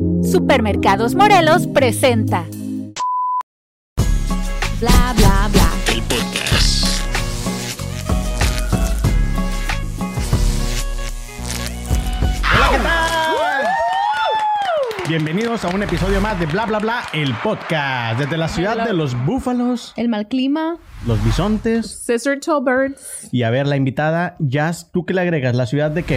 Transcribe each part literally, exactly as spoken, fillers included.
Supermercados Morelos presenta Bla Bla Bla, el podcast. Hola, ¿qué tal? Bienvenidos a un episodio más de Bla Bla Bla, el podcast. Desde la ciudad de los búfalos, el mal clima, los bisontes, Scissor Toe Birds. Y a ver, la invitada, Jazz, ¿tú qué le agregas? ¿La ciudad de qué?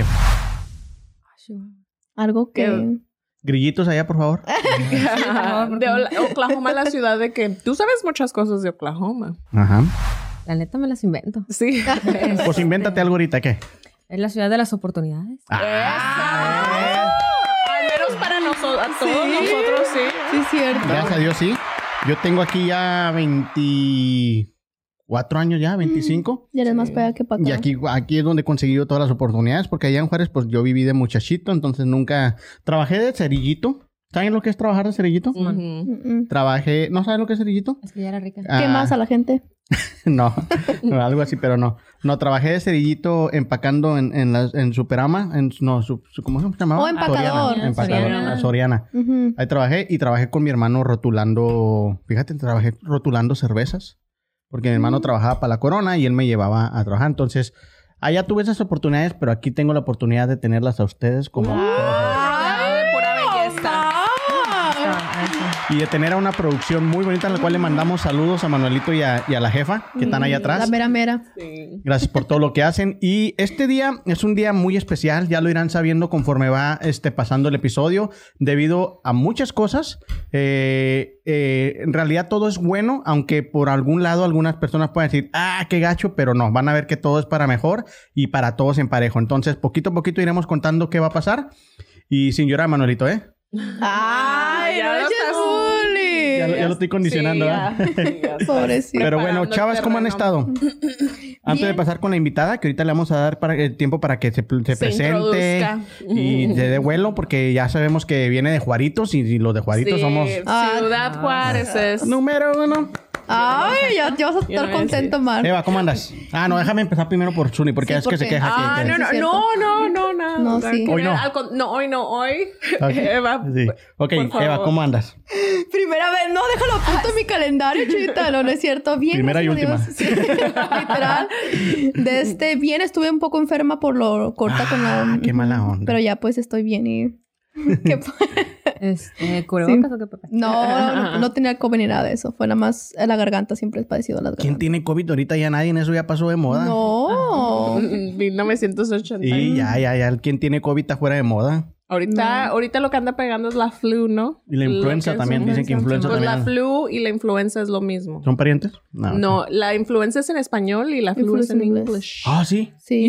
Algo que... ¿Qué? Grillitos allá, por favor. De Oklahoma, la ciudad de que... Tú sabes muchas cosas de Oklahoma. Ajá. La neta me las invento. Sí. Pues invéntate algo ahorita, ¿qué? Es la ciudad de las oportunidades. Ah, Al menos para nosotros, a todos Sí. nosotros, sí. Sí, es cierto. gracias a Dios, sí. Yo tengo aquí ya veinticuatro años ya, veinticinco. Ya eres más para allá que para acá. Y aquí, aquí es donde he conseguido todas las oportunidades, porque allá en Juárez, pues yo viví de muchachito, entonces nunca... Trabajé de cerillito. ¿Saben lo que es trabajar de cerillito? Ujú. Mm-mm. Trabajé... ¿No saben lo que es cerillito? Es que ya era rica. Ah, ¿Qué más a la gente? No, no, algo así, pero no. No, trabajé de cerillito empacando en, en, la, en Superama. En, no, su, su- ¿cómo se llamaba? Oh, empacador. Soriana, empacador, Soriana. a Soriana. Ujú. Ahí trabajé y trabajé con mi hermano rotulando... Fíjate, trabajé rotulando cervezas. Porque mi hermano trabajaba para la Corona y él me llevaba a trabajar. Entonces, allá tuve esas oportunidades, pero aquí tengo la oportunidad de tenerlas a ustedes como... Rodeado de pura belleza. Y de tener a una producción muy bonita, en la cual le mandamos saludos a Manuelito y a, y a la jefa, que están allá atrás. La mera mera. Sí. Gracias por todo lo que hacen. Y este día es un día muy especial. Ya lo irán sabiendo conforme va este, pasando el episodio. Debido a muchas cosas. Eh, eh, en realidad todo es bueno. Aunque por algún lado algunas personas pueden decir, ah, qué gacho. Pero no, van a ver que todo es para mejor. Y para todos en parejo. Entonces, poquito a poquito iremos contando qué va a pasar. Y sin llorar, Manuelito, ¿eh? ¡Ay, Ya no lo eches estás- bullying! Ya, lo- ya lo estoy condicionando, Sí, ¿verdad? ya. Sí, ya está. Pobrecito. Pero bueno, Preparando el chavas, ¿cómo han terreno. estado? Antes de Bien. pasar con la invitada, que ahorita le vamos a dar para, el tiempo para que se, se Se presente introduzca. y se dé vuelo, porque ya sabemos que viene de Juaritos y, y los de Juaritos Sí, somos Ah. Ciudad Juárez es... número uno. Ay, ya, ya vas a Yo estar no voy a contento, Mar. Eva, ¿cómo andas? Ah, no, déjame empezar primero por Suni, porque Sí, es que se porque- queja. Ah, que, que- no, no, Sí, es cierto. no, no, no, no. No, sí. Hoy no. Al con- no, hoy no, hoy. Ok. Eva. Sí. Ok, por favor. Eva, ¿cómo andas? Primera vez, no, déjalo apunto en mi calendario, chita. No, no es cierto. Bien, Primera y gracias a Dios. Sí, literal. De este, bien, estuve un poco enferma por lo corta con la... Ah, qué mala onda. Pero ya, pues, estoy bien y... ¿Qué fue? Este, ¿cubrebocas Sí. o qué, Pepe? No, no, no tenía COVID ni nada de eso. Fue nada más la garganta. Siempre he padecido las ¿Quién gargantas. tiene COVID? Ahorita ya nadie, en eso ya pasó de moda. No. mil novecientos ochenta. Sí, ya, ya, ya. ¿Quién tiene COVID está fuera de moda? Ahorita, ahorita lo que anda pegando es la flu, ¿no? Y la influenza Lo que es también. Dicen que influenza Pues también. la flu y la influenza es lo mismo. ¿Son parientes? ok. No, la influenza es en español y la flu es en inglés. inglés. Ah, sí. Sí.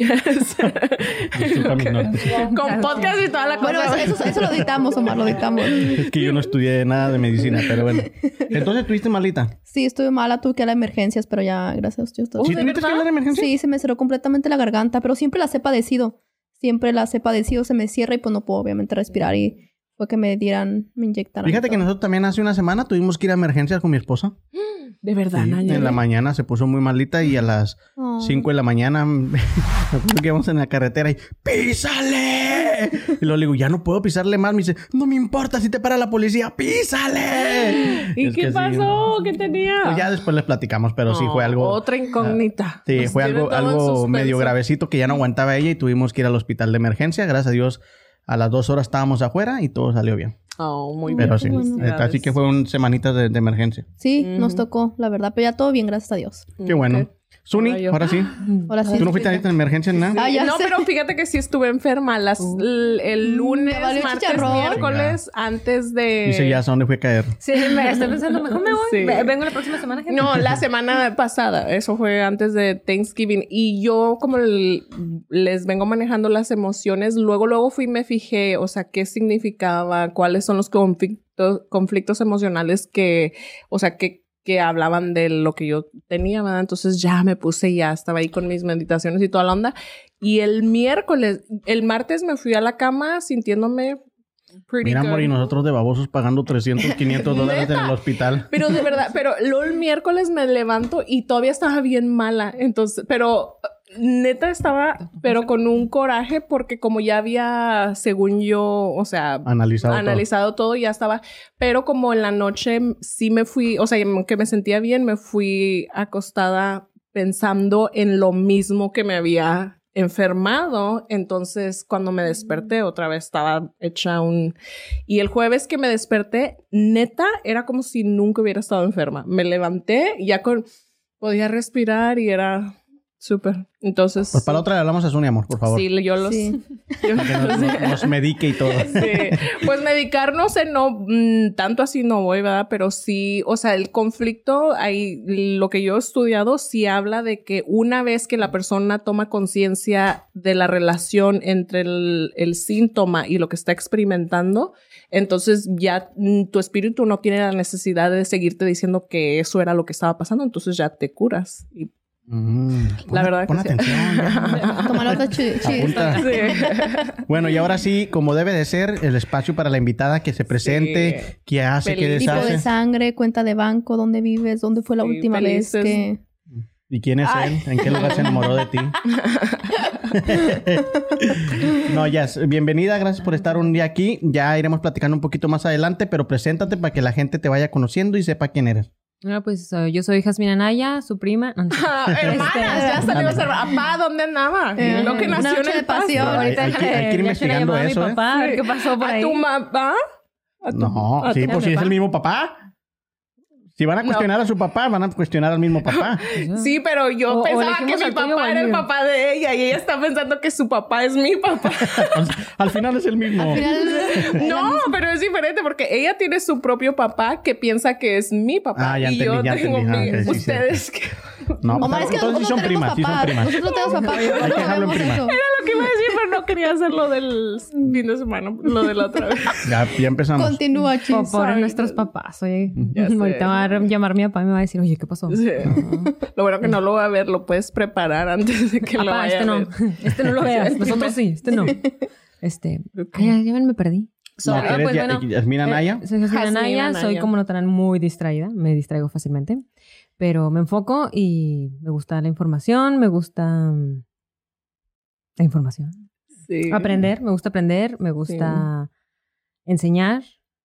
Disculpa mis notas. Con podcast y toda la Bueno, cosa. eso, eso, eso lo editamos, Omar, lo editamos. Es que yo no estudié nada de medicina, pero bueno. Entonces, ¿tuviste malita? Sí, estuve mala, tuve que ir a emergencias, pero ya, gracias a Dios. todo ¿Sí bien. tuviste que hablar de emergencia? Sí, se me cerró completamente la garganta, pero siempre las he padecido. Siempre las he padecido, se me cierra y pues no puedo obviamente respirar y fue que me dieran, me inyectaran. Fíjate y que todo. nosotros también hace una semana tuvimos que ir a emergencias con mi esposa. De verdad, Sí, Naya. en la mañana se puso muy malita y a las Oh. cinco de la mañana me acuerdo que íbamos en la carretera y ¡písale! Y luego le digo, ya no puedo pisarle más. Me dice, no me importa si te para la policía, ¡písale! ¿Y Es qué que sí, pasó? ¿Qué tenía? Pues ya después les platicamos, pero sí fue Oh, algo... Otra incógnita. Sí, Nos fue tiene algo, todo en algo suspenso. medio gravecito que ya no aguantaba ella y tuvimos que ir al hospital de emergencia. Gracias a Dios, a las dos horas estábamos afuera y todo salió bien. Oh, muy bien. Pero sí, bueno. eh, así que fue un semanita de, de emergencia. Sí, nos tocó, la verdad, pero ya todo bien, gracias a Dios. Qué bueno. Ok. Suni, Ahora yo. ahora sí. Ahora sí. ¿Tú no fuiste ahorita en emergencia ni nada? Ah, ya No, sé. pero fíjate que sí estuve enferma las, l- el lunes, ¿te valió martes, chicharrón? miércoles, antes de... Dice ya, ¿a dónde fue a caer? Sí, me estoy pensando, mejor me voy. Sí. Ve- Vengo la próxima semana, gente. No, la semana pasada. Eso fue antes de Thanksgiving. Y yo, como el- les vengo manejando las emociones, luego, luego fui y me fijé, o sea, qué significaba, cuáles son los conflictos, conflictos emocionales que, o sea, que, que hablaban de lo que yo tenía, ¿verdad? Entonces ya me puse, ya estaba ahí con mis meditaciones y toda la onda. Y el miércoles, el martes me fui a la cama sintiéndome pretty Mira, good. amor, y nosotros de babosos pagando trescientos, quinientos dólares en el hospital. Pero de verdad, pero luego el miércoles me levanto y todavía estaba bien mala. Entonces, pero Neta estaba, pero con un coraje porque como ya había, según yo, o sea, Analizado analizado todo. todo, ya estaba. Pero como en la noche sí me fui, o sea, que me sentía bien, me fui acostada pensando en lo mismo que me había enfermado. Entonces, cuando me desperté, otra vez estaba hecha un... Y el jueves que me desperté, neta, era como si nunca hubiera estado enferma. Me levanté y ya con... podía respirar y era... súper. Entonces... Pues para la otra le hablamos a Zuni, amor, por favor. Sí, yo los... Sí. yo Para que nos, nos- nos medique y todo. Sí. Pues medicar, no sé, no... mm, tanto así no voy, ¿verdad? Pero sí... O sea, el conflicto, ahí... Lo que yo he estudiado sí habla de que una vez que la persona toma conciencia de la relación entre el, el síntoma y lo que está experimentando, entonces ya mm, tu espíritu no tiene la necesidad de seguirte diciendo que eso era lo que estaba pasando. Entonces ya te curas. Y Mm, pon, La verdad pon que sí. atención. ya. Toma nota chi- chi- Apunta. sí. Bueno, y ahora sí, como debe de ser, el espacio para la invitada que se presente, Sí. qué hace, qué Feliz. tipo de deshace. sangre, cuenta de banco, dónde vives, dónde fue la Sí, última felices. vez que... ¿Y quién es Ay. él? ¿En qué lugar se enamoró de ti? No, ya, bienvenida, gracias por estar un día aquí. Ya iremos platicando un poquito más adelante, pero preséntate para que la gente te vaya conociendo y sepa quién eres. Bueno, pues uh, yo soy Jasmine Anaya, su prima. No, no sé. Ah, hermanas, ya salió a ser... Apá, ¿dónde andaba? Eh, Lo que una nació en noche de el pasto. pasión. Hay- hay que- hay que ir ya se la investigando llamaba a mi eso, ¿eh? papá, a ver Sí. qué pasó por ¿A ahí. tu mamá? ¿A tu- No, a sí, tu pues si es papá? el mismo papá. Si van a No. cuestionar a su papá, van a cuestionar al mismo papá. Sí, pero yo O- o pensaba que elegimos mi al tuyo o papá al era el mío. papá de ella y ella está pensando que su papá es mi papá. Al, al final es el mismo. Al final... No, pero es diferente porque ella tiene su propio papá que piensa que es mi papá. Ah, ya y yo entendí, ya tengo entendí. Ah, mi... ok, sí, Ustedes que... No, Omar, es que entonces sí nosotros son tenemos primas, sí son papás. primas. Nosotros tenemos papás. Hay que no dejarlo en sabemos prima. eso. Lo que iba a decir, pero no quería hacer lo del fin de semana, lo de la otra vez. Ya, ya empezamos. Continúa, Po- chis. Pobres Sorry. nuestros papás. Oye, Ya sé. ahorita va a llamar mi papá y me va a decir, oye, ¿qué pasó? Sí. Lo bueno que no lo va a ver, lo puedes preparar antes de que lo Papá, vaya este a no. ver. Este no lo veas. Nosotros sí, este no. Este. Ay, ya, ya me perdí. No, Sorry. que eres pues Ya- bueno, Yasmina Anaya. Eh, soy Jasmine Jasmine Anaya, Anaya. soy como notarán muy distraída, me distraigo fácilmente, pero me enfoco y me gusta la información, me gusta mm, la información, Sí. aprender, me gusta aprender, me gusta enseñar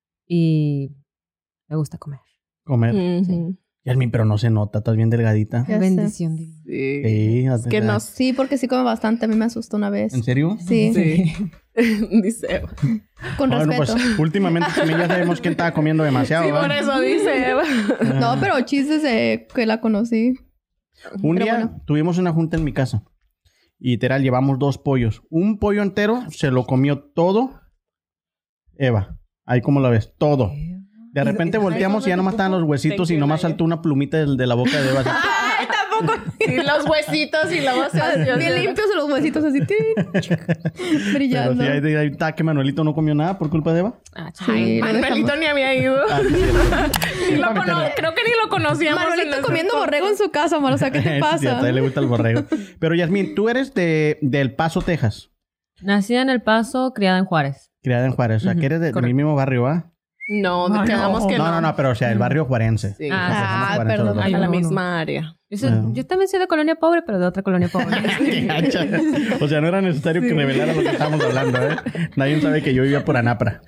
y me gusta comer. Comer. Ujú. Yasmin, pero no se nota, estás bien delgadita. Ya sé. Bendición divina. Sí. Sí, Es que no Sí, porque sí come bastante. A mí me asustó una vez. ¿En serio? Sí, Sí. Dice Eva. con Bueno, respeto. pues últimamente también ya sabemos quién estaba comiendo demasiado. Sí, ¿verdad? por eso dice Eva. No, pero chistes de que la conocí. Un Pero día bueno. tuvimos una junta en mi casa. Y literal, llevamos dos pollos. Un pollo entero se lo comió todo Eva. Ahí como la ves, todo. De repente volteamos y ya nomás estaban los huesitos y nomás saltó una plumita del- de la boca de Eva. así. Ay, tampoco. Y los huesitos y luego se Bien limpios los huesitos así. tin, Pero brillando. sí, ahí, ahí está que Manuelito no comió nada por culpa de Eva. Ah, Sí, Ay, lo Manuelito dejamos. ni había ido. Ah, sí, sí. Ni lo Para cono- meterle- Creo que ni lo conocíamos. en Manuelito ese comiendo entonces. borrego en su casa, Mar. O sea, ¿qué te Sí, pasa? sí, a él le gusta el borrego. Pero Yasmin, tú eres de, de El Paso, Texas. Nacida en El Paso, criada en Juárez. Criada en Juárez. O sea, Ujú, que eres de, de mi correcto. mismo barrio, ¿va? No, Ah, quedamos no. que no. No, no, no, pero o sea, el barrio juarense. Sí. Ah, Ah, Juárez, perdón. los Ay, a la no, no. misma área. Yo, soy- Ah. yo también soy de colonia pobre, pero de otra colonia pobre. Qué gacha. O sea, no era necesario que revelara lo que estábamos hablando, ¿eh? Nadie sabe que yo vivía por Anapra.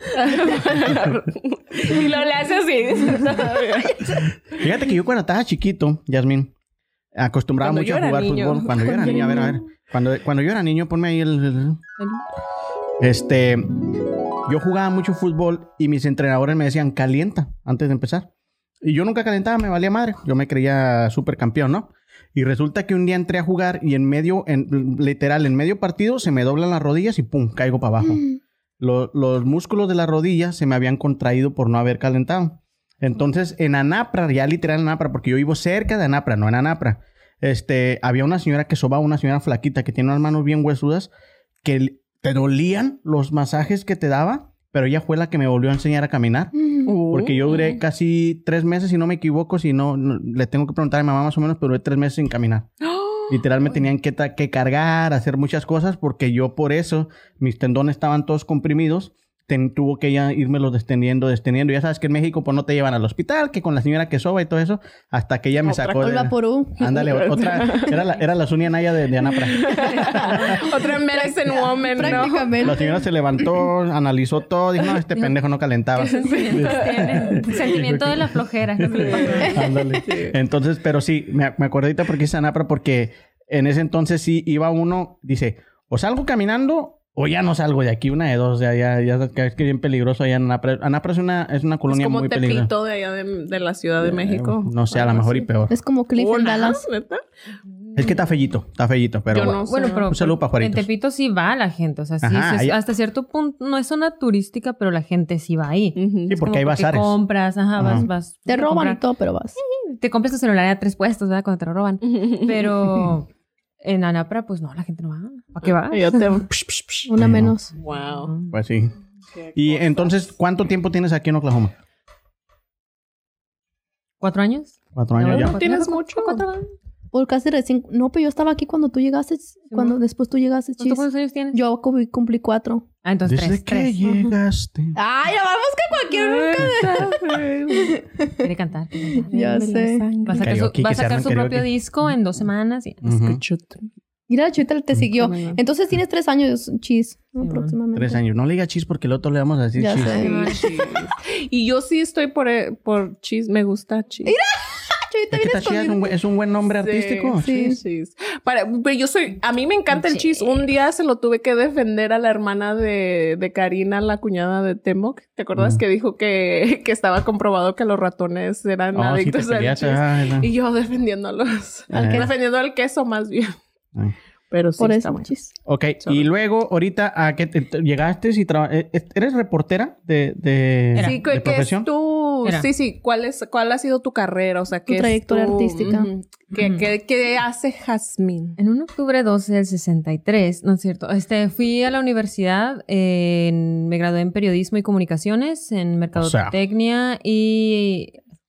Y lo le hace así. Fíjate que yo cuando estaba chiquito, Yasmin, acostumbraba Cuando mucho yo a era jugar niño. fútbol. Cuando yo era niño, a ver, a ver. Cuando, cuando yo era niño, ponme ahí el, el- Este... Yo jugaba mucho fútbol y mis entrenadores me decían, calienta, antes de empezar. Y yo nunca calentaba, me valía madre. Yo me creía súper campeón, ¿no? Y resulta que un día entré a jugar y en medio, en, literal, en medio partido, se me doblan las rodillas y pum, caigo para abajo. Lo- los músculos de la rodilla se me habían contraído por no haber calentado. Entonces, en Anapra, ya literal en Anapra, porque yo vivo cerca de Anapra, no en Anapra, este, había una señora que sobaba, una señora flaquita que tiene unas manos bien huesudas, que te dolían los masajes que te daba, pero ella fue la que me volvió a enseñar a caminar. Porque yo duré casi tres meses, si no me equivoco, si no, no- le tengo que preguntar a mi mamá más o menos, pero duré tres meses sin caminar. Literal me tenían que, ta- que cargar, hacer muchas cosas, porque yo por eso, mis tendones estaban todos comprimidos ten- tuvo que ya irme destendiendo, destendiendo. Ya sabes que en México pues no te llevan al hospital, que con la señora que soba y todo eso, hasta que ella me Otra sacó de... Vaporú. Ándale, otra... Era la, era la Sonia Naya de, de Anapra. Otra medicine woman, ¿no? Prácticamente. La señora se levantó, analizó todo, dijo, no, este pendejo no calentaba. Tiene sentimiento de la flojera. ¿No? Ándale. Entonces, pero sí, me, me acuerdo ahorita porque es Anapra, porque en ese entonces sí iba uno, dice, o salgo caminando o ya no salgo de aquí, una de dos. O sea, ya, ya es que bien peligroso allá en Anapra. Anapra es una, es una colonia Es como muy peligrosa. Tepito de allá de, de la Ciudad de México. No sé, a lo Algo mejor y así. peor. Es como Cliff en ¿Hola? Dallas. ¿Neta? Es que está fellito, está fellito, pero Yo no bueno. sé. Bueno, pero Un saludo pa' en Juaritos. Tepito sí va la gente. O sea, sí, Ajá, sí es- allá- hasta cierto punto no es zona turística, pero la gente sí va ahí. Ujú. Sí, Es porque hay como bazares. compras, ajá, Ajá. vas, vas. Te a roban comprar. y todo, pero vas. Te compras tu celular a tres puestos, ¿verdad? Cuando te lo roban. Pero en Anapra, pues no, la gente no va. ¿Para qué va? Yo te... Una Sí, menos. Wow. Pues sí. Qué Y cosas. entonces, ¿cuánto tiempo tienes aquí en Oklahoma? ¿Cuatro años? Cuatro años No, ya. ¿No tienes ¿Cuatro- mucho? cuatro años? Por casi recién. No, pero yo estaba aquí cuando tú llegaste. Cuando ¿no? después tú llegaste, ¿Tú chis. cuántos años tienes? Yo cumplí, cumplí cuatro. Ah, entonces Desde tres. que tres. llegaste. Ay, ya vamos que cualquier nunca. Quiere cantar. quiere cantar. Ya sé. Va a sacar su, Karaoke, va a que se sacar arme su karaoke. propio disco en dos semanas. y- Ujú. Mira, Chuita te siguió. Qué bueno. Entonces tienes tres años, chis. man. aproximadamente. Tres años. No le diga chis porque el otro le vamos a decir Ya chis. sé. Ay, chis. Y yo sí estoy por, por Chis. Me gusta Chis. Chuita, Es que vienes Tachía es un, conmigo. buen- es un buen nombre artístico. Sí. Chis. Para, pero yo soy, a mí me encanta el Chis. Un día se lo tuve que defender a la hermana de, de Karina, la cuñada de Temoc. ¿Te acuerdas Ujú. que dijo que, que estaba comprobado que los ratones eran Oh, sí, te adictos al peleaste. Chis? Ay, no. Y yo defendiéndolos. Al queso. Defendiendo al queso más bien. Ay. Pero sí, Por está eso, bueno. chis. Ok, Sorry. y luego ahorita a que te- te- llegaste y traba- eh, eh, ¿eres reportera de, de, Era. Sí, de ¿qué, qué es profesión? tu... Era. Sí, sí. ¿Cuál, es, ¿Cuál ha sido tu carrera? O sea, ¿qué Tu es trayectoria tu- artística. Ujú. ¿Qué, Ujú. qué, qué hace Jazmín? En un octubre doce del sesenta y tres, ¿no es cierto? Este, fui a la universidad, eh, en- me gradué en periodismo y comunicaciones, en mercadotecnia y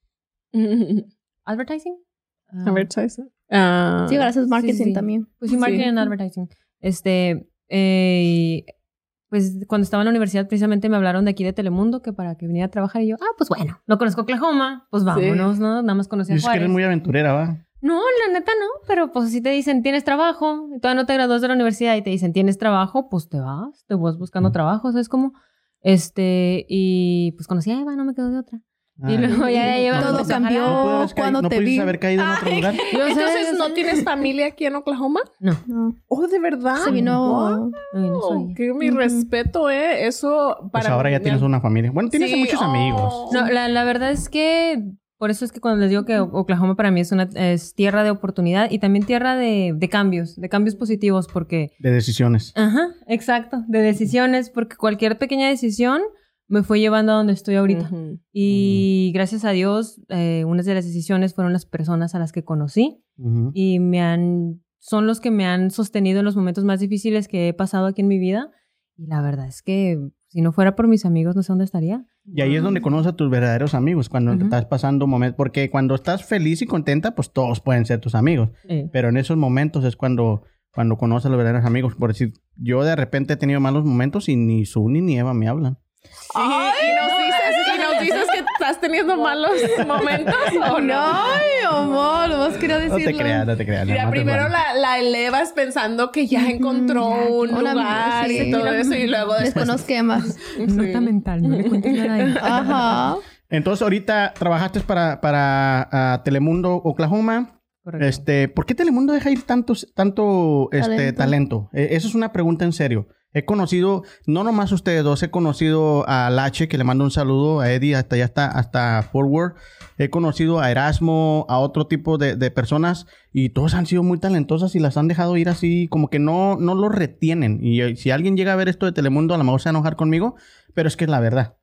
advertising. Ah, A ver, ¿sabes? Ah, Sí, gracias marketing sí, sí. también. Pues sí, marketing Sí. and advertising. Este, eh, y, pues cuando estaba en la universidad precisamente me hablaron de aquí de Telemundo que para que viniera a trabajar y yo, ah, pues bueno, no conozco Oklahoma, pues vámonos, ¿no? Nada más conocí a Dices que Juárez. eres muy aventurera, ¿va? No, la neta no, pero pues si te dicen tienes trabajo, y todavía no te gradúas de la universidad y te dicen tienes trabajo, pues te vas, te vas buscando Mm. trabajo, ¿sabes cómo? Este, y pues conocí a Eva, no me quedo de otra. Y Ay. luego ya lleva Todo empezó a cambió. jalar. ¿No pude haber caído- cuando no te pudiste vi. haber caído en otro Ay. lugar? Yo sé, Entonces, yo ¿no sé. tienes familia aquí en Oklahoma? No, No. Oh, ¿de verdad? Se vino. Wow. ay, no soy. Que mi Ujú. respeto, ¿eh? Eso para Pues ahora ya mí- tienes una familia. Bueno, tienes Sí, muchos oh. amigos. No, la, la verdad es que por eso es que cuando les digo que Oklahoma para mí es una es tierra de oportunidad y también tierra de, de cambios, de cambios positivos, porque, De decisiones. ajá, exacto, de decisiones, porque cualquier pequeña decisión me fue llevando a donde estoy ahorita. Ujú. Y gracias a Dios, eh, unas de las decisiones fueron las personas a las que conocí Ujú. y me han, son los que me han sostenido en los momentos más difíciles que he pasado aquí en mi vida. Y la verdad es que si no fuera por mis amigos, no sé dónde estaría. Y ahí es donde conoces a tus verdaderos amigos, cuando Ujú. estás pasando momentos, porque cuando estás feliz y contenta, pues todos pueden ser tus amigos, Eh, pero en esos momentos es cuando, cuando conoces a los verdaderos amigos. Por decir, yo de repente he tenido malos momentos y ni Suni ni Eva me hablan. Sí, y nos dices, y nos dices que estás teniendo malos momentos o no. Ay, amor, nomás quería No decirlo. te creas, no te creas. Mira, nada más te primero guardo. la, la elevas pensando que ya encontró un Una- lugar sí. y todo eso, y luego después... Después nos quemas. Nota mental, no le cuentes nada a ella. Ajá. Entonces, ahorita trabajaste para, para ah, Telemundo Oklahoma. Correcto. Este, ¿por qué Telemundo deja ir tanto, tanto este, Talento. talento? Eh, eso es una pregunta en serio. He conocido, no nomás ustedes dos, he conocido a Lache, que le mando un saludo, a Eddie, hasta allá hasta, hasta Forward. He conocido a Erasmo, a otro tipo de, de personas, y todos han sido muy talentosas y las han dejado ir así, como que no, no lo retienen. Y eh, si alguien llega a ver esto de Telemundo, a lo mejor se va a enojar conmigo, pero es que es la verdad.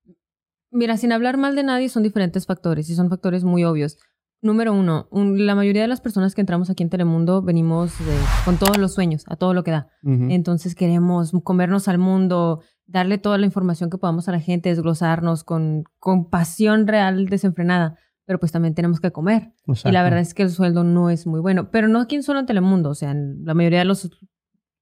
Mira, sin hablar mal de nadie, son diferentes factores y son factores muy obvios. Número uno, un- la mayoría de las personas que entramos aquí en Telemundo venimos de- con todos los sueños, a todo lo que da. Ujú. Entonces queremos comernos al mundo, darle toda la información que podamos a la gente, desglosarnos con, con pasión real desenfrenada. Pero pues también tenemos que comer. Y la Exacto. verdad es que el sueldo no es muy bueno. Pero no aquí solo en Telemundo, o sea, en la mayoría de los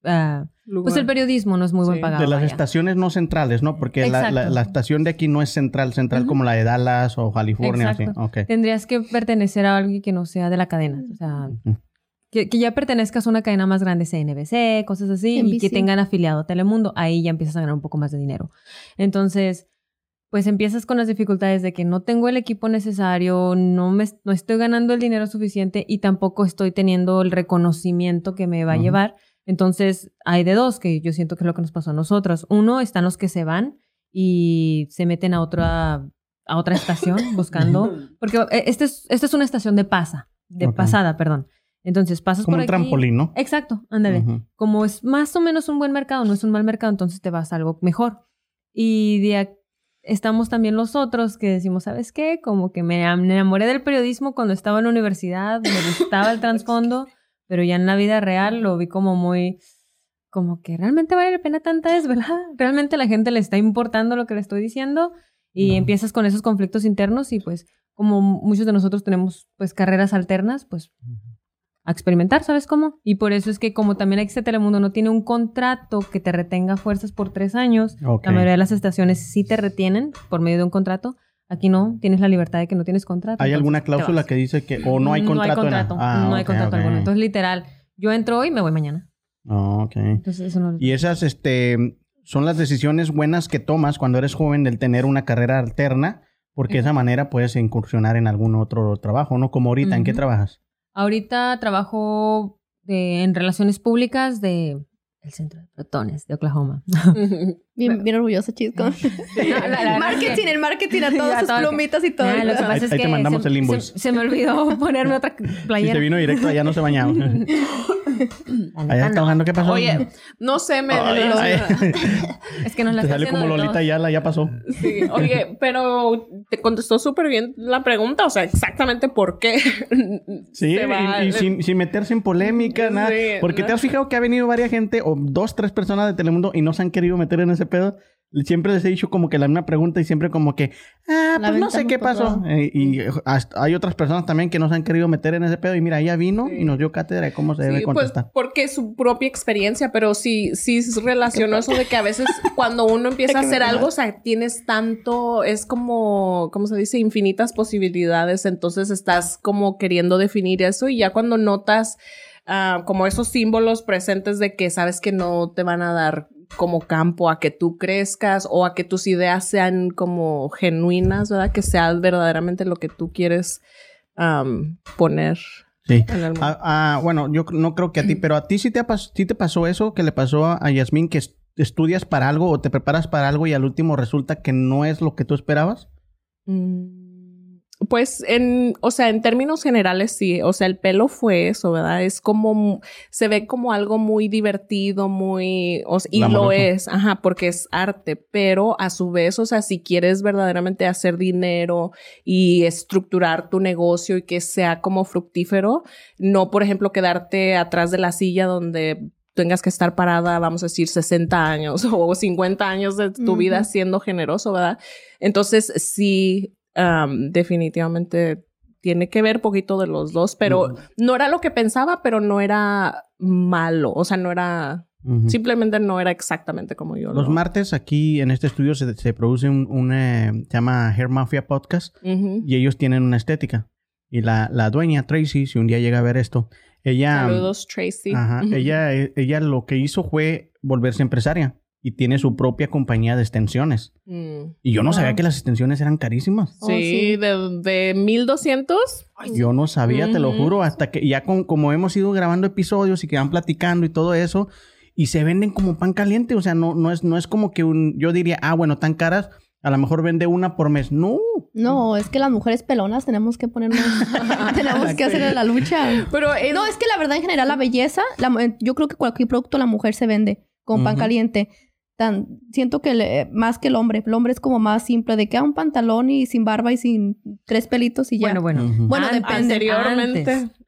uh, pues el periodismo no es muy Sí. buen pagado. De las vaya. estaciones no centrales, ¿no? Porque la, la, la estación de aquí no es central, central uh-huh. como la de Dallas o California. Exacto. Así. Okay. Tendrías que pertenecer a alguien que no sea de la cadena. O sea, uh-huh. que, que ya pertenezcas a una cadena más grande, C N B C, cosas así, N B C. Y que tengan afiliado a Telemundo. Ahí ya empiezas a ganar un poco más de dinero. Entonces, pues empiezas con las dificultades de que no tengo el equipo necesario, no, me, no estoy ganando el dinero suficiente y tampoco estoy teniendo el reconocimiento que me va uh-huh. a llevar. Entonces, hay de dos, que yo siento que es lo que nos pasó a nosotros. Uno, están los que se van y se meten a otra, a otra estación buscando... Porque esta es, esta es una estación de pasa, de okay. pasada, perdón. Entonces, pasas como por un aquí... trampolín, ¿no? Exacto, ándale. Uh-huh. Como es más o menos un buen mercado, no es un mal mercado, entonces te vas a algo mejor. Y de aquí estamos también los otros que decimos, ¿sabes qué? Como que me enamoré del periodismo cuando estaba en la universidad, me gustaba el trasfondo... Pero ya en la vida real lo vi como muy... Como que realmente vale la pena tanta desvelada. Realmente a la gente le está importando lo que le estoy diciendo. Y no. empiezas con esos conflictos internos y pues como muchos de nosotros tenemos pues carreras alternas, pues a experimentar, ¿sabes cómo? Y por eso es que como también X T Telemundo no tiene un contrato que te retenga fuerzas por tres años, okay. la mayoría de las estaciones sí te retienen por medio de un contrato. Aquí no, tienes la libertad de que no tienes contrato. ¿Hay alguna cláusula que dice que o no hay contrato? No hay contrato, ah, no okay, hay contrato okay. alguno. Entonces, literal, yo entro hoy y me voy mañana. Oh, ok. Entonces, eso no... Y esas este, son las decisiones buenas que tomas cuando eres joven del tener una carrera alterna, porque de uh-huh. esa manera puedes incursionar en algún otro trabajo, ¿no? Como ahorita, uh-huh. ¿en qué trabajas? Ahorita trabajo de, en relaciones públicas de... El Centro de Protones de Oklahoma. Bien, bien orgullosa, Chisco. Sí, la, la, la, marketing, el marketing a todas sus plumitas y todo. Ah, lo que pasa ahí, es ahí que te mandamos se, el invoice. Se, se me olvidó ponerme otra playera. Si se vino directo, allá no se bañaba. Allá está bajando, ¿qué pasó? Oye, no sé, me... Ay, no, ay. Es que nos la te está sale como Lolita Ayala, ya pasó. Sí, oye, pero te contestó súper bien la pregunta, o sea, exactamente por qué. Sí, y, y sin, sin meterse en polémica, nada. Sí, porque no. Te has fijado que ha venido varias gente, o dos, tres personas de Telemundo, y no se han querido meter en ese pedo. Siempre les he dicho como que la misma pregunta y siempre como que, ah, pues no sé qué pasó. Eh, y hasta hay otras personas también que no se han querido meter en ese pedo y mira, ella vino sí. y nos dio cátedra de cómo se sí, debe contestar. Pues porque es su propia experiencia, pero sí, sí relacionó eso de que a veces cuando uno empieza a hacer algo, o sea, tienes tanto, es como, ¿cómo se dice? Infinitas posibilidades, entonces estás como queriendo definir eso y ya cuando notas uh, como esos símbolos presentes de que sabes que no te van a dar como campo a que tú crezcas o a que tus ideas sean como genuinas, ¿verdad? Que sea verdaderamente lo que tú quieres um, poner. Sí. Ah, ah, bueno, yo no creo que a ti, pero a ti sí te, sí te pasó eso que le pasó a Yasmín, que est- estudias para algo o te preparas para algo y al último resulta que no es lo que tú esperabas. Mm. Pues, en, o sea, en términos generales sí, o sea, el pelo fue eso, ¿verdad? Es como, se ve como algo muy divertido, muy, o, y Glamoroso. Lo es, ajá, porque es arte, pero a su vez, o sea, si quieres verdaderamente hacer dinero y estructurar tu negocio y que sea como fructífero, no, por ejemplo, quedarte atrás de la silla donde tengas que estar parada, vamos a decir, sesenta años o cincuenta años de tu uh-huh. vida siendo generoso, ¿verdad? Entonces, sí... Um, definitivamente tiene que ver poquito de los dos, pero uh-huh. no era lo que pensaba, pero no era malo, o sea, no era, uh-huh. simplemente no era exactamente como yo. Los lo... martes aquí en este estudio se, se produce un, un eh, se llama Hair Mafia Podcast uh-huh. y ellos tienen una estética y la, la dueña Tracy, si un día llega a ver esto, ella... Saludos, Tracy. Ajá, uh-huh. ella, ella lo que hizo fue volverse empresaria. Y tiene su propia compañía de extensiones. Mm. Y yo no wow. sabía que las extensiones eran carísimas. Sí, oh, sí. de, de mil doscientos. Yo no sabía, mm-hmm. te lo juro, hasta que ya con, como hemos ido grabando episodios y que van platicando y todo eso, y se venden como pan caliente. O sea, no, no, es, no es como que un, yo diría, ah, bueno, tan caras, a lo mejor vende una por mes. No. No, es que las mujeres pelonas tenemos que ponernos, tenemos que hacer la lucha. Pero eh, no, es que la verdad en general la belleza, la, yo creo que cualquier producto la mujer se vende con pan uh-huh. caliente. Tan, siento que le, más que el hombre. El hombre es como más simple de que a un pantalón y sin barba y sin tres pelitos y ya. Bueno, bueno. Uh-huh. Bueno, An- depende. Anteriormente. Antes.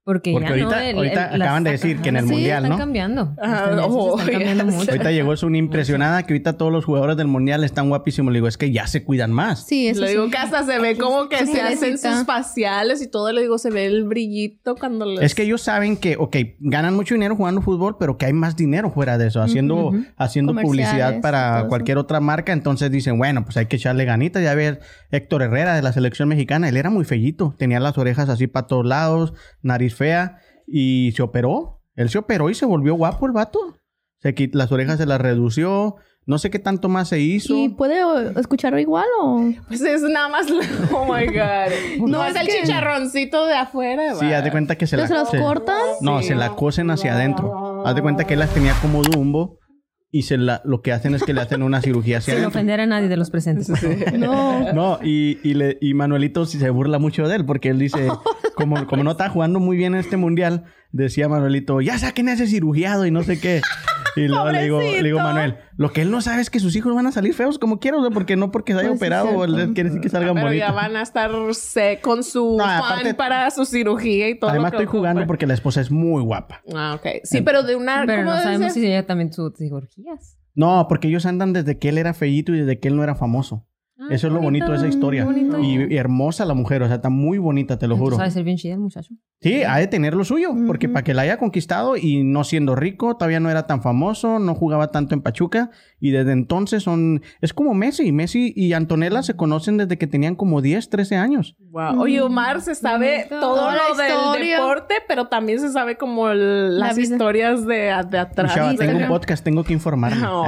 Porque, Porque ya ahorita, no, el, ahorita el, acaban de las- decir que en el sí, Mundial, están ¿no? cambiando. Ajá, Están, oh, están cambiando yes. mucho. Ahorita llegó es una impresionada que ahorita todos los jugadores del Mundial están guapísimos. Le digo, es que ya se cuidan más. Sí, eso Le digo sí. que hasta se ve como que Sí, se hacen necesita. sus faciales y todo. Le digo, se ve el brillito cuando les... Es que ellos saben que, ok, ganan mucho dinero jugando fútbol, pero que hay más dinero fuera de eso, haciendo, Ujú. haciendo Comerciales publicidad y para todo cualquier otra marca. Entonces dicen, bueno, pues hay que echarle ganitas. Ya ves, Héctor Herrera de la selección mexicana, él era muy fellito. Tenía las orejas así para todos lados, nariz fea, y se operó. Él se operó y se volvió guapo el vato. Se quit- las orejas se las redució. No sé qué tanto más se hizo. ¿Y puede o- escucharlo igual o...? Pues es nada más... Oh, my God. No, es es el que- chicharroncito de afuera. Sí, va. haz de cuenta que se la... ¿Se los se- cortan? No, Sí. se la cosen hacia adentro. Haz de cuenta que él las tenía como Dumbo y se la, lo que hacen es que le hacen una cirugía hacia Sin adentro. ofender a nadie de los presentes. por favor. No. No, y, y, le, y Manuelito sí se burla mucho de él porque él dice, como, como no está jugando muy bien en este mundial, decía Manuelito, ya saquen ese cirugiado y no sé qué. Y luego le digo, le digo, Manuel, lo que él no sabe es que sus hijos van a salir feos como quiera, o sea, porque no porque se haya Pues sí, operado, cierto. él quiere decir que salgan Pero bonitos. ya van a estar se- con su No, fan aparte- para su cirugía y todo. Además lo que estoy jugando ocupa. porque la esposa es muy guapa. Ah, ok. Sí, pero de una... Pero ¿cómo no debe sabemos ser? si ella también sus cirugías. No, porque ellos andan desde que él era feíto y desde que él no era famoso. Ah, Eso es lo bonito de esa historia. bonito. Y, y hermosa la mujer, o sea, está muy bonita, te lo juro. Sabe ser bien chida el muchacho. Sí, ha de tener lo suyo, porque Ujú. para que la haya conquistado y no siendo rico, todavía no era tan famoso, no jugaba tanto en Pachuca y desde entonces son... Es como Messi, Messi y Antonella se conocen desde que tenían como diez, trece años. Wow. Oye, Omar se sabe Bonito. todo Toda la lo del historia. deporte, pero también se sabe como el- La las vida. historias de, de atrás. Chava, sí, tengo un sí. podcast, tengo que informarme. No.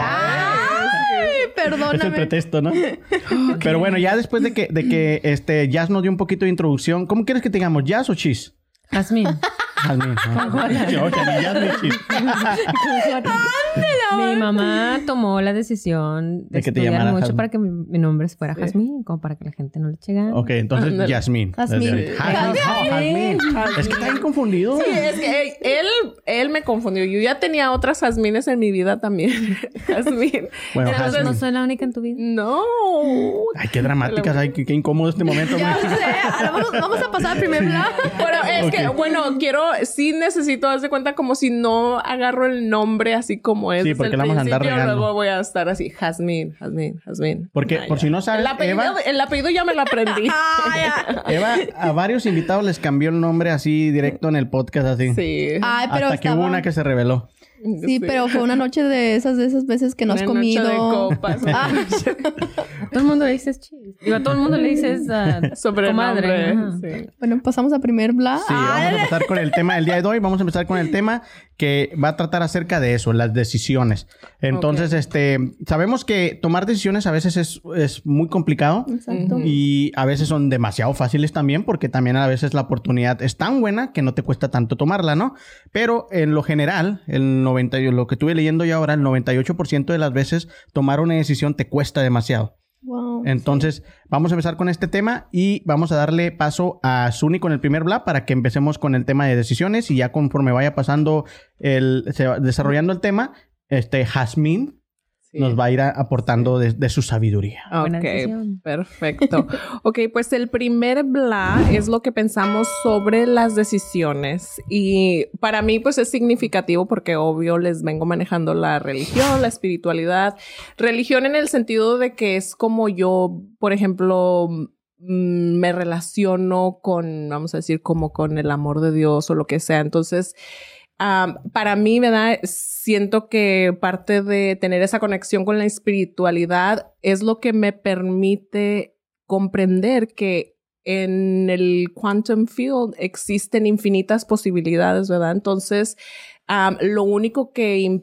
Ay, Es el perdóname. pretexto, ¿no? Pero bueno, ya después de que, de que este Jazz nos dio un poquito de introducción, ¿cómo quieres que te digamos? ¿Jazz o Cheese? Jazmín. Jazmín, ¿no? Yo, ni Jazz ni Cheese. Mi mamá tomó la decisión de, De que te estudiar llamara mucho Jazmín. para que mi, mi nombre fuera Jazmín, como para que la gente no le eche ganas. Ok, entonces Ándale. Yasmín. Jazmín. Desde- Jazmín. no, Jazmín. Es que está bien confundido. Sí, es que ey, él, él me confundió. Yo ya tenía otras jazmines en mi vida también. Jazmín. Bueno, Pero Jazmín. no soy la única en tu vida. No. Ay, qué dramáticas. Ay, qué, qué incómodo este momento. Ya güey. sé. Ahora vamos, vamos a pasar al primer blog. Bueno, es que, Ok. bueno, quiero, sí necesito darse cuenta como si no agarro el nombre así como es. Sí, desde porque el la vamos a andar principio, regando. luego voy a estar así, Jazmín, Jazmín, Jazmín. Porque, Ah, por ya. si no sabes, el apellido, Eva- el apellido ya me lo aprendí. Eva, a varios invitados les cambió el nombre así directo en el podcast así. Sí. Ay, pero Hasta que hubo estaba- una que se reveló. Sí, pero fue una noche de esas, de esas veces que no has Una noche comido. de copas. Ah, A todo el mundo le dices chis. Digo, a todo el mundo le dices uh, Sobre comadre. el ajá. nombre. Sí. bueno, pasamos al primer blog. Sí, vamos a empezar con el tema del día de hoy. Vamos a empezar con el tema que va a tratar acerca de eso, las decisiones. Entonces, Ok. este, sabemos que tomar decisiones a veces es, es muy complicado. Exacto. Y a veces son demasiado fáciles también, porque también a veces la oportunidad es tan buena que no te cuesta tanto tomarla, ¿no? Pero en lo general, el noventa, y- lo que estuve leyendo yo ahora, el noventa y ocho por ciento de las veces tomar una decisión te cuesta demasiado. Wow. Entonces, vamos a empezar con este tema y vamos a darle paso a Suni con el primer blog para que empecemos con el tema de decisiones y ya conforme vaya pasando el, se va desarrollando el tema, este Jazmín Sí. nos va a ir a- aportando de, de su sabiduría. Buena Ok, decisión. perfecto. Ok, pues el primer bla es lo que pensamos sobre las decisiones. Y para mí, pues es significativo porque obvio les vengo manejando la religión, la espiritualidad. Religión en el sentido de que es como yo, por ejemplo, mm, me relaciono con, vamos a decir, como con el amor de Dios o lo que sea. Entonces, Um, para mí, ¿verdad? Siento que parte de tener esa conexión con la espiritualidad es lo que me permite comprender que en el quantum field existen infinitas posibilidades, ¿verdad? Entonces, um, lo único que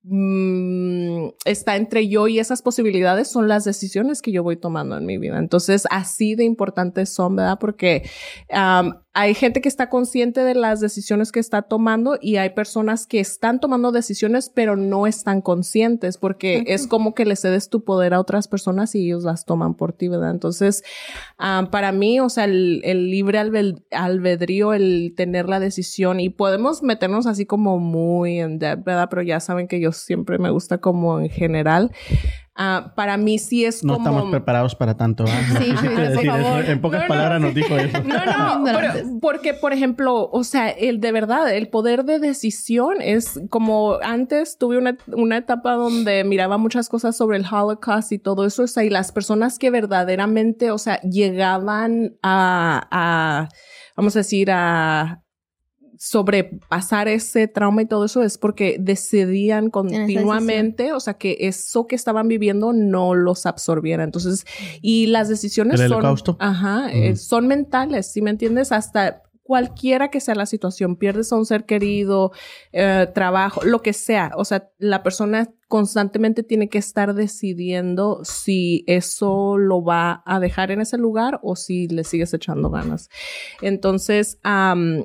mm, está entre yo y esas posibilidades son las decisiones que yo voy tomando en mi vida. Entonces, así de importantes son, ¿verdad? Porque um, hay gente que está consciente de las decisiones que está tomando y hay personas que están tomando decisiones pero no están conscientes porque uh-huh. es como que le cedes tu poder a otras personas y ellos las toman por ti, ¿verdad? Entonces, um, para mí, o sea, el, el libre albed- albedrío, el tener la decisión y podemos meternos así como muy en depth, ¿verdad? Pero ya saben que yo siempre me gusta como en general. Uh, para mí sí es no como... No estamos preparados para tanto. ¿eh? Sí, sí, por favor. En pocas no, palabras no. nos dijo eso. No, no, pero, porque, por ejemplo, o sea, el de verdad, el poder de decisión es como antes tuve una, una etapa donde miraba muchas cosas sobre el Holocaust y todo eso, o sea, y las personas que verdaderamente, o sea, llegaban a, a vamos a decir, a... sobrepasar ese trauma y todo eso es porque decidían continuamente, o sea, que eso que estaban viviendo no los absorbiera. Entonces, y las decisiones ¿El son... holocausto? Ajá, mm. eh, son mentales, ¿sí me entiendes? Hasta cualquiera que sea la situación, pierdes a un ser querido, eh, trabajo, lo que sea. O sea, la persona constantemente tiene que estar decidiendo si eso lo va a dejar en ese lugar o si le sigues echando ganas. Entonces, um,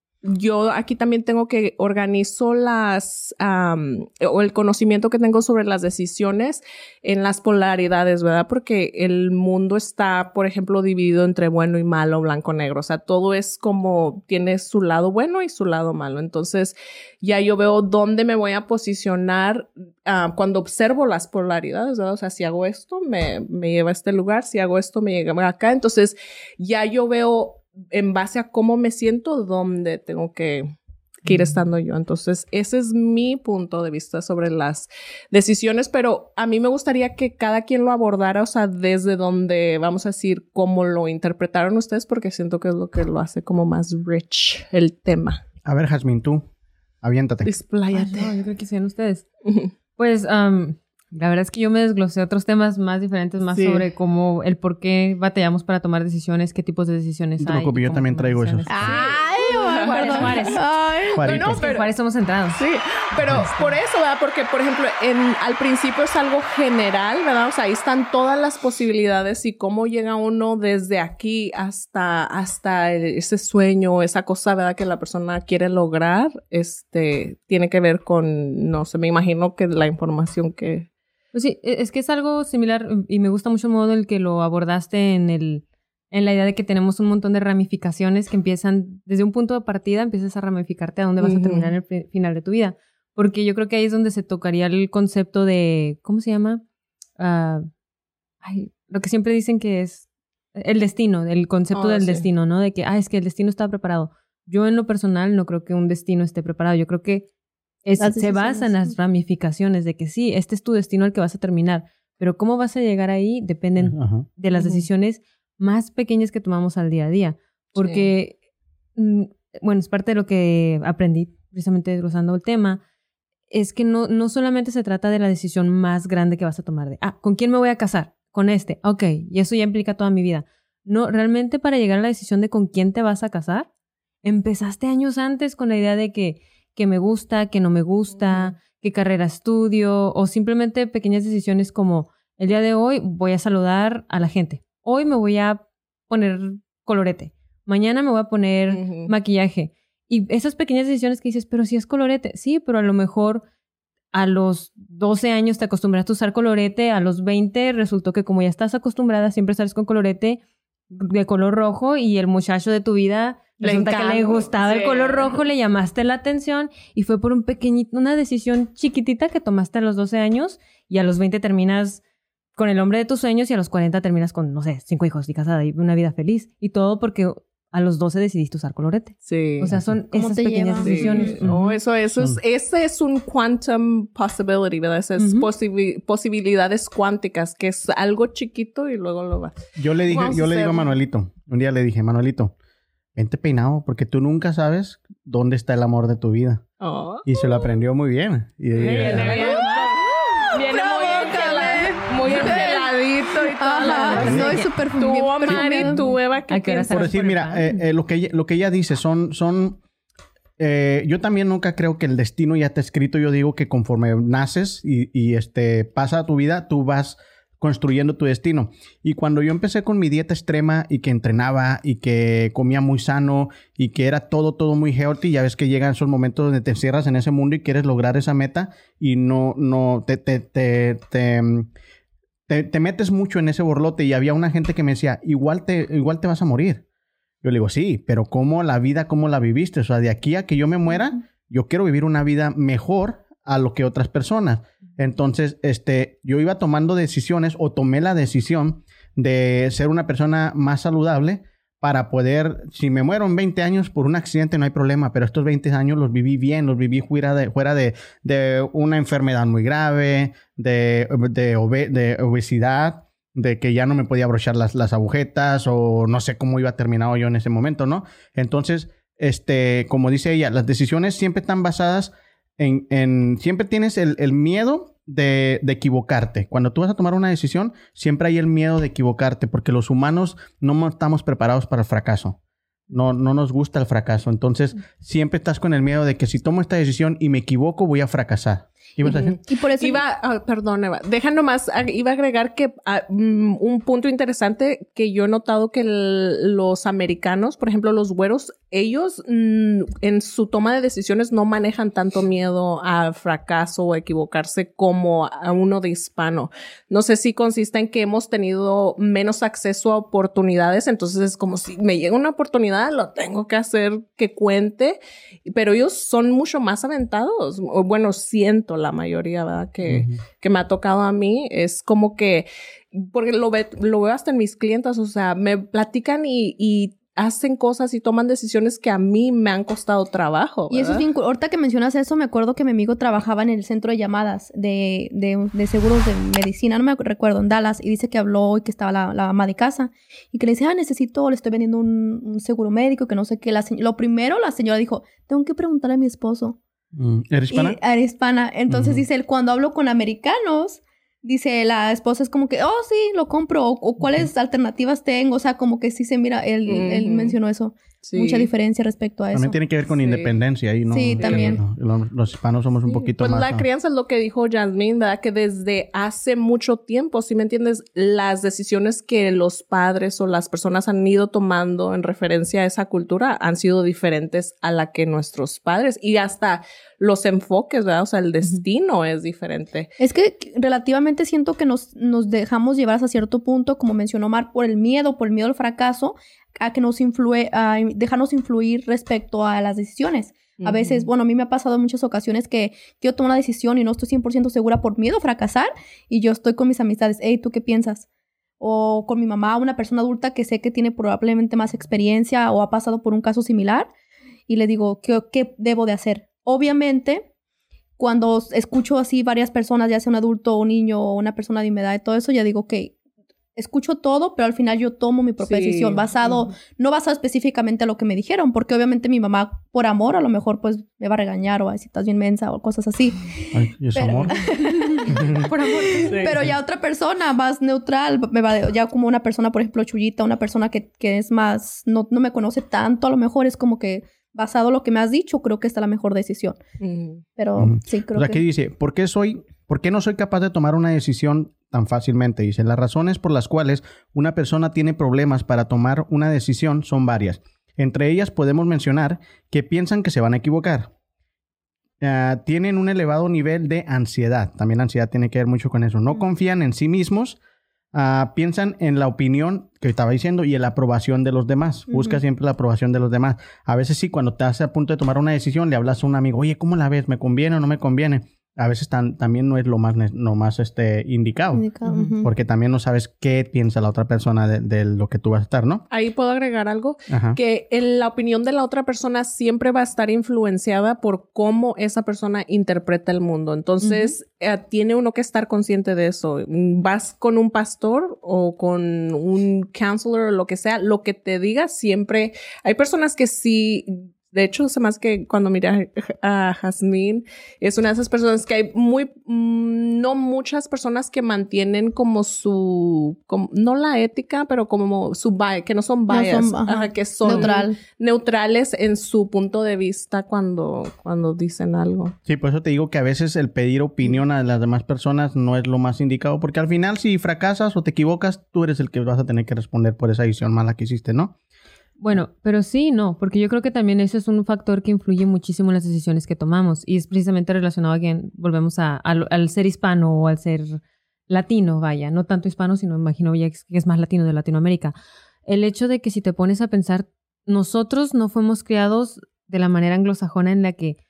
yo aquí también tengo que organizo las, um, o el conocimiento que tengo sobre las decisiones en las polaridades, ¿verdad? Porque el mundo está, por ejemplo, dividido entre bueno y malo, blanco, negro. O sea, todo es como, tiene su lado bueno y su lado malo. Entonces, ya yo veo dónde me voy a posicionar uh, cuando observo las polaridades, ¿verdad? O sea, si hago esto, me, me lleva a este lugar. Si hago esto, me lleva acá. Entonces, ya yo veo en base a cómo me siento, dónde tengo que, que ir estando yo. Entonces, ese es mi punto de vista sobre las decisiones, pero a mí me gustaría que cada quien lo abordara, o sea, desde donde, vamos a decir, cómo lo interpretaron ustedes, porque siento que es lo que lo hace como más rich el tema. A ver, Jazmín, tú, aviéntate. Despláyate. Ay, no, yo creo que sean ustedes. Pues, um, la verdad es que yo me desglosé otros temas más diferentes, más sí. sobre cómo, el por qué batallamos para tomar decisiones, qué tipos de decisiones no hay. No te preocupes, yo también traigo esos. ¡Ay, Juárez, Juárez! Ay. No, no, pero, Juárez somos centrados. Sí, pero por eso, ¿verdad? Porque, por ejemplo, en, al principio es algo general, ¿verdad? O sea, ahí están todas las posibilidades y cómo llega uno desde aquí hasta, hasta ese sueño, esa cosa, ¿verdad? Que la persona quiere lograr, este, tiene que ver con, no sé, me imagino que la información que... Pues sí, es que es algo similar y me gusta mucho el modo en el que lo abordaste en el en la idea de que tenemos un montón de ramificaciones que empiezan desde un punto de partida, empiezas a ramificarte a dónde vas uh-huh. a terminar en el final de tu vida. Porque yo creo que ahí es donde se tocaría el concepto de, ¿cómo se llama? Uh, ay, lo que siempre dicen que es el destino, el concepto oh, del sí. destino, ¿no? De que, ah, es que el destino está preparado. Yo en lo personal no creo que un destino esté preparado. Yo creo que Es, se basa en las ramificaciones de que sí, este es tu destino al que vas a terminar, pero cómo vas a llegar ahí dependen Ajá. de las decisiones más pequeñas que tomamos al día a día. Porque, sí. bueno, es parte de lo que aprendí precisamente desglosando el tema, es que no, no solamente se trata de la decisión más grande que vas a tomar de, ah, ¿con quién me voy a casar? Con este, ok, y eso ya implica toda mi vida. No, realmente para llegar a la decisión de con quién te vas a casar, empezaste años antes con la idea de que que me gusta, que no me gusta, qué carrera estudio, o simplemente pequeñas decisiones como el día de hoy voy a saludar a la gente, hoy me voy a poner colorete, mañana me voy a poner uh-huh. maquillaje. Y esas pequeñas decisiones que dices, pero si es colorete, sí, pero a lo mejor a los doce años te acostumbraste a usar colorete, a los veinte resultó que como ya estás acostumbrada, siempre sales con colorete de color rojo y el muchacho de tu vida resulta que le gustaba sí. el color rojo, le llamaste la atención y fue por un pequeñito, una decisión chiquitita que tomaste a los doce años y a los veinte terminas con el hombre de tus sueños y a los cuarenta terminas con, no sé, cinco hijos y casada y una vida feliz. Y todo porque a los doce decidiste usar colorete. Sí. O sea, son esas pequeñas lleva? decisiones. Sí. No, eso, eso es, ese es un quantum possibility, ¿verdad? Esas uh-huh. posibi- posibilidades cuánticas, que es algo chiquito y luego lo va. Yo le dije, Vamos yo le digo a Manuelito, un día le dije, Manuelito, vente peinado, porque tú nunca sabes dónde está el amor de tu vida. Oh. Y se lo aprendió muy bien. Y Viene bien. Viene muy engeladito y todo. Soy súper Tú, Mari, tú, Eva, ¿qué quieres? Por decir, mira, eh, eh, lo, que ella, lo que ella dice son... son eh, yo también nunca creo que el destino ya está escrito. Yo digo que conforme naces y, y este, pasa tu vida, tú vas construyendo tu destino. Y cuando yo empecé con mi dieta extrema y que entrenaba y que comía muy sano y que era todo, todo muy healthy, ya ves que llegan esos momentos donde te encierras en ese mundo y quieres lograr esa meta y no, no, te, te, te, te, te, te metes mucho en ese borlote. Y había una gente que me decía, igual te, igual te vas a morir. Yo le digo, sí, pero ¿cómo la vida, cómo la viviste? O sea, de aquí a que yo me muera, yo quiero vivir una vida mejor a lo que otras personas. Entonces, este, yo iba tomando decisiones o tomé la decisión de ser una persona más saludable para poder, si me muero en veinte años por un accidente no hay problema, pero estos veinte años los viví bien, los viví fuera de, fuera de, de una enfermedad muy grave, de, de, obe, de obesidad, de que ya no me podía abrochar las, las agujetas o no sé cómo iba terminado yo en ese momento, ¿no? Entonces, este, como dice ella, las decisiones siempre están basadas en, en siempre tienes el, el miedo de, de equivocarte. Cuando tú vas a tomar una decisión, siempre hay el miedo de equivocarte porque los humanos no estamos preparados para el fracaso. No, no nos gusta el fracaso. Entonces, siempre estás con el miedo de que si tomo esta decisión y me equivoco, voy a fracasar. ¿Ibas a decir? Y por eso iba, oh, perdón, Eva, deja nomás, iba a agregar que uh, um, un punto interesante que yo he notado que el, los americanos, por ejemplo, los güeros, ellos mm, en su toma de decisiones no manejan tanto miedo a fracaso o equivocarse como a uno de hispano. No sé si consiste en que hemos tenido menos acceso a oportunidades, entonces es como si me llega una oportunidad, lo tengo que hacer que cuente, pero ellos son mucho más aventados. O, bueno, siento la mayoría, ¿verdad? Que, uh-huh. que me ha tocado a mí, es como que, porque lo, ve, lo veo hasta en mis clientas, o sea, me platican y, y hacen cosas y toman decisiones que a mí me han costado trabajo, ¿verdad? Y eso es bien, ahorita que mencionas eso, me acuerdo que mi amigo trabajaba en el centro de llamadas de, de, de seguros de medicina, no me recuerdo, en Dallas, y dice que habló y que estaba la, la ama de casa, y que le dice, ah, necesito, le estoy vendiendo un, un seguro médico, que no sé qué. La se- lo primero, la señora dijo, tengo que preguntarle a mi esposo. ¿Eres hispana? Y, eres hispana. Entonces uh-huh. dice él, cuando hablo con americanos, dice la esposa es como que, oh, sí, lo compro. O, o cuáles uh-huh. alternativas tengo. O sea, como que sí se mira, él, uh-huh. él mencionó eso. Sí. Mucha diferencia respecto a eso. También tiene que ver con sí. independencia ahí, ¿no? Sí, también. Los, los hispanos somos un sí. poquito pues más... la ¿no? crianza es lo que dijo Jasmine, ¿verdad? Que desde hace mucho tiempo, ¿sí me entiendes? Las decisiones que los padres o las personas han ido tomando en referencia a esa cultura han sido diferentes a la que nuestros padres. Y hasta los enfoques, ¿verdad? O sea, el destino uh-huh. es diferente. Es que relativamente siento que nos, nos dejamos llevar hasta cierto punto, como mencionó Mar, por el miedo, por el miedo al fracaso, a que nos influye, a dejarnos influir respecto a las decisiones. Uh-huh. A veces, bueno, a mí me ha pasado en muchas ocasiones que yo tomo una decisión y no estoy cien por ciento segura por miedo a fracasar y yo estoy con mis amistades, hey, ¿tú qué piensas? O con mi mamá, una persona adulta que sé que tiene probablemente más experiencia o ha pasado por un caso similar y le digo, ¿qué, qué debo de hacer? Obviamente, cuando escucho así varias personas, ya sea un adulto, un niño o una persona de mi edad y todo eso, ya digo, ok, escucho todo, pero al final yo tomo mi propia sí. decisión, basado, uh-huh. no basado específicamente a lo que me dijeron, porque obviamente mi mamá, por amor, a lo mejor pues me va a regañar o a decir, estás bien mensa o cosas así. Ay, ¿y es pero... amor? por amor. Sí. Pero ya otra persona más neutral, me va, ya como una persona, por ejemplo, Chuyita, una persona que, que es más, no, no me conoce tanto, a lo mejor es como que basado en lo que me has dicho, creo que esta es la mejor decisión. Uh-huh. Pero uh-huh. sí, creo o sea, que... aquí dice, ¿por qué soy, por qué no soy capaz de tomar una decisión tan fácilmente? Dice, las razones por las cuales una persona tiene problemas para tomar una decisión son varias. Entre ellas podemos mencionar que piensan que se van a equivocar. Uh, tienen un elevado nivel de ansiedad. También la ansiedad tiene que ver mucho con eso. No uh-huh. confían en sí mismos. Uh, piensan en la opinión que estaba diciendo y en la aprobación de los demás. Uh-huh. Busca siempre la aprobación de los demás. A veces sí, cuando estás a punto de tomar una decisión, le hablas a un amigo, oye, ¿cómo la ves? ¿Me conviene o no me conviene? A veces tan, también no es lo más, lo más este, indicado. indicado. Uh-huh. Porque también no sabes qué piensa la otra persona de, de lo que tú vas a estar, ¿no? Ahí puedo agregar algo. Ajá. Que en la opinión de la otra persona siempre va a estar influenciada por cómo esa persona interpreta el mundo. Entonces, uh-huh. eh, tiene uno que estar consciente de eso. Vas con un pastor o con un counselor o lo que sea, lo que te diga siempre... Hay personas que sí... De hecho, se más que cuando miré a, a Jasmine, es una de esas personas que hay muy, mmm, no muchas personas que mantienen como su, como, no la ética, pero como su bias, que no son bias, no son, ajá, que son Neutral. neutrales en su punto de vista cuando, cuando dicen algo. Sí, por eso te digo que a veces el pedir opinión a las demás personas no es lo más indicado, porque al final si fracasas o te equivocas, tú eres el que vas a tener que responder por esa decisión mala que hiciste, ¿no? Bueno, pero sí, no, porque yo creo que también eso es un factor que influye muchísimo en las decisiones que tomamos y es precisamente relacionado a que volvemos a, a, al ser hispano o al ser latino, vaya, no tanto hispano, sino imagino ya que es más latino de Latinoamérica. El hecho de que si te pones a pensar, nosotros no fuimos criados de la manera anglosajona en la que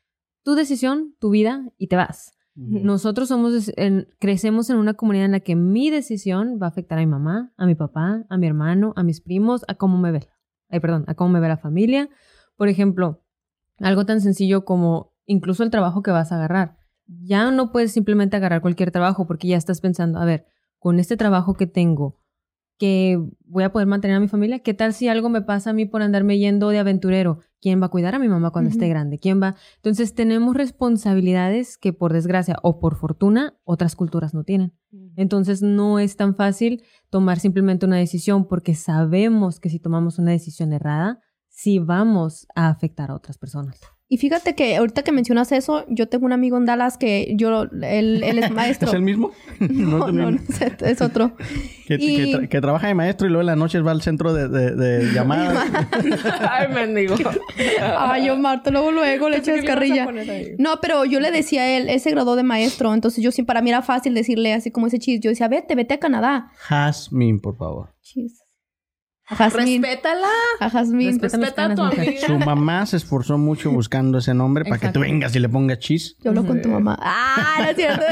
tu decisión, tu vida y te vas. Uh-huh. Nosotros somos en, crecemos en una comunidad en la que mi decisión va a afectar a mi mamá, a mi papá, a mi hermano, a mis primos, a cómo me ve, ay, perdón, a cómo me ve la familia. Por ejemplo, algo tan sencillo como incluso el trabajo que vas a agarrar. Ya no puedes simplemente agarrar cualquier trabajo porque ya estás pensando, a ver, con este trabajo que tengo, que voy a poder mantener a mi familia, ¿qué tal si algo me pasa a mí por andarme yendo de aventurero? ¿Quién va a cuidar a mi mamá cuando uh-huh. esté grande? ¿Quién va? Entonces tenemos responsabilidades que por desgracia o por fortuna otras culturas no tienen. Uh-huh. Entonces no es tan fácil tomar simplemente una decisión porque sabemos que si tomamos una decisión errada, sí vamos a afectar a otras personas. Y fíjate que ahorita que mencionas eso, yo tengo un amigo en Dallas que yo, él, él es maestro. ¿Es el mismo? No, no, no, no es, es otro. que, y... que, tra- que trabaja de maestro y luego en las noches va al centro de, de, de llamadas. Ay, mendigo. Ay, yo Marta, luego, luego le echas carrilla. No, pero yo le decía a él, él se graduó de maestro, entonces yo sí, para mí era fácil decirle así como ese chis. Yo decía, vete, vete a Canadá. Jazmín, por favor. Chis. A Jazmín. Respétala. A Jazmín. Respeta a tu amiga. Su mamá se esforzó mucho buscando ese nombre para que tú vengas y le pongas chis. Yo hablo con tu mamá. Ah, no es cierto.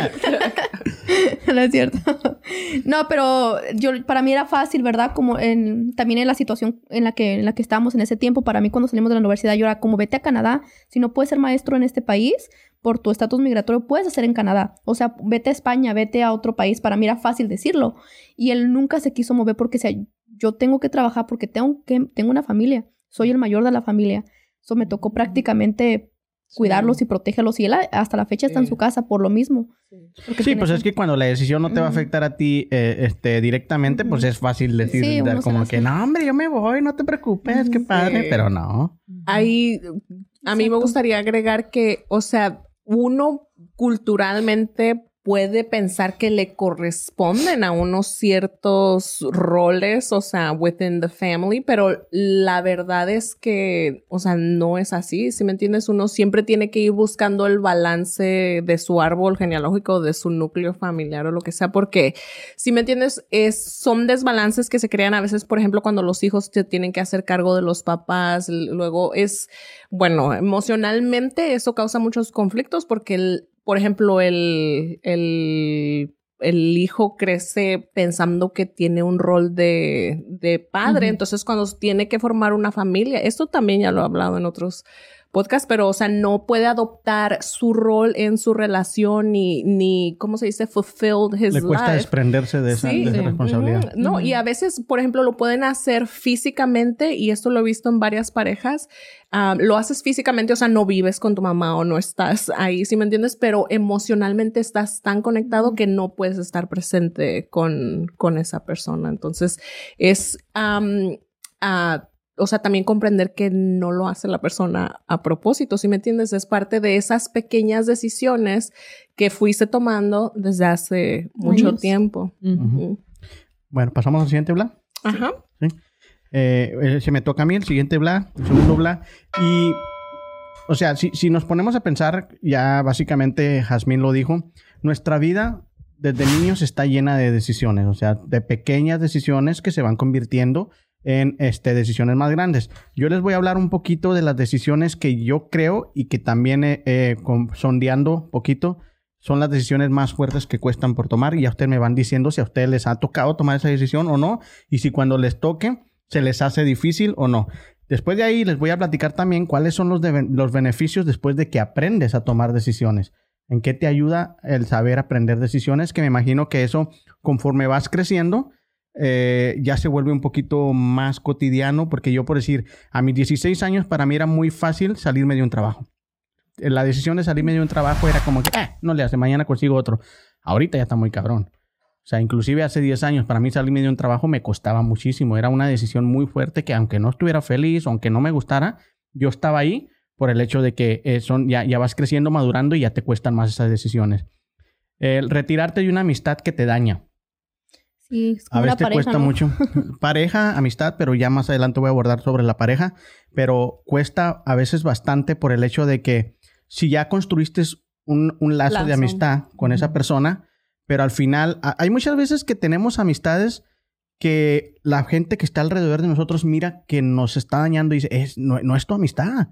No es cierto. No, pero yo, para mí era fácil, ¿verdad? Como en, también en la situación en la que, en la que estábamos en ese tiempo. Para mí, cuando salimos de la universidad, yo era como, vete a Canadá. Si no puedes ser maestro en este país, por tu estatus migratorio, puedes hacer en Canadá. O sea, vete a España, vete a otro país. Para mí era fácil decirlo. Y él nunca se quiso mover porque se... Yo tengo que trabajar porque tengo, que, tengo una familia. Soy el mayor de la familia. Eso me tocó prácticamente sí. cuidarlos y protegerlos. Y él hasta la fecha sí. está en su casa por lo mismo. Sí, sí pues que... es que cuando la decisión no te va a afectar a ti eh, este, directamente, uh-huh. pues es fácil decir sí, como que, no, hombre, yo me voy, no te preocupes, uh-huh. qué padre. Sí. Pero no. Ahí, a mí Exacto. me gustaría agregar que, o sea, uno culturalmente puede pensar que le corresponden a unos ciertos roles, o sea, within the family, pero la verdad es que, o sea, no es así, ¿sí me entiendes? Uno siempre tiene que ir buscando el balance de su árbol genealógico, de su núcleo familiar o lo que sea, porque, ¿sí me entiendes? Es, son desbalances que se crean a veces, por ejemplo, cuando los hijos se tienen que hacer cargo de los papás, luego es, bueno, emocionalmente eso causa muchos conflictos porque el Por ejemplo, el, el, el hijo crece pensando que tiene un rol de, de padre. Uh-huh. Entonces, cuando tiene que formar una familia, esto también ya lo he hablado en otros podcasts, pero, o sea, no puede adoptar su rol en su relación ni, ni ¿cómo se dice? Fulfilled his life. Le cuesta desprenderse de esa, sí. de esa responsabilidad. Uh-huh. No, uh-huh. y a veces, por ejemplo, lo pueden hacer físicamente, y esto lo he visto en varias parejas. Um, lo haces físicamente, o sea, no vives con tu mamá o no estás ahí, ¿sí me entiendes? Pero emocionalmente estás tan conectado que no puedes estar presente con, con esa persona. Entonces, es... Um, uh, O sea, también comprender que no lo hace la persona a propósito, ¿sí me entiendes? Es parte de esas pequeñas decisiones que fuiste tomando desde hace mucho Años. tiempo. Uh-huh. Uh-huh. Bueno, pasamos al siguiente, Bla. Ajá. Sí. Eh, se me toca a mí el siguiente Bla, el segundo Bla. Y, o sea, si, si nos ponemos a pensar, ya básicamente Jazmín lo dijo, nuestra vida desde niños está llena de decisiones, o sea, de pequeñas decisiones que se van convirtiendo en este, decisiones más grandes. Yo les voy a hablar un poquito de las decisiones que yo creo y que también eh, eh, con, sondeando un poquito son las decisiones más fuertes que cuestan por tomar, y ya ustedes me van diciendo si a ustedes les ha tocado tomar esa decisión o no, y si cuando les toque se les hace difícil o no. Después de ahí les voy a platicar también cuáles son los, de, los beneficios después de que aprendes a tomar decisiones. ¿En qué te ayuda el saber aprender decisiones? Que me imagino que eso, conforme vas creciendo, Eh, ya se vuelve un poquito más cotidiano, porque yo, por decir, a mis dieciséis años para mí era muy fácil salirme de un trabajo. La decisión de salirme de un trabajo era como que, eh, no le hace, mañana consigo otro. Ahorita ya está muy cabrón. O sea, inclusive hace diez años para mí salirme de un trabajo me costaba muchísimo. Era una decisión muy fuerte que, aunque no estuviera feliz, aunque no me gustara, yo estaba ahí por el hecho de que eh, son, ya, ya vas creciendo, madurando, y ya te cuestan más esas decisiones. El retirarte de una amistad que te daña. Sí, es como a veces te pareja, cuesta ¿no? mucho. Pareja, amistad, pero ya más adelante voy a abordar sobre la pareja. Pero cuesta a veces bastante por el hecho de que si ya construiste un, un lazo, lazo de amistad con uh-huh. esa persona, pero al final a, hay muchas veces que tenemos amistades que la gente que está alrededor de nosotros mira que nos está dañando y dice, es, no, no es tu amistad.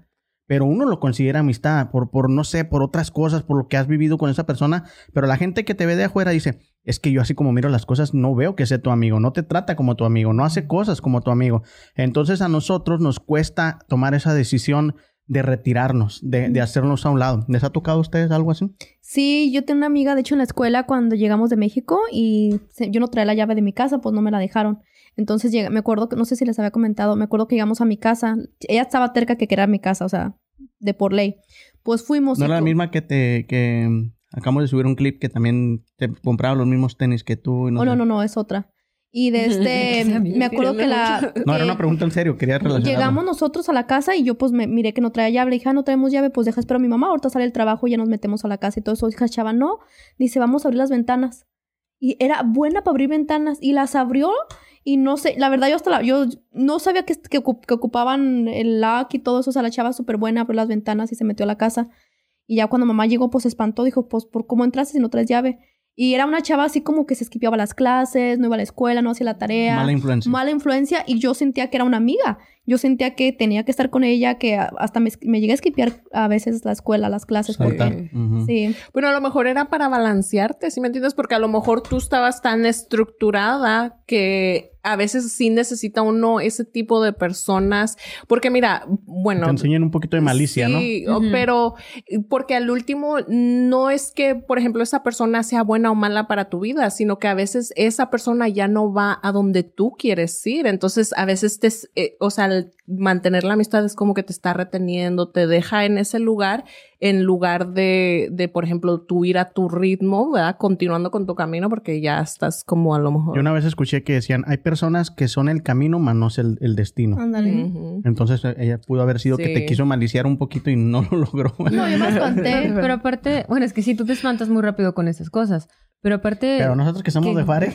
pero uno lo considera amistad por, por, no sé, por otras cosas, por lo que has vivido con esa persona. Pero la gente que te ve de afuera dice, es que yo así como miro las cosas, no veo que sea tu amigo, no te trata como tu amigo, no hace cosas como tu amigo. Entonces a nosotros nos cuesta tomar esa decisión de retirarnos, de, de hacernos a un lado. ¿Les ha tocado a ustedes algo así? Sí, yo tengo una amiga, de hecho, en la escuela cuando llegamos de México y se, yo no traía la llave de mi casa, pues no me la dejaron. Entonces, llega, me acuerdo, que no sé si les había comentado, me acuerdo que llegamos a mi casa. Ella estaba terca que quería mi casa, o sea, de por ley. Pues fuimos. ¿No era la misma que te... que acabamos de subir un clip que también te compraba los mismos tenis que tú? Y no, oh, sé. no, no, no, es otra. Y de este, me acuerdo que la... No, que era una pregunta en serio, quería relacionarlo. Llegamos nosotros a la casa y yo pues me miré que no traía llave. Le dije, ah, no traemos llave, pues deja, espero a mi mamá, ahorita sale el trabajo y ya nos metemos a la casa y todo eso. Y la chava, no, dice, vamos a abrir las ventanas. Y era buena para abrir ventanas y las abrió y no sé, la verdad yo hasta la... Yo no sabía que, que, que ocupaban el lock y todo eso. O sea, la chava súper buena, abrió las ventanas y se metió a la casa. Y ya cuando mamá llegó, pues se espantó, dijo, pues, ¿por cómo entraste si no traes llave? Y era una chava así como que se esquipeaba las clases, no iba a la escuela, no hacía la tarea. Mala influencia. Mala influencia. Y yo sentía que era una amiga. Yo sentía que tenía que estar con ella, que hasta me, me llegué a esquipear a veces la escuela, las clases. Porque, uh-huh. Sí. Bueno, a lo mejor era para balancearte, ¿sí me entiendes? Porque a lo mejor tú estabas tan estructurada que a veces sí necesita uno ese tipo de personas. Porque mira, bueno... Te enseñan un poquito de malicia, sí, ¿no? Sí, Uh-huh. Pero porque al último no es que, por ejemplo, esa persona sea buena o mala para tu vida, sino que a veces esa persona ya no va a donde tú quieres ir. Entonces, a veces te... Eh, o sea, mantener la amistad es como que te está reteniendo, te deja en ese lugar en lugar de, de, por ejemplo, tú ir a tu ritmo, ¿verdad? Continuando con tu camino porque ya estás como a lo mejor... Yo una vez escuché que decían, hay personas que son el camino, más no es el, el destino. Ándale. Uh-huh. Entonces ella pudo haber sido Sí. que te quiso maliciar un poquito y no lo logró. No, yo me espanté. Pero aparte, bueno, es que sí, tú te espantas muy rápido con esas cosas. Pero aparte... Pero nosotros que somos ¿Qué? de Fares,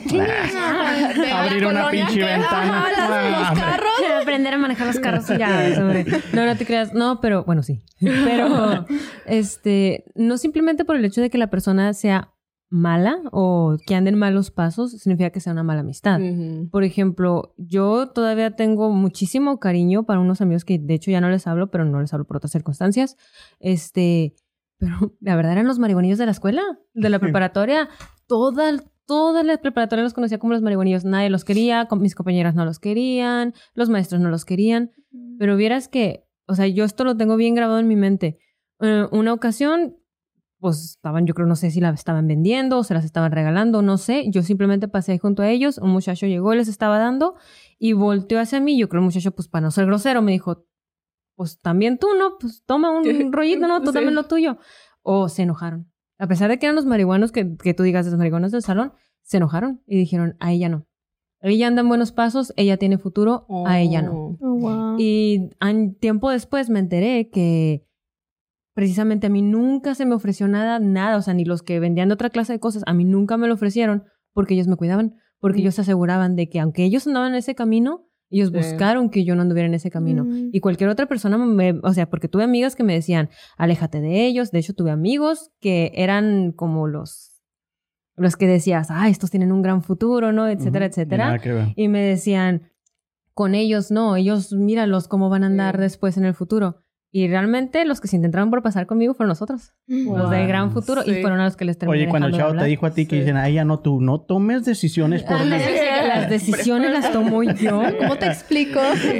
abrir una pinche ventana. Ajá, los carros. Aprender a manejar los carros y ya, sobre. No, no te creas. No, pero bueno, sí. Pero, este, no simplemente por el hecho de que la persona sea mala o que ande en malos pasos, significa que sea una mala amistad. Uh-huh. Por ejemplo, yo todavía tengo muchísimo cariño para unos amigos que de hecho ya no les hablo, pero no les hablo por otras circunstancias. Este, pero la verdad eran los marihuanillos de la escuela, de la preparatoria. Toda, todas las preparatorias los conocía como los marihuanillos. Nadie los quería, mis compañeras no los querían, los maestros no los querían. Pero vieras que, o sea, yo esto lo tengo bien grabado en mi mente. Uh, una ocasión, pues estaban, yo creo, no sé si la estaban vendiendo o se las estaban regalando, no sé. Yo simplemente pasé ahí junto a ellos, un muchacho llegó y les estaba dando y volteó hacia mí. Yo creo el muchacho, pues para no ser grosero, me dijo, pues también tú, ¿no? Pues toma un rollito, ¿no? Tú Sí. también lo tuyo. O se enojaron. A pesar de que eran los marihuanos, que, que tú digas, los marihuanos del salón, se enojaron y dijeron, a ella no. Ella anda en buenos pasos, ella tiene futuro, Oh. a ella no. Oh, wow. Y an- tiempo después me enteré que precisamente a mí nunca se me ofreció nada, nada. O sea, ni los que vendían de otra clase de cosas, a mí nunca me lo ofrecieron porque ellos me cuidaban, porque Mm. ellos se aseguraban de que aunque ellos andaban en ese camino, ellos Sí. buscaron que yo no anduviera en ese camino. Mm. Y cualquier otra persona, me, o sea, porque tuve amigas que me decían, aléjate de ellos. De hecho, tuve amigos que eran como los, los que decías, ah, estos tienen un gran futuro, ¿no? Etcétera, Ujú. etcétera. Nada que ver. Y me decían, con ellos no, ellos míralos cómo van a andar Sí. después en el futuro. Y realmente los que se intentaron por pasar conmigo fueron nosotros, Mm. los de Wow. gran futuro, Sí. y fueron a los que les terminé Oye, cuando el dejando de chavo te hablar. dijo a ti que Sí. dicen, a ella no, tú no tomes decisiones por Ah, mí. sí, sí, las decisiones las tomo yo. ¿Cómo te explico?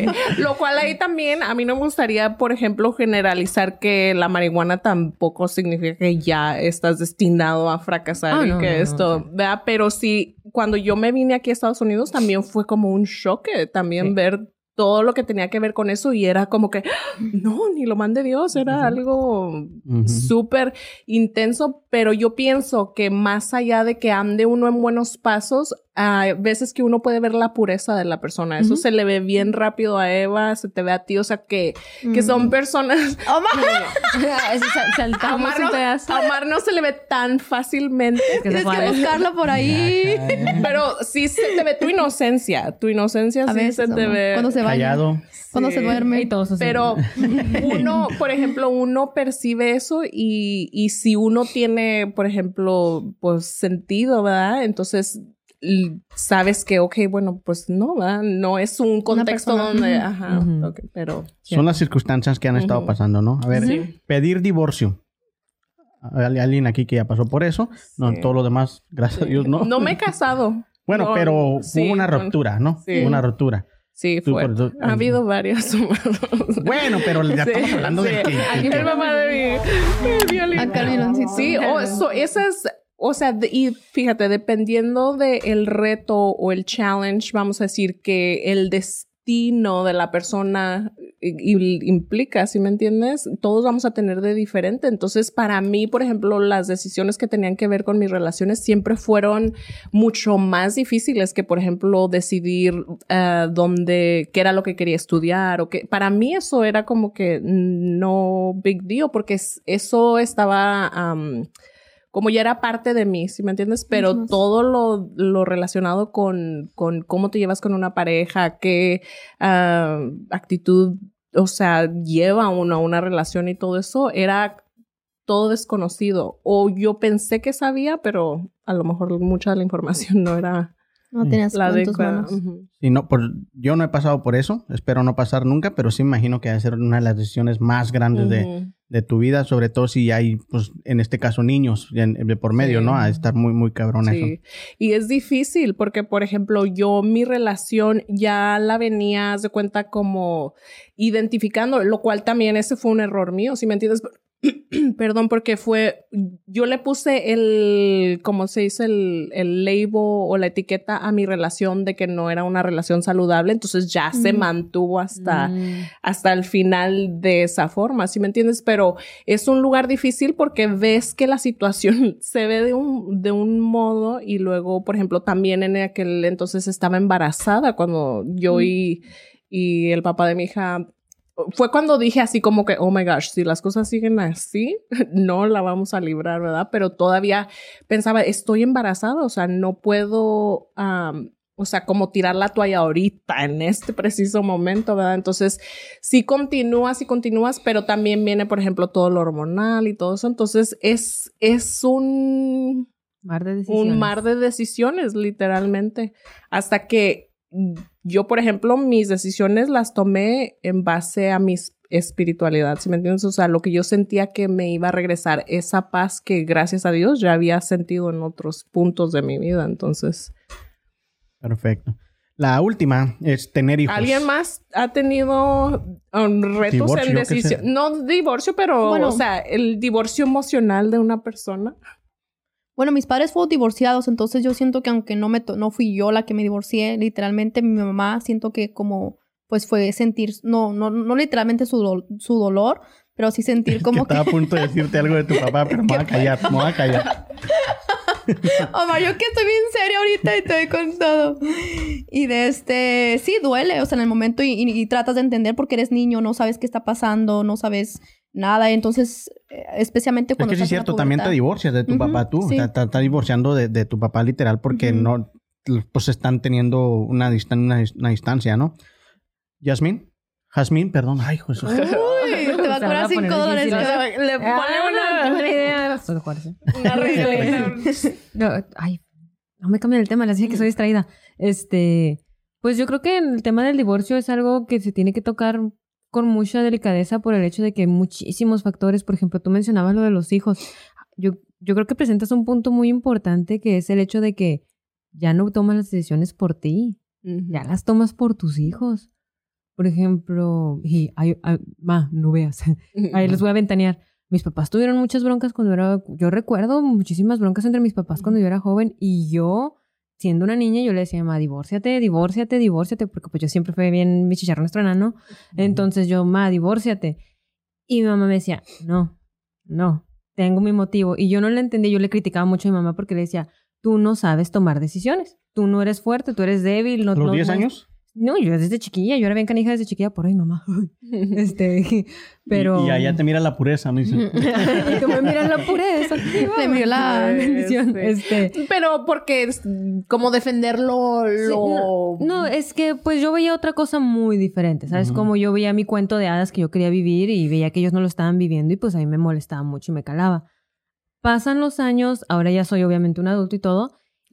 Lo cual ahí también, a mí no me gustaría, por ejemplo, generalizar que la marihuana tampoco significa que ya estás destinado a fracasar Ah, y no, que no, no, esto, sí. ¿verdad? Pero sí, cuando yo me vine aquí a Estados Unidos también fue como un choque también Sí. ver todo lo que tenía que ver con eso y era como que, no, ni lo mande Dios, era algo Ujú. súper intenso, pero yo pienso que más allá de que ande uno en buenos pasos, hay veces que uno puede ver la pureza de la persona. Eso Ujú. se le ve bien rápido a Eva, se te ve a ti, o sea, que, que son personas... Eso sal- A saltamos Omar, un no, pedazo. a Omar no se le ve tan fácilmente, Que se Tienes que fue. buscarlo por ahí. pero sí se te ve tu inocencia. Tu inocencia A sí veces, se te amor. ve... Cuando se baña. Callado. Cuando Sí. se duerme. Y todos así. Pero uno, por ejemplo, uno percibe eso y, y si uno tiene, por ejemplo, pues sentido, ¿verdad? Entonces sabes que, ok, bueno, pues no, ¿verdad? No es un contexto donde, ajá, uh-huh. okay, pero... Son yeah. las circunstancias que han uh-huh. estado pasando, ¿no? A ver, sí. pedir divorcio. Hay alguien aquí que ya pasó por eso. No, sí. todo lo demás, gracias sí. a Dios, no. No me he casado. Bueno, no, pero sí, hubo una ruptura, ¿no? Sí. Hubo una ruptura. Sí, fue. Por, tú, ha habido varios. Bueno, pero ya sí, estamos hablando sí. de que... Aquí el mamá de mi violín. Acá el violoncito. Sí, oh, so, esas... O sea, de, y fíjate, dependiendo del reto o el challenge, vamos a decir que el destino de la persona y, y implica, ¿sí me entiendes? Todos vamos a tener de diferente. Entonces, para mí, por ejemplo, las decisiones que tenían que ver con mis relaciones siempre fueron mucho más difíciles que, por ejemplo, decidir uh, dónde, qué era lo que quería estudiar o qué. Para mí eso era como que no big deal porque eso estaba... Um, como ya era parte de mí, ¿sí me entiendes? Pero uh-huh. todo lo, lo relacionado con, con cómo te llevas con una pareja, qué uh, actitud, o sea, lleva uno a una relación y todo eso, era todo desconocido. O yo pensé que sabía, pero a lo mejor mucha de la información no era... No tenías la en tus manos. Uh-huh. Sí, no, por, yo no he pasado por eso, espero no pasar nunca, pero sí me imagino que va a ser una de las decisiones más grandes uh-huh. de, de tu vida, sobre todo si hay, pues, en este caso, niños de por medio, sí. ¿no? A estar muy, muy cabrón sí. eso. Y es difícil porque, por ejemplo, yo mi relación ya la venía, haz de cuenta, como identificando, lo cual también ese fue un error mío, ¿sí me entiendes? Perdón, porque fue, yo le puse el, ¿cómo se dice? El, el label o la etiqueta a mi relación de que no era una relación saludable, entonces ya mm. se mantuvo hasta, mm. hasta el final de esa forma, ¿sí me entiendes? Pero es un lugar difícil porque ves que la situación se ve de un, de un modo y luego, por ejemplo, también en aquel entonces estaba embarazada cuando yo mm. y, y el papá de mi hija... Fue cuando dije así como que, oh my gosh, si las cosas siguen así, no la vamos a librar, ¿verdad? Pero todavía pensaba, estoy embarazada, o sea, no puedo, um, o sea, como tirar la toalla ahorita, en este preciso momento, ¿verdad? Entonces, sí continúas y continúas, pero también viene, por ejemplo, todo lo hormonal y todo eso. Entonces, es, es un... Mar de decisiones. Un mar de decisiones, literalmente. Hasta que... Yo, por ejemplo, mis decisiones las tomé en base a mi espiritualidad, ¿sí me entiendes? O sea, lo que yo sentía que me iba a regresar, esa paz que, gracias a Dios, ya había sentido en otros puntos de mi vida, entonces... Perfecto. La última es tener hijos. ¿Alguien más ha tenido um, retos divorcio, en decisión? No divorcio, pero, bueno, o sea, el divorcio emocional de una persona... Bueno, mis padres fueron divorciados, entonces yo siento que aunque no me to- no fui yo la que me divorcié, literalmente mi mamá siento que como pues fue sentir, no no no literalmente su, do- su dolor, pero sí sentir como que... Estaba a punto de decirte algo de tu papá, pero me voy a callar, me voy a callar. Omar, yo que estoy bien seria ahorita y estoy con todo. Y de este, sí duele, o sea, en el momento y, y, y tratas de entender porque eres niño, no sabes qué está pasando, no sabes... Nada, entonces, especialmente cuando... Es que sí es cierto, también te divorcias de tu uh-huh, papá tú. Sí. Te estás divorciando de, de tu papá literal porque uh-huh. no... Pues están teniendo una, distan- una, una distancia, ¿no? ¿Yasmín? ¿Jasmín? Perdón. Ay, Jesús. Uy, te va a cobrar cinco dólares. Le pone una... Una idea. Una regla. No, ay, no me cambien el tema. Les dije que soy distraída. Este... Pues yo creo que el tema del divorcio es algo que se tiene que tocar... con mucha delicadeza por el hecho de que hay muchísimos factores. Por ejemplo, tú mencionabas lo de los hijos. Yo, yo creo que presentas un punto muy importante que es el hecho de que ya no tomas las decisiones por ti. Uh-huh. Ya las tomas por tus hijos. Por ejemplo, y ay, ay, ma, no veas. Ahí les voy a ventanear. Mis papás tuvieron muchas broncas cuando era... Yo recuerdo muchísimas broncas entre mis papás cuando yo era joven y yo... Siendo una niña, yo le decía, ma, divórciate, divórciate, divórciate, porque pues yo siempre fui bien mi chicharrón estronano. Entonces yo, ma, divórciate. Y mi mamá me decía, no, no, tengo mi motivo. Y yo no le entendía, yo le criticaba mucho a mi mamá porque le decía, tú no sabes tomar decisiones. Tú no eres fuerte, tú eres débil. No, ¿A los no, diez no, años? No, yo desde chiquilla, yo era bien canija desde chiquilla, por ahí, mamá. este, pero... Y, y allá te mira la pureza, me dice. Y tú me miras la pureza. Te miro la bendición. Sí. Este... Pero porque es como defenderlo, lo... Sí, no, no, es que pues yo veía otra cosa muy diferente, ¿sabes? Uh-huh. Como yo veía mi cuento de hadas que yo quería vivir y veía que ellos no lo estaban viviendo y pues a mí me molestaba mucho y me calaba. Pasan los años, ahora ya soy obviamente un adulto y todo,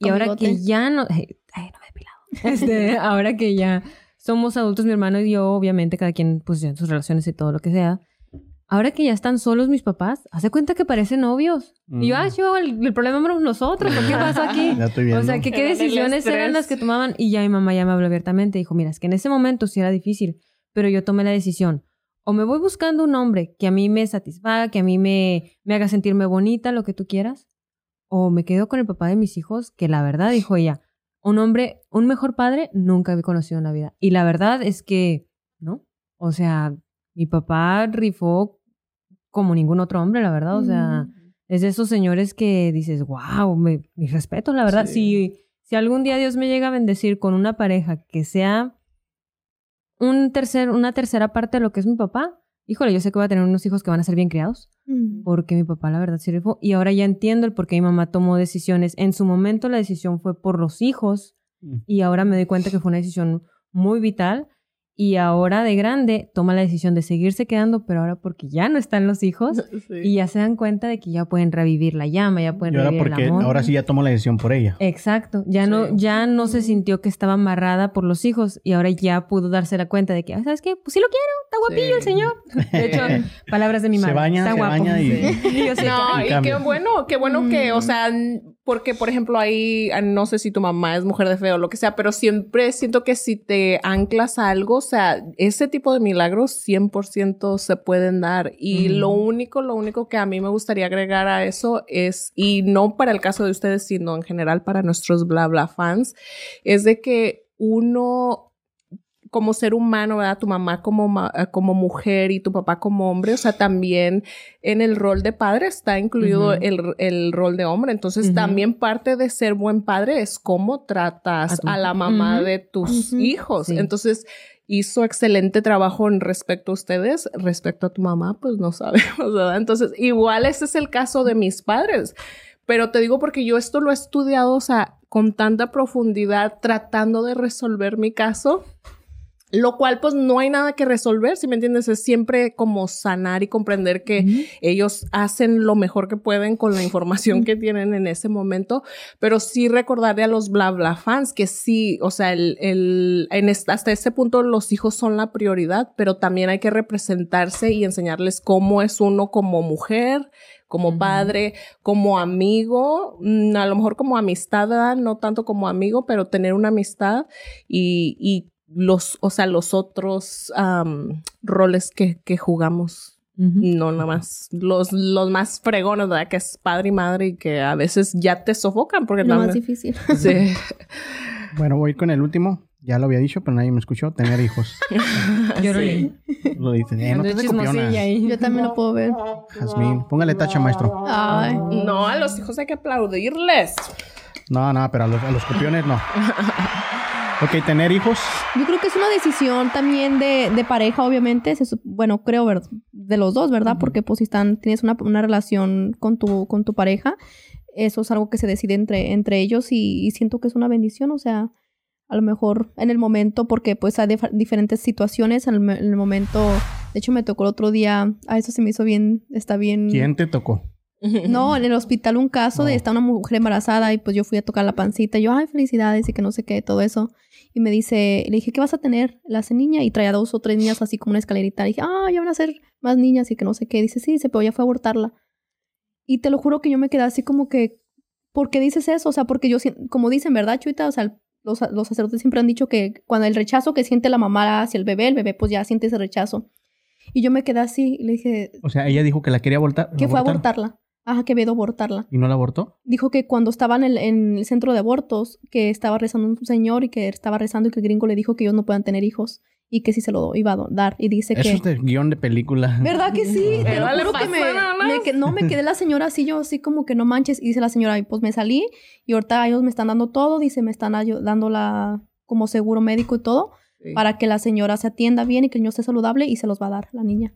Y ahora que ya no... Ay, no me he depilado. Este, ahora que ya somos adultos, mi hermano y yo, obviamente, cada quien pues en sus relaciones y todo lo que sea. Ahora que ya están solos mis papás, hace cuenta que parecen novios. Mm. Y yo, ah, yo, el, el problema éramos nosotros. ¿Por qué pasó aquí? Ya estoy viendo. O sea, que qué decisiones eran las que tomaban. Y ya mi mamá ya me habló abiertamente. Dijo, mira, es que en ese momento sí era difícil, pero yo tomé la decisión. O me voy buscando un hombre que a mí me satisfaga, que a mí me, me haga sentirme bonita, lo que tú quieras. O me quedo con el papá de mis hijos, que la verdad, dijo ella, un hombre, un mejor padre nunca había conocido en la vida. Y la verdad es que, ¿no? O sea, mi papá rifó como ningún otro hombre, la verdad. O sea, mm. es de esos señores que dices, wow, me, mis respetos, la verdad. Sí. Si, si algún día Dios me llega a bendecir con una pareja que sea un tercer, una tercera parte de lo que es mi papá, híjole, yo sé que voy a tener unos hijos que van a ser bien criados. Mm. Porque mi papá, la verdad, sí rifó. Y ahora ya entiendo el por qué mi mamá tomó decisiones. En su momento la decisión fue por los hijos. Mm. Y ahora me doy cuenta que fue una decisión muy vital. Y ahora de grande toma la decisión de seguirse quedando, pero ahora porque ya no están los hijos sí. y ya se dan cuenta de que ya pueden revivir la llama, ya pueden y ahora revivir porque, el amor. Ahora sí ya tomó la decisión por ella. Exacto. Ya, sí. no, ya no se sintió que estaba amarrada por los hijos y ahora ya pudo darse la cuenta de que, ¿sabes qué? Pues sí lo quiero, está guapillo sí. el señor. De hecho, palabras de mi madre. Se baña, está se guapo. baña y... Sí. y yo sé no, que, y cambia. Qué bueno, qué bueno mm. que, o sea... Porque, por ejemplo, ahí, no sé si tu mamá es mujer de fe o lo que sea, pero siempre siento que si te anclas a algo, o sea, ese tipo de milagros cien por ciento se pueden dar. Y mm. lo único, lo único que a mí me gustaría agregar a eso es, y no para el caso de ustedes, sino en general para nuestros bla bla fans, es de que uno... como ser humano, ¿verdad? Tu mamá como, como mujer y tu papá como hombre, o sea, también en el rol de padre está incluido uh-huh. el, el rol de hombre. Entonces, uh-huh. también parte de ser buen padre es cómo tratas a, tu... a la mamá uh-huh. de tus uh-huh. hijos. Sí. Entonces, hizo excelente trabajo en respecto a ustedes. Respecto a tu mamá, pues no sabemos, ¿verdad? Entonces, igual ese es el caso de mis padres. Pero te digo porque yo esto lo he estudiado, o sea, con tanta profundidad, tratando de resolver mi caso. Lo cual, pues, no hay nada que resolver, ¿sí me entiendes? Es siempre como sanar y comprender que uh-huh. ellos hacen lo mejor que pueden con la información uh-huh. que tienen en ese momento, pero sí recordarle a los bla bla fans que sí, o sea, el, el, en este, hasta ese punto los hijos son la prioridad, pero también hay que representarse y enseñarles cómo es uno como mujer, como uh-huh. padre, como amigo, a lo mejor como amistad, ¿verdad? No tanto como amigo, pero tener una amistad y... y los, o sea, los otros um, roles que, que jugamos. Uh-huh. No nada más. Los, los más fregones, ¿verdad? Que es padre y madre y que a veces ya te sofocan. Porque lo más difícil. Sí. Bueno, voy con el último. Ya lo había dicho, pero nadie me escuchó. Tener hijos. Yo lo leí. Lo dices. Eh, no te copionas. Yo también lo puedo ver. Jazmín, póngale tacha, maestro. Ay. No, a los hijos hay que aplaudirles. No, no, pero a los, a los copiones no. Ok, tener hijos. Yo creo que es una decisión también de, de pareja, obviamente. Se, bueno, creo ver, de los dos, ¿verdad? Uh-huh. Porque pues si están, tienes una, una relación con tu, con tu pareja, eso es algo que se decide entre, entre ellos y, y siento que es una bendición. O sea, a lo mejor en el momento, porque pues hay dif- diferentes situaciones. En el, en el momento, de hecho me tocó el otro día, a eso se me hizo bien, está bien. ¿Quién te tocó? No, en el hospital un caso no. de estar una mujer embarazada y pues yo fui a tocar la pancita y yo, ay, felicidades y que no sé qué, todo eso. Y me dice, le dije, ¿qué vas a tener? La niña y traía dos o tres niñas así como una escalerita. Y dije, ah, ya van a ser más niñas y que no sé qué. Dice, sí, dice, pero ya fue a abortarla. Y te lo juro que yo me quedé así como que, ¿por qué dices eso? O sea, porque yo, como dicen, ¿verdad, Chuita? O sea, los, los sacerdotes siempre han dicho que cuando el rechazo que siente la mamá hacia el bebé, el bebé pues ya siente ese rechazo. Y yo me quedé así y le dije... O sea, ella dijo que la quería abortar. Que fue a abortarla. Ajá, que había ido a abortarla. ¿Y no la abortó? Dijo que cuando estaba en el, en el centro de abortos, que estaba rezando un señor y que estaba rezando y que el gringo le dijo que ellos no puedan tener hijos y que sí se lo iba a dar. Y dice Eso que... Eso es de guión de película. ¿Verdad que sí? Te lo juro que me, me, que, no, me quedé la señora así, yo así como que no manches. Y dice la señora, pues me salí y ahorita ellos me están dando todo. Dice, me están dando la como seguro médico y todo sí. para que la señora se atienda bien y que el niño esté saludable y se los va a dar la niña.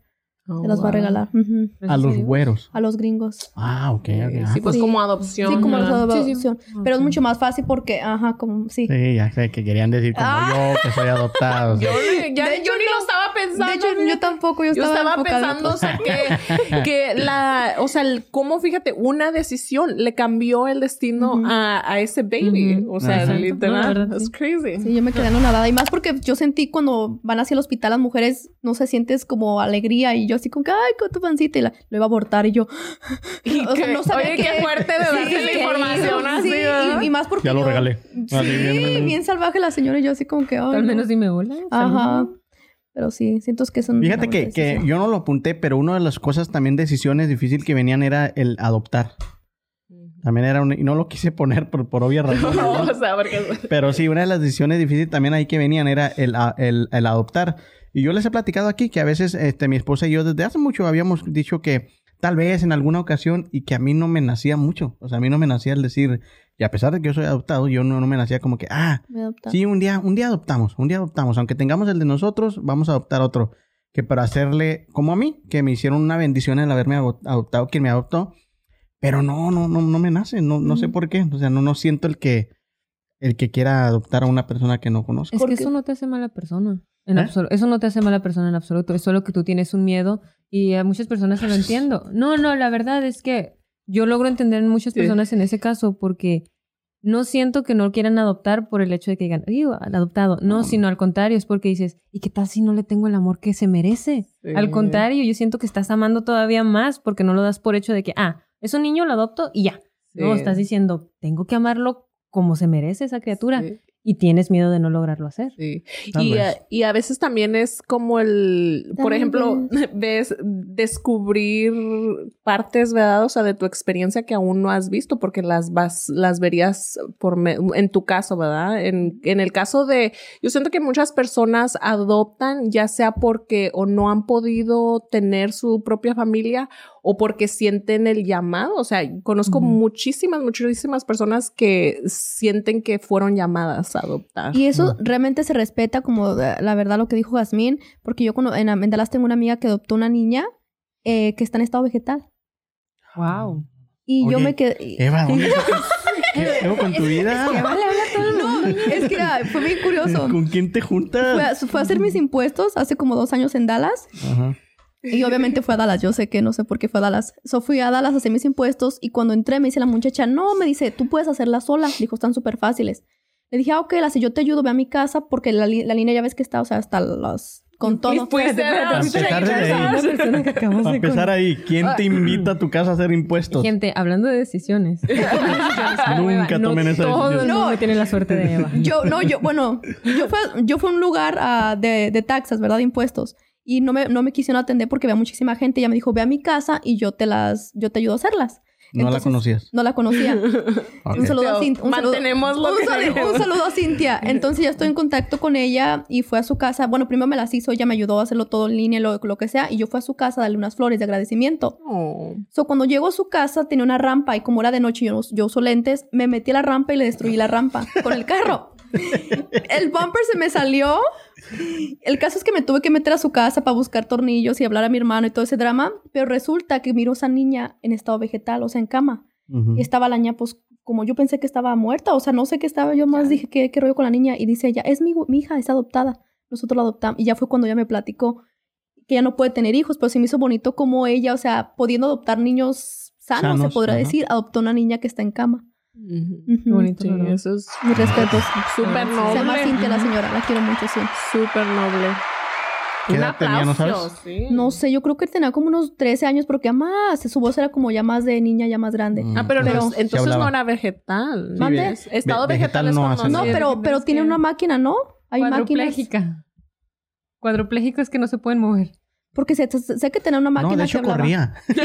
Oh, se las va a regalar. Uh-huh. A los güeros. A los gringos. Ah, ok. okay. Ah, sí, pues sí. como adopción. Sí, como ¿no? adopción. Sí, sí. Pero es mucho más fácil porque, ajá, como, sí. Sí, ya sé que querían decir como Ah. yo, que soy adoptado. O sea. Yo, ya, De hecho, yo ni no. lo estaba pensando. De hecho, fíjate. yo tampoco, yo Yo estaba, estaba enfocada en pensando, o otro. sea, que, que la, o sea, el, cómo, fíjate, una decisión le cambió el destino Ujú. a, a ese baby. Ujú. O sea, Ajá. literal, No, la verdad, that's sí. crazy. Sí, yo me quedé anonadada. Y más porque yo sentí cuando van hacia el hospital las mujeres, no sé, sientes como alegría. Y yo así como que, ay, con tu pancita. Y la, lo iba a abortar. Y yo, Y o sea, que- no sabía oye, que- qué fuerte de darle la Sí, información sí, así, ¿verdad? y, y más porque Ya lo yo- regalé. Sí, Así, bien, bien. bien salvaje la señora. Y yo así como que, ay, Al no. menos dime hola. Ajá. saludos. Pero sí, siento que son... Fíjate una que, buena que decisión. yo no lo apunté, pero una de las cosas también, decisiones difíciles que venían era el adoptar. También era un... Y no lo quise poner por, por obvias razones. No, ¿no? o sea, porque... Pero sí, una de las decisiones difíciles también ahí que venían era el, a- el, el adoptar. Y yo les he platicado aquí que a veces este, mi esposa y yo desde hace mucho habíamos dicho que tal vez en alguna ocasión y que a mí no me nacía mucho. O sea, a mí no me nacía el decir... Y a pesar de que yo soy adoptado, yo no, no me nacía como que... Ah, Voy a adoptar. sí, un día, un día adoptamos. Un día adoptamos. Aunque tengamos el de nosotros, vamos a adoptar otro. Que para hacerle... Como a mí, que me hicieron una bendición el haberme ado- adoptado quien me adoptó. Pero no, no, no, no me nace. No, no sé Ujú. por qué. O sea, no, no siento el que... El que quiera adoptar a una persona que no conozco. Es ¿Por que qué? eso no te hace mala persona. En ¿Eh? absoluto. Eso no te hace mala persona en absoluto. Es solo que tú tienes un miedo y a muchas personas se lo entiendo. No, no, la verdad es que yo logro entender en muchas Sí. personas en ese caso porque no siento que no quieran adoptar por el hecho de que digan, "Ay, adoptado". No, No. sino al contrario, es porque dices, ¿y qué tal si no le tengo el amor que se merece? Sí. Al contrario, yo siento que estás amando todavía más porque no lo das por hecho de que, ah, es un niño, lo adopto y ya. No, Sí. estás diciendo, tengo que amarlo como se merece esa criatura. Sí. Y tienes miedo de no lograrlo hacer. Sí. Tal Y, vez. a- y a veces también es como el, por Tal ejemplo, ves descubrir partes, ¿verdad? O sea, de tu experiencia que aún no has visto porque las vas, las verías por me- en tu caso, ¿verdad? En, en el caso de, yo siento que muchas personas adoptan ya sea porque o no han podido tener su propia familia o porque sienten el llamado. O sea, conozco Ujú. muchísimas, muchísimas personas que sienten que fueron llamadas a adoptar. Y eso realmente se respeta, como eh, la verdad lo que dijo Jazmín, porque yo cono- en, en Dallas tengo una amiga que adoptó una niña eh, que está en estado vegetal. Wow. Y yo Oye, me quedé... y- Eva, ¿dónde sacas? ¿Qué hago con tu vida? No, es que era- fue bien curioso. ¿Con quién te Fue juntas? a, fue a hacer mis impuestos hace como dos años en Dallas. Ajá. Y obviamente fue a Dallas. Yo sé que no sé por qué fue a Dallas. So fui a Dallas a hacer mis impuestos. Y cuando entré me dice la muchacha, no, me dice, tú puedes hacerla sola. Dijo, están súper fáciles. Le dije, ah, ok, la, si yo te ayudo, ve a mi casa. Porque la, li- la línea ya ves que está, o sea, hasta los... Con todo. Y fuiste A a empezar de ahí. persona que acabas Para de empezar ahí, ¿quién te invita a tu casa a hacer impuestos? Gente, hablando de decisiones. Nunca no tomen esa todo decisión. el mundo No. tiene la suerte de Eva. Yo, no, yo, bueno, yo fui, a- yo fui a un lugar ah, de, de taxas, ¿verdad? De impuestos. Y no me, no me quisieron atender porque había muchísima gente. Ella me dijo, ve a mi casa y yo te las, yo te ayudo a hacerlas. No la Entonces, conocías. No la conocía. Ok. Un saludo a Cintia. Un saludo, Mantenemos lo un que saludo- tenemos. un saludo a Cintia. Entonces ya estoy en contacto con ella y fue a su casa. Bueno, primero me las hizo, ella me ayudó a hacerlo todo en línea, lo, lo que sea. Y yo fui a su casa a darle unas flores de agradecimiento. Oh. So, cuando llego a su casa, tenía una rampa y como era de noche y yo, yo uso lentes, me metí a la rampa y le destruí la rampa con el carro. El bumper se me salió. El caso es que me tuve que meter a su casa para buscar tornillos y hablar a mi hermano y todo ese drama. Pero resulta que miro a esa niña en estado vegetal, o sea, en cama. Ujú. Y estaba la niña, pues, como yo pensé que estaba muerta. O sea, no sé qué estaba. Yo más dije, ¿qué, qué rollo con la niña? Y dice ella, es mi, mi hija, está adoptada. Nosotros la adoptamos. Y ya fue cuando ella me platicó que ella no puede tener hijos. Pero sí me hizo bonito como ella, o sea, pudiendo adoptar niños sanos, Sanos, se podrá ajá. decir, adoptó una niña que está en cama. Ujú. Ujú. Qué bonito, Sí, ¿verdad? eso es Mis respetos. súper Se llama noble. Cintia la señora, la quiero mucho, sí. Súper noble. ¿Qué Un edad tenía, no aplauso, sabes? sí. No sé, yo creo que tenía como unos trece años porque más, su voz era como ya más de niña, ya más grande. Mm. Ah, pero, Pero- no, Sí entonces hablaba. no era vegetal. Sí, ¿Mande? Es- Estado Ve- vegetal, vegetal es no cuando hace No, Sí, pero, pero tiene una máquina, ¿no? Hay máquinas. Cuadruplégica. Cuadrupléjicos que no se pueden mover. Porque sé, sé que tenía una máquina No, de hecho que hablaba. corría. De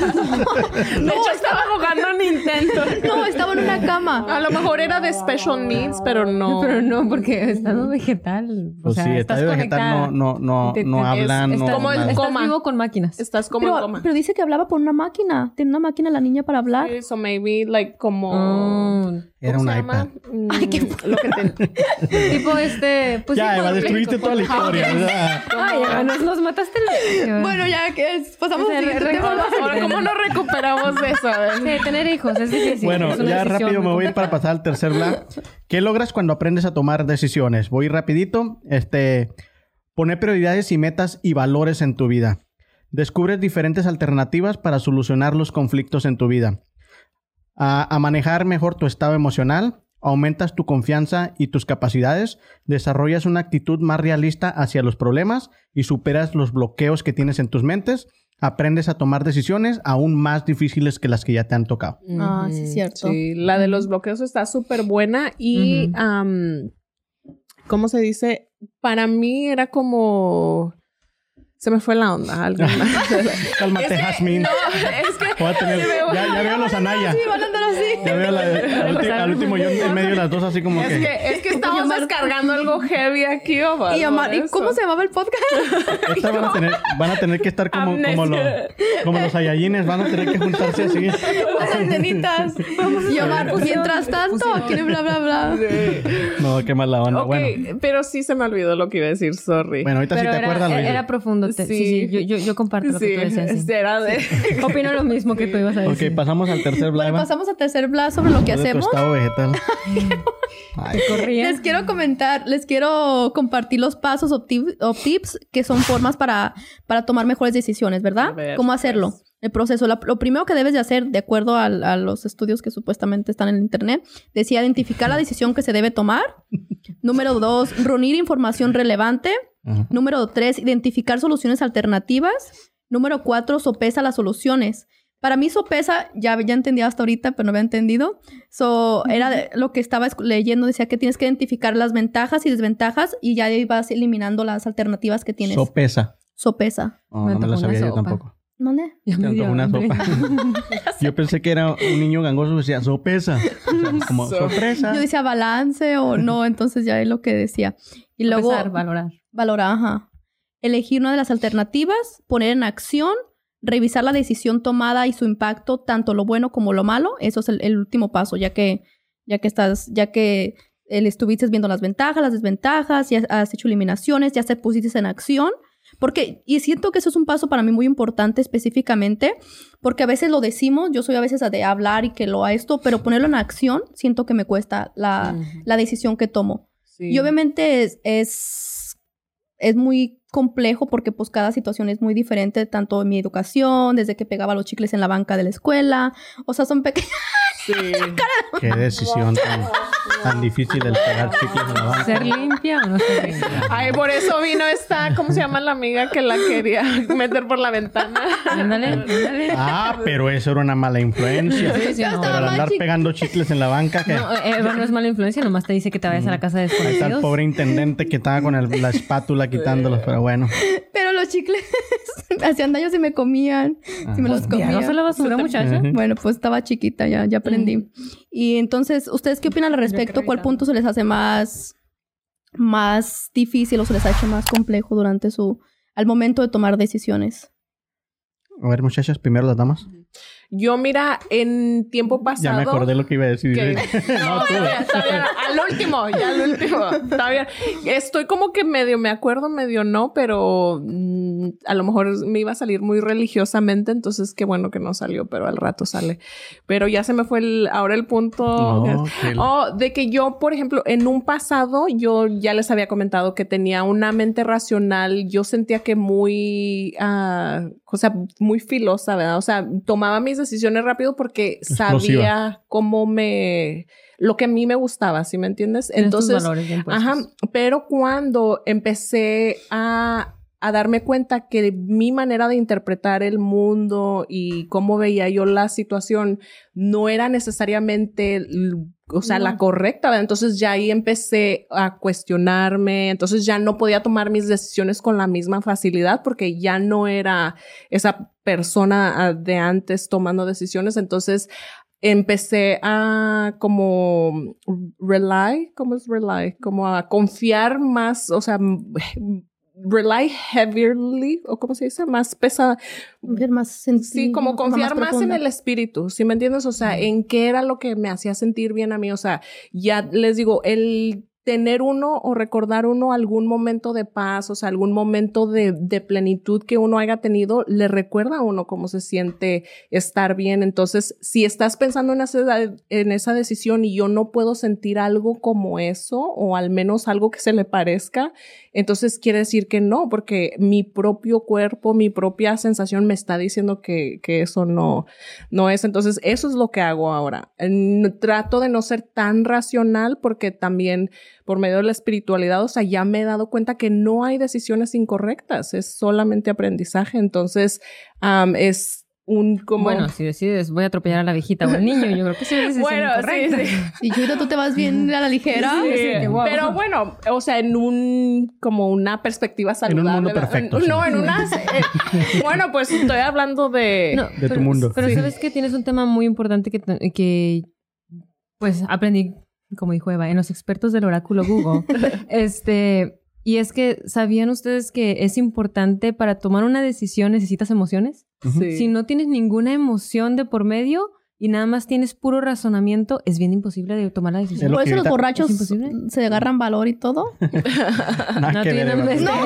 hecho, estaba jugando Nintendo. No, estaba en una cama. A lo mejor era de special needs, pero no. Pero no, porque estado vegetal. O Pues sea, sí, estás estadio vegetal conectada. no, no, no, Te- no te- hablan, es- no estás, como el nada. estás coma. vivo con máquinas. Estás como en Pero, coma. pero dice que hablaba por una máquina. Tiene una máquina la niña para hablar. Sí, so maybe like como... Oh. Era un iPad. Mm, Ay, qué... Lo que te... tipo este... Pues ya, sí, Eva, destruiste toda la historia. Ay, Eva, nos, nos mataste la... Bueno, ya que es, pasamos... O sea, re- re- ahora, ¿cómo nos recuperamos de eso? Sí, tener hijos es difícil. Bueno, es ya rápido me voy a ir para pasar al tercer bla. ¿Qué logras cuando aprendes a tomar decisiones? Voy rapidito. Este... Poner prioridades y metas y valores en tu vida. Descubres diferentes alternativas para solucionar los conflictos en tu vida. A, a manejar mejor tu estado emocional, aumentas tu confianza y tus capacidades, desarrollas una actitud más realista hacia los problemas y superas los bloqueos que tienes en tus mentes, aprendes a tomar decisiones aún más difíciles que las que ya te han tocado. Ah, sí, es cierto. Sí, la de los bloqueos está súper buena y, uh-huh. um, ¿cómo se dice? Para mí era como... Se me fue la onda. Algo Cálmate, Jasmine. No, es que... Voy a tener, ya, ya veo los Anaya. Sí, van a andar así. Ya veo la, al, ulti, al último yo en medio de las dos así como es que... que... Es que estamos descargando algo heavy aquí, Omar. Y, Omar, ¿y cómo se llamaba el podcast? Estas van a tener, van a tener que estar como, como, los, como los Saiyajines. Van a tener que juntarse así. Las antenitas. Y Omar, mientras tanto, aquí bla, bla, bla. Sí. No, qué mala onda. Okay, bueno. Pero sí se me olvidó lo que iba a decir. Sorry. Bueno, ahorita pero sí te era, acuerdas. Era, era profundo. Sí, sí, sí yo, yo, yo comparto lo sí, que tú decías. Sí. Era de... Sí. Opino lo mismo que tú ibas a decir. Ok, pasamos al tercer bla. Bueno, pasamos al tercer bla sobre lo que de hacemos. Tu estado vegetal. Ay, corría. Les quiero comentar, les quiero compartir los pasos o, tip, o tips que son formas para, para tomar mejores decisiones, ¿verdad? Ver, ¿Cómo hacerlo? Pues. El proceso. La, lo primero que debes de hacer, de acuerdo a, a los estudios que supuestamente están en el internet, decía identificar la decisión que se debe tomar. Número dos, reunir información relevante. Uh-huh. Número tres, identificar soluciones alternativas. Número cuatro, sopesa las soluciones. Para mí sopesa, ya, ya entendía hasta ahorita, pero no había entendido. So, era de, lo que estaba leyendo, decía que tienes que identificar las ventajas y desventajas y ya vas eliminando las alternativas que tienes. Sopesa. Sopesa. Oh, no me lo sabía yo tampoco. ¿Dónde? Ya me dio una sopa. Yo pensé que era un niño gangoso que decía sopesa. O sea, como so- sorpresa. Yo decía balance o no, entonces ya es lo que decía. Y luego... Sopesar, valorar. Valorar, ajá. Elegir una de las alternativas, poner en acción, revisar la decisión tomada y su impacto, tanto lo bueno como lo malo. Eso es el, el último paso, ya que, ya que estás, ya que el, estuviste viendo las ventajas, las desventajas, ya has hecho eliminaciones, ya te pusiste en acción. Porque, y siento que eso es un paso para mí muy importante específicamente, porque a veces lo decimos, yo soy a veces de hablar y que lo a esto, pero ponerlo en acción, siento que me cuesta la, uh-huh. la decisión que tomo. Sí. Y obviamente es, es, es muy complejo porque pues cada situación es muy diferente, tanto en mi educación, desde que pegaba los chicles en la banca de la escuela, o sea, son pequeñas... Sí. Qué decisión tan, tan difícil el pegar chicles en la banca. ¿Ser limpia o no ser limpia? Ay, por eso vino esta, ¿cómo se llama la amiga que la quería meter por la ventana? Ándale, ándale. Ah, pero eso era una mala influencia. Sí, sí, no. Pero al andar pegando chicles en la banca, ¿qué? No, eh, no es mala influencia, nomás te dice que te vayas mm. a la casa de desconocidos. Ahí está el pobre intendente que estaba con el, la espátula quitándolos, pero bueno. Pero los chicles hacían daño si me comían, Ajá. si me los comía. ¿No se la basura, muchacha? Uh-huh. Bueno, pues estaba chiquita, ya, ya aprendí. Uh-huh. Y entonces, ¿ustedes qué opinan al respecto? ¿Cuál punto se les hace más, más difícil o se les ha hecho más complejo durante su... al momento de tomar decisiones? A ver, muchachas, primero las damas. Yo, mira, en tiempo pasado... Ya me acordé lo que iba a decir. Que... No, no, está bien, está bien. Al último, ya al último. Está bien. Estoy como que medio me acuerdo, medio no, pero mmm, a lo mejor me iba a salir muy religiosamente, entonces qué bueno que no salió, pero al rato sale. Pero ya se me fue el, ahora el punto... No, que... Oh, de que yo, por ejemplo, en un pasado, yo ya les había comentado que tenía una mente racional. Yo sentía que muy... Uh, o sea, muy filosa, ¿verdad? O sea, tomaba mis decisiones rápido porque Explosiva. sabía cómo me... lo que a mí me gustaba, ¿sí me entiendes? Entonces, valores de ajá, pero cuando empecé a, a darme cuenta que mi manera de interpretar el mundo y cómo veía yo la situación no era necesariamente... o sea, no. la correcta, ¿verdad? Entonces ya ahí empecé a cuestionarme, entonces ya no podía tomar mis decisiones con la misma facilidad porque ya no era esa persona de antes tomando decisiones, entonces empecé a como rely, ¿cómo es rely? Como a confiar más, o sea, rely heavily, o ¿cómo se dice? Más pesada. Confiar más en ti. Sí, como confiar más, más en el espíritu, ¿sí me entiendes? O sea, mm. en qué era lo que me hacía sentir bien a mí. O sea, ya les digo, el tener uno o recordar uno algún momento de paz, o sea, algún momento de, de plenitud que uno haya tenido, le recuerda a uno cómo se siente estar bien. Entonces, si estás pensando en esa, en esa decisión y yo no puedo sentir algo como eso, o al menos algo que se le parezca, entonces quiere decir que no, porque mi propio cuerpo, mi propia sensación me está diciendo que, que eso no, no es. Entonces, eso es lo que hago ahora. Trato de no ser tan racional porque también por medio de la espiritualidad, o sea, ya me he dado cuenta que no hay decisiones incorrectas, es solamente aprendizaje. Entonces, um, es un como... Bueno, si decides voy a atropellar a la viejita o al niño, yo creo que sí es decisión bueno, incorrecta. Sí, sí. Y Chuito, tú te vas bien a la ligera. Sí, sí, sí. Wow. Pero bueno, o sea, en un... como una perspectiva saludable. En un mundo perfecto. En, no, sí. en una... Eh, bueno, pues estoy hablando de... No, de pero, tu mundo. Pero sí. sabes que tienes un tema muy importante que, que pues aprendí, como dijo Eva, en los expertos del oráculo Google. este, y es que, ¿sabían ustedes que es importante para tomar una decisión necesitas emociones? Sí. Si no tienes ninguna emoción de por medio y nada más tienes puro razonamiento, es bien imposible de tomar la decisión. Por eso los borrachos imposible. se agarran valor y todo. no tienen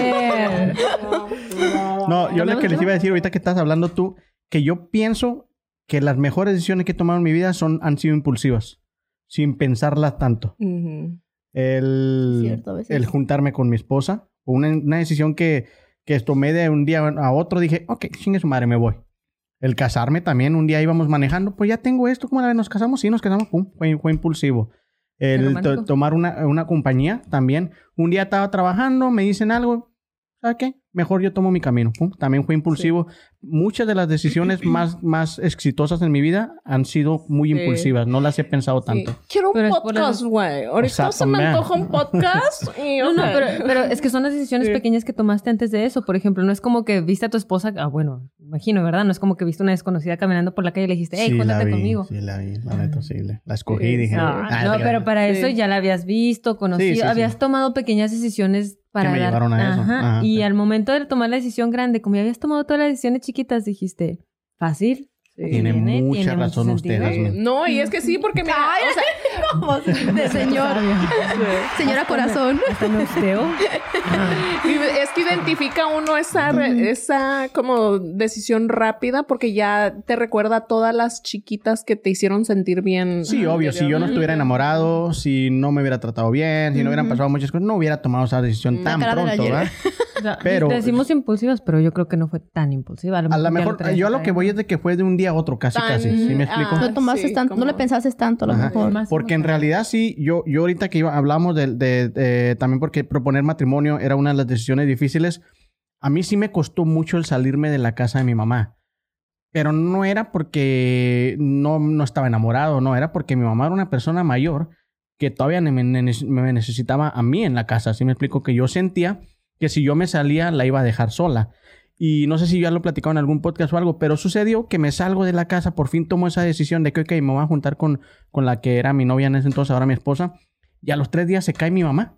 no. no, yo lo que les iba a decir ahorita que estás hablando tú, que yo pienso que las mejores decisiones que he tomado en mi vida son, han sido impulsivas. Sin pensarla tanto. Uh-huh. El, Cierto, el juntarme con mi esposa. Una, una decisión que, que tomé de un día a otro. Dije, ok, chingue su madre, me voy. El casarme también. Un día íbamos manejando. Pues ya tengo esto. ¿Cómo la vez nos casamos? Sí, nos casamos. Pum, fue, fue impulsivo. El to, tomar una, una compañía también. Un día estaba trabajando. Me dicen algo. ¿Sabes qué? Mejor yo tomo mi camino. Pum, también fue impulsivo. Sí. Muchas de las decisiones más, más exitosas en mi vida han sido muy sí. impulsivas. No las he pensado tanto. Sí. Quiero un pero podcast, güey. Ahorita se me antoja un podcast. Y, no, no, pero, pero es que son las decisiones sí. pequeñas que tomaste antes de eso. Por ejemplo, no es como que viste a tu esposa... Ah, bueno, imagino, ¿verdad? No es como que viste una desconocida caminando por la calle y le dijiste, hey, sí, júntate conmigo. Sí, la vi. La neta, sí. La escogí y dije... No, ah, no pero para sí. eso ya la habías visto, conocido. Sí, sí, habías sí. tomado pequeñas decisiones para que me dar... llevaron a eso. Ajá. Ajá. Y al momento de tomar la decisión grande, como ya habías tomado todas las decisiones chiquitas, dijiste, fácil. Sí. Tiene, tiene mucha tiene razón ustedes. Sí. No, y es que sí, porque mira, Ay, o sea, ¿cómo? De señor. Sí. Señora hasta corazón. Hasta me usteo. Ah. Es que identifica uno esa, esa como decisión rápida porque ya te recuerda todas las chiquitas que te hicieron sentir bien. Sí, obvio. Si yo no estuviera enamorado, si no me hubiera tratado bien, si no hubieran pasado muchas cosas, no hubiera tomado esa decisión tan pronto, ¿verdad? O sea, pero decimos impulsivas, pero yo creo que no fue tan impulsiva. A lo, a lo mejor, lo yo a lo que voy es de que fue de un día a otro, casi, tan, casi. ¿Sí me explico? Ah, no tomaste sí, tanto, como... no le pensaste tanto, a lo Ajá. mejor. Porque en realidad sí, yo, yo ahorita que iba, hablamos de, de, de, también porque proponer matrimonio era una de las decisiones difíciles. A mí sí me costó mucho el salirme de la casa de mi mamá. Pero no era porque no, no estaba enamorado, no. Era porque mi mamá era una persona mayor que todavía me, me necesitaba a mí en la casa. ¿Sí me explico? Que yo sentía que si yo me salía, la iba a dejar sola. Y no sé si ya lo he platicado en algún podcast o algo, pero sucedió que me salgo de la casa, por fin tomo esa decisión de que, ok, me voy a juntar con, con la que era mi novia en ese entonces, ahora mi esposa, y a los tres días se cae mi mamá.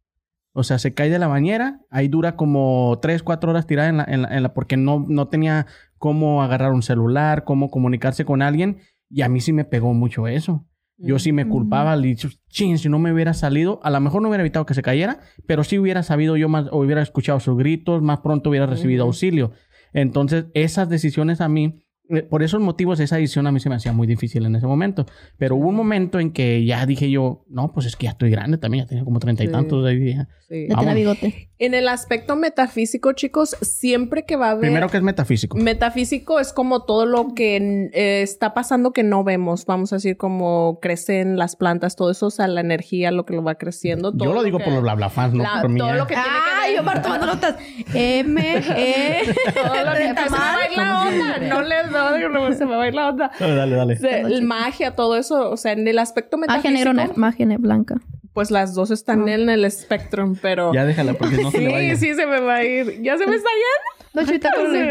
O sea, se cae de la bañera, ahí dura como tres, cuatro horas tirada en la, en la, en la porque no, no tenía cómo agarrar un celular, cómo comunicarse con alguien, y a mí sí me pegó mucho eso. Yo sí me culpaba, le dije, chin, si no me hubiera salido, a lo mejor no hubiera evitado que se cayera, pero sí hubiera sabido yo más, o hubiera escuchado sus gritos, más pronto hubiera recibido uh-huh. auxilio. Entonces, esas decisiones a mí, eh, por esos motivos, esa decisión a mí se me hacía muy difícil en ese momento. Pero hubo un momento en que ya dije yo, no, pues es que ya estoy grande también, ya tenía como treinta y sí. tantos. De día. Sí. Ya tenía bigote. En el aspecto metafísico, chicos, siempre que va a haber... Primero, ¿qué es metafísico? Metafísico es como todo lo que eh, está pasando que no vemos. Vamos a decir, como crecen las plantas, todo eso, o sea, la energía, lo que lo va creciendo. Todo yo lo, lo digo que, por los bla bla fans, no la, por mí. Todo eh. lo que tiene ah, que ver... yo parto tomando notas. M, E... Todo lo que se me va a ir la onda. No les doy, no, se me va a ir la onda. No, dale, dale. Se, magia, todo eso, o sea, en el aspecto metafísico... Magia negra, magia blanca. Pues las dos están oh. en el espectro, pero... Ya déjala porque no se sí, le va a ir. Sí, sí, se me va a ir. ¿Ya se me está yendo? No, chita, se,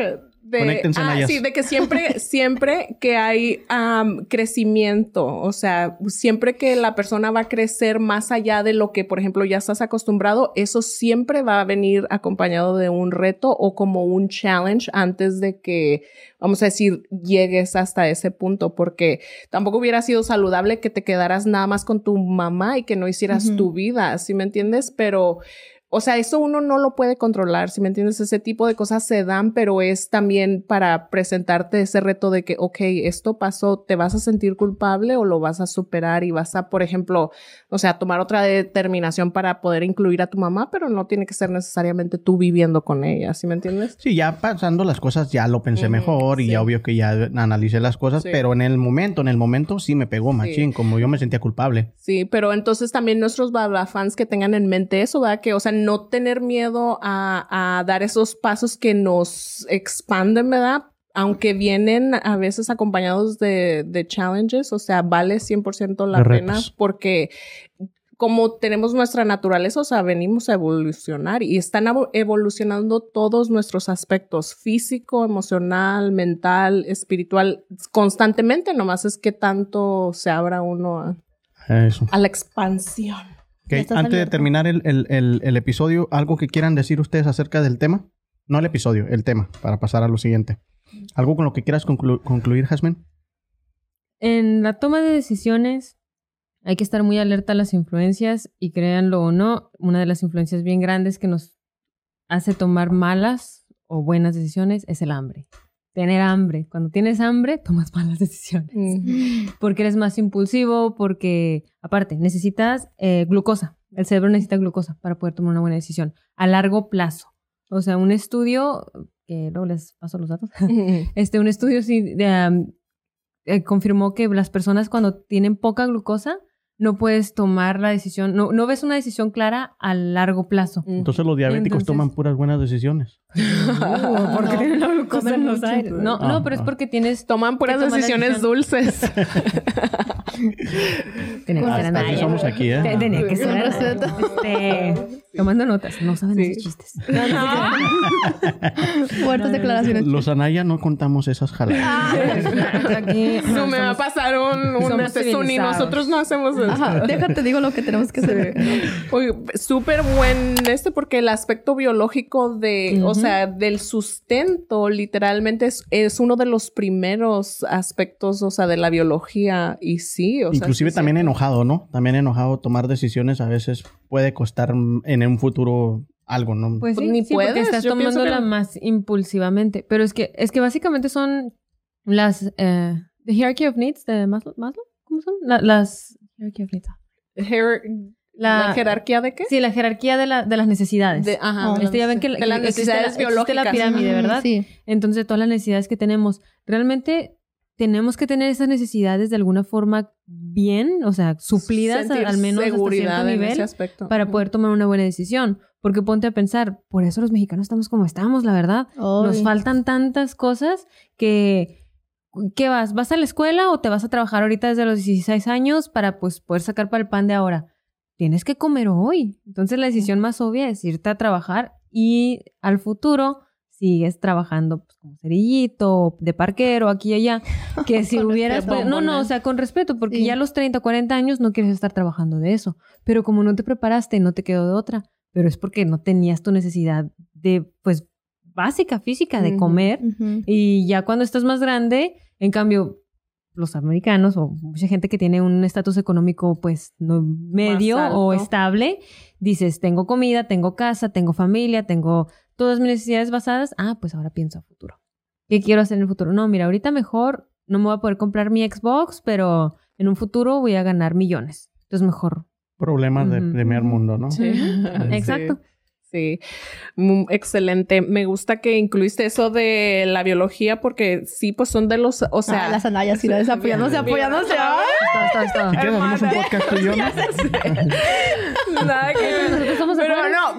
De, Conéctense, ah, Nayas. sí, de que siempre, siempre que hay um, crecimiento, o sea, siempre que la persona va a crecer más allá de lo que, por ejemplo, ya estás acostumbrado, eso siempre va a venir acompañado de un reto o como un challenge antes de que, vamos a decir, llegues hasta ese punto, porque tampoco hubiera sido saludable que te quedaras nada más con tu mamá y que no hicieras uh-huh. tu vida, ¿sí me entiendes? Pero... O sea, eso uno no lo puede controlar, ¿sí me entiendes? Ese tipo de cosas se dan, pero es también para presentarte ese reto de que, ok, esto pasó, ¿te vas a sentir culpable o lo vas a superar y vas a, por ejemplo, o sea, tomar otra determinación para poder incluir a tu mamá, pero no tiene que ser necesariamente tú viviendo con ella, ¿sí me entiendes? Sí, ya pasando las cosas ya lo pensé mm, mejor y sí. ya obvio que ya analicé las cosas, sí. pero en el momento, en el momento sí me pegó machín, sí. como yo me sentía culpable. Sí, pero entonces también nuestros Bla fans que tengan en mente eso, ¿verdad? Que, o sea, no tener miedo a, a dar esos pasos que nos expanden, ¿verdad? Aunque vienen a veces acompañados de, de challenges, o sea, vale cien por ciento la pena porque como tenemos nuestra naturaleza, o sea, venimos a evolucionar y están evolucionando todos nuestros aspectos, físico, emocional, mental, espiritual, constantemente, nomás es que tanto se abra uno a, Eso. a la expansión. Okay. Antes de terminar el, el, el, el episodio, ¿algo que quieran decir ustedes acerca del tema? No el episodio, el tema, para pasar a lo siguiente. ¿Algo con lo que quieras conclu- concluir, Jasmine? En la toma de decisiones hay que estar muy alerta a las influencias y créanlo o no, una de las influencias bien grandes que nos hace tomar malas o buenas decisiones es el hambre. Tener hambre. Cuando tienes hambre, tomas malas decisiones. Mm-hmm. Porque eres más impulsivo, porque, aparte, necesitas eh, glucosa. El cerebro necesita glucosa para poder tomar una buena decisión a largo plazo. O sea, un estudio, que luego les paso los datos, mm-hmm. este, un estudio sí, de, um, eh, confirmó que las personas cuando tienen poca glucosa no puedes tomar la decisión, no, no ves una decisión clara a largo plazo. Entonces los diabéticos Entonces, toman puras buenas decisiones. Uh, porque no, tienen la glucosa en los aires. No, ah, no, pero ah. es porque tienes... Toman puras decisiones dulces. Tenía que ser Anaya. Somos aquí, ¿eh? Tenía que ser este, tomando notas. No saben sí. esos chistes. No, no. Fuertes no, declaraciones. Los Anaya no contamos esas jaladas. Ah, aquí, no, no me va a pasar un, un asesón y nosotros no hacemos eso. Ajá, déjate, digo lo que tenemos que hacer. Oye, súper buen este porque el aspecto biológico de, uh-huh. o sea, del sustento literalmente es, es uno de los primeros aspectos, o sea, de la biología y sí, o Inclusive sea, sí, también sí. enojado, ¿no? También enojado tomar decisiones a veces puede costar en un futuro algo, ¿no? Pues sí, ni sí, puedes. Porque estás Yo tomándola que... más impulsivamente. Pero es que, es que básicamente son las eh, The Hierarchy of Needs de Maslow, ¿Maslow? ¿Cómo son? La, las Hierarchy of Needs. Hier- la, ¿La jerarquía de qué? Sí, la jerarquía de, la, de las necesidades. De, ajá. Este, ya ven que, de las necesidades la, biológicas. la pirámide, ¿verdad? Sí. Entonces, todas las necesidades que tenemos, realmente tenemos que tener esas necesidades de alguna forma bien, o sea, suplidas Sentir al menos hasta cierto nivel para uh-huh. poder tomar una buena decisión. Porque ponte a pensar, por eso los mexicanos estamos como estamos, la verdad. Oh, Nos faltan tantas cosas que... ¿Qué vas? ¿Vas a la escuela o te vas a trabajar ahorita desde los dieciséis años para pues poder sacar para el pan de ahora? Tienes que comer hoy. Entonces la decisión más obvia es irte a trabajar y al futuro sigues trabajando pues, como cerillito, de parquero, aquí y allá. Que si hubieras... Pues, no, no, o sea, con respeto, porque sí. ya a los treinta, cuarenta años no quieres estar trabajando de eso. Pero como no te preparaste, no te quedó de otra. Pero es porque no tenías tu necesidad de, pues, básica, física, de comer. Uh-huh. Y ya cuando estás más grande, en cambio, los americanos o mucha gente que tiene un estatus económico, pues, no medio o estable, dices, tengo comida, tengo casa, tengo familia, tengo todas mis necesidades basadas. Ah, pues ahora pienso a futuro. ¿Qué quiero hacer en el futuro? No, mira, ahorita mejor no me voy a poder comprar mi Xbox, pero en un futuro voy a ganar millones. Entonces, mejor. Problemas uh-huh. de primer mundo, ¿no? Sí. Exacto. Sí. Sí, muy excelente. Me gusta que incluiste eso de la biología porque sí, pues son de los, o sea... Ah, las Anayas, sí, la apoyándose, apoyándose. Está, está, está. ¿Qué hacemos un podcast tú y yo? Nada que... Nosotros somos Pero no,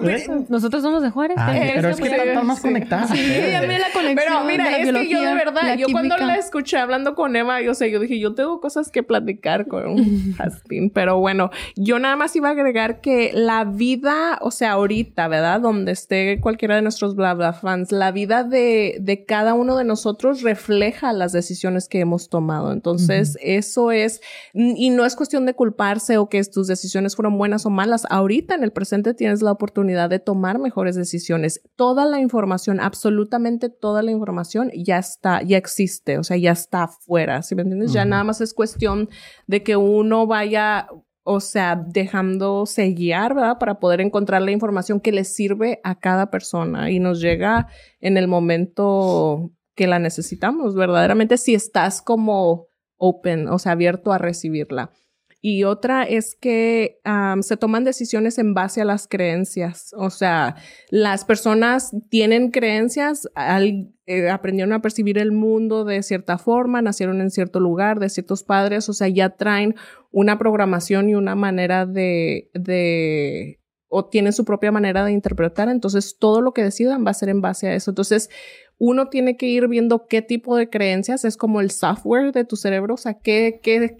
¿Eh? Nosotros somos de Juárez. Ah, ¿eh? pero es que están más conectadas. Sí, ya me la conexión. Pero mira, de la es biología, que yo de verdad, la yo cuando química. la escuché hablando con Emma, yo sé, yo dije, yo tengo cosas que platicar con Jasmine. Pero bueno, yo nada más iba a agregar que la vida, o sea, ahorita, ¿verdad? Donde esté cualquiera de nuestros bla bla fans, la vida de, de cada uno de nosotros refleja las decisiones que hemos tomado. Entonces, uh-huh. eso es, y no es cuestión de culparse o que tus decisiones fueron buenas o malas. Ahorita en el presente tienes la oportunidad de tomar mejores decisiones. Toda la información, absolutamente toda la información ya está, ya existe, o sea, ya está afuera, ¿sí me entiendes? Uh-huh. Ya nada más es cuestión de que uno vaya, o sea, dejándose guiar, ¿verdad? Para poder encontrar la información que le sirve a cada persona y nos llega en el momento que la necesitamos, verdaderamente, si estás como open, o sea, abierto a recibirla. Y otra es que um, se toman decisiones en base a las creencias. O sea, las personas tienen creencias, al, eh, aprendieron a percibir el mundo de cierta forma, nacieron en cierto lugar, de ciertos padres. O sea, ya traen una programación y una manera de, de o tienen su propia manera de interpretar. Entonces, todo lo que decidan va a ser en base a eso. Entonces, uno tiene que ir viendo qué tipo de creencias es como el software de tu cerebro, o sea, qué, qué,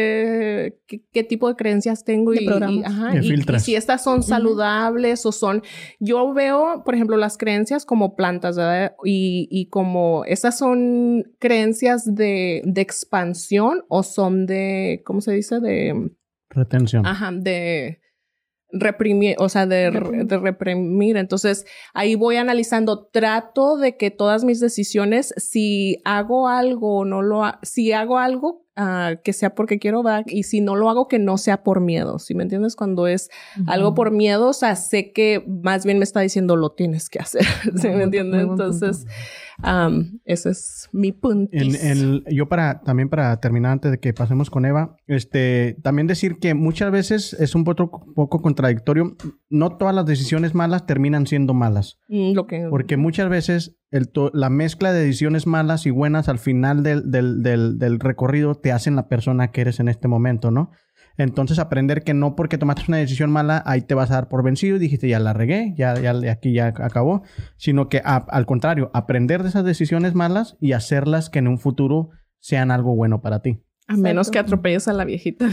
qué, qué, qué tipo de creencias tengo y, y, ajá, y, y si estas son saludables uh-huh. o son... Yo veo, por ejemplo, las creencias como plantas, ¿verdad? Y, y como estas son creencias de, de expansión o son de, ¿cómo se dice? De... Retención. Ajá, de... reprimir, o sea, de, reprimir. de reprimir. Entonces, ahí voy analizando, trato de que todas mis decisiones, si hago algo o no lo hago, si hago algo, uh, que sea porque quiero, ¿verdad? Y si no lo hago, que no sea por miedo, ¿sí me entiendes? Cuando es uh-huh. algo por miedo, o sea, sé que más bien me está diciendo, lo tienes que hacer, ¿sí me entiendes? Entonces, um, ese es mi punto. En, en, yo para, también para terminar, antes de que pasemos con Eva, este, también decir que muchas veces es un poco, poco contradictorio. No todas las decisiones malas terminan siendo malas. Mm, lo que... Porque muchas veces el to- la mezcla de decisiones malas y buenas al final del, del, del, del recorrido te hacen la persona que eres en este momento, ¿no? Entonces, aprender que no porque tomaste una decisión mala, ahí te vas a dar por vencido y dijiste, ya la regué, ya, ya aquí ya acabó. Sino que, a, al contrario, aprender de esas decisiones malas y hacerlas que en un futuro sean algo bueno para ti. A menos que atropelles a la viejita.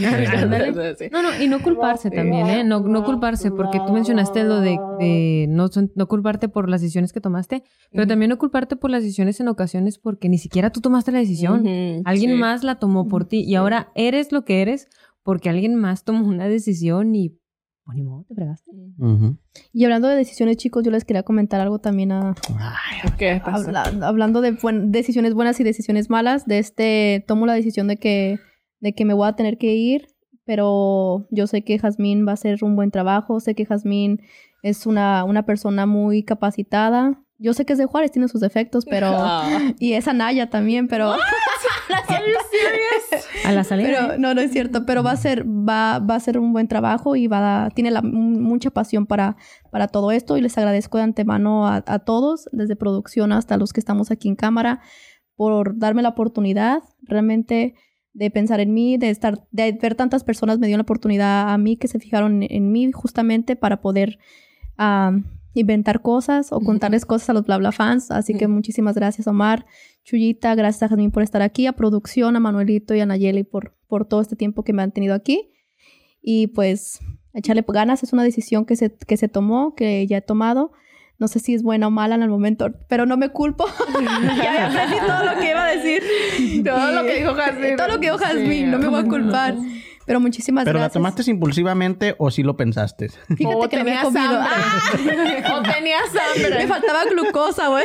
No, no, y no culparse también, ¿eh? No, no culparse, porque tú mencionaste lo de, de no, no culparte por las decisiones que tomaste, pero uh-huh. también no culparte por las decisiones en ocasiones porque ni siquiera tú tomaste la decisión. Uh-huh. Alguien sí. más la tomó por ti y ahora eres lo que eres porque alguien más tomó una decisión y... Pues ni modo, te fregaste. Uh-huh. Y hablando de decisiones, chicos, yo les quería comentar algo también a... Ay, ¿qué pasa? Habla, hablando de buen, decisiones buenas y decisiones malas, de este... Tomo la decisión de que, de que me voy a tener que ir, pero yo sé que Jasmine va a hacer un buen trabajo, sé que Jasmine es una, una persona muy capacitada. Yo sé que es de Juárez, tiene sus defectos, pero... Oh. Y es Anaya también, pero... ¿Are you serious? A la salida. Pero, no, no es cierto. Pero va a ser, va, va a ser un buen trabajo y va a, tiene la, mucha pasión para, para todo esto. Y les agradezco de antemano a, a todos, desde producción hasta los que estamos aquí en cámara, por darme la oportunidad realmente de pensar en mí, de estar, de ver tantas personas me dio la oportunidad a mí que se fijaron en, en mí justamente para poder um, inventar cosas o contarles cosas a los bla bla fans. Así que muchísimas gracias, Omar, Chuyita, gracias a Jasmine por estar aquí, a producción, a Manuelito y a Nayeli por, por todo este tiempo que me han tenido aquí. Y pues, echarle ganas, es una decisión que se, que se tomó, que ya he tomado. No sé si es buena o mala en el momento, pero no me culpo. Ya aprendí todo lo que iba a decir. Todo y, lo que dijo Jasmine. Todo lo que dijo Jasmine, sí. No me voy a culpar. Pero muchísimas ¿Pero gracias. ¿Pero la tomaste impulsivamente o sí lo pensaste? Fíjate o que no me he comido. ¡Ah! O tenías hambre. Me faltaba glucosa, güey.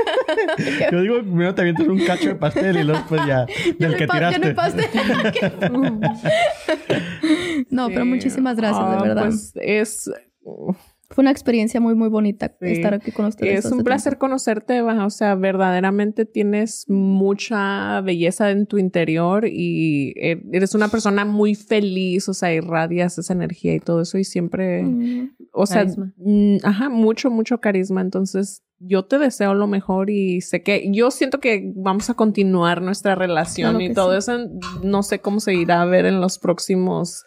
Yo digo, primero te avientas un cacho de pastel y luego después ya del que tiraste. No, sí. Pero muchísimas gracias, oh, de verdad. Pues es... Fue una experiencia muy, muy bonita sí. estar aquí con ustedes. Es un placer tiempo. conocerte, Eva. O sea, verdaderamente tienes mucha belleza en tu interior y eres una persona muy feliz, o sea, irradias esa energía y todo eso y siempre, mm. o sea, mm, ajá, mucho, mucho carisma. Entonces, yo te deseo lo mejor y sé que yo siento que vamos a continuar nuestra relación claro y todo sí. eso. No sé cómo se irá a ver en los próximos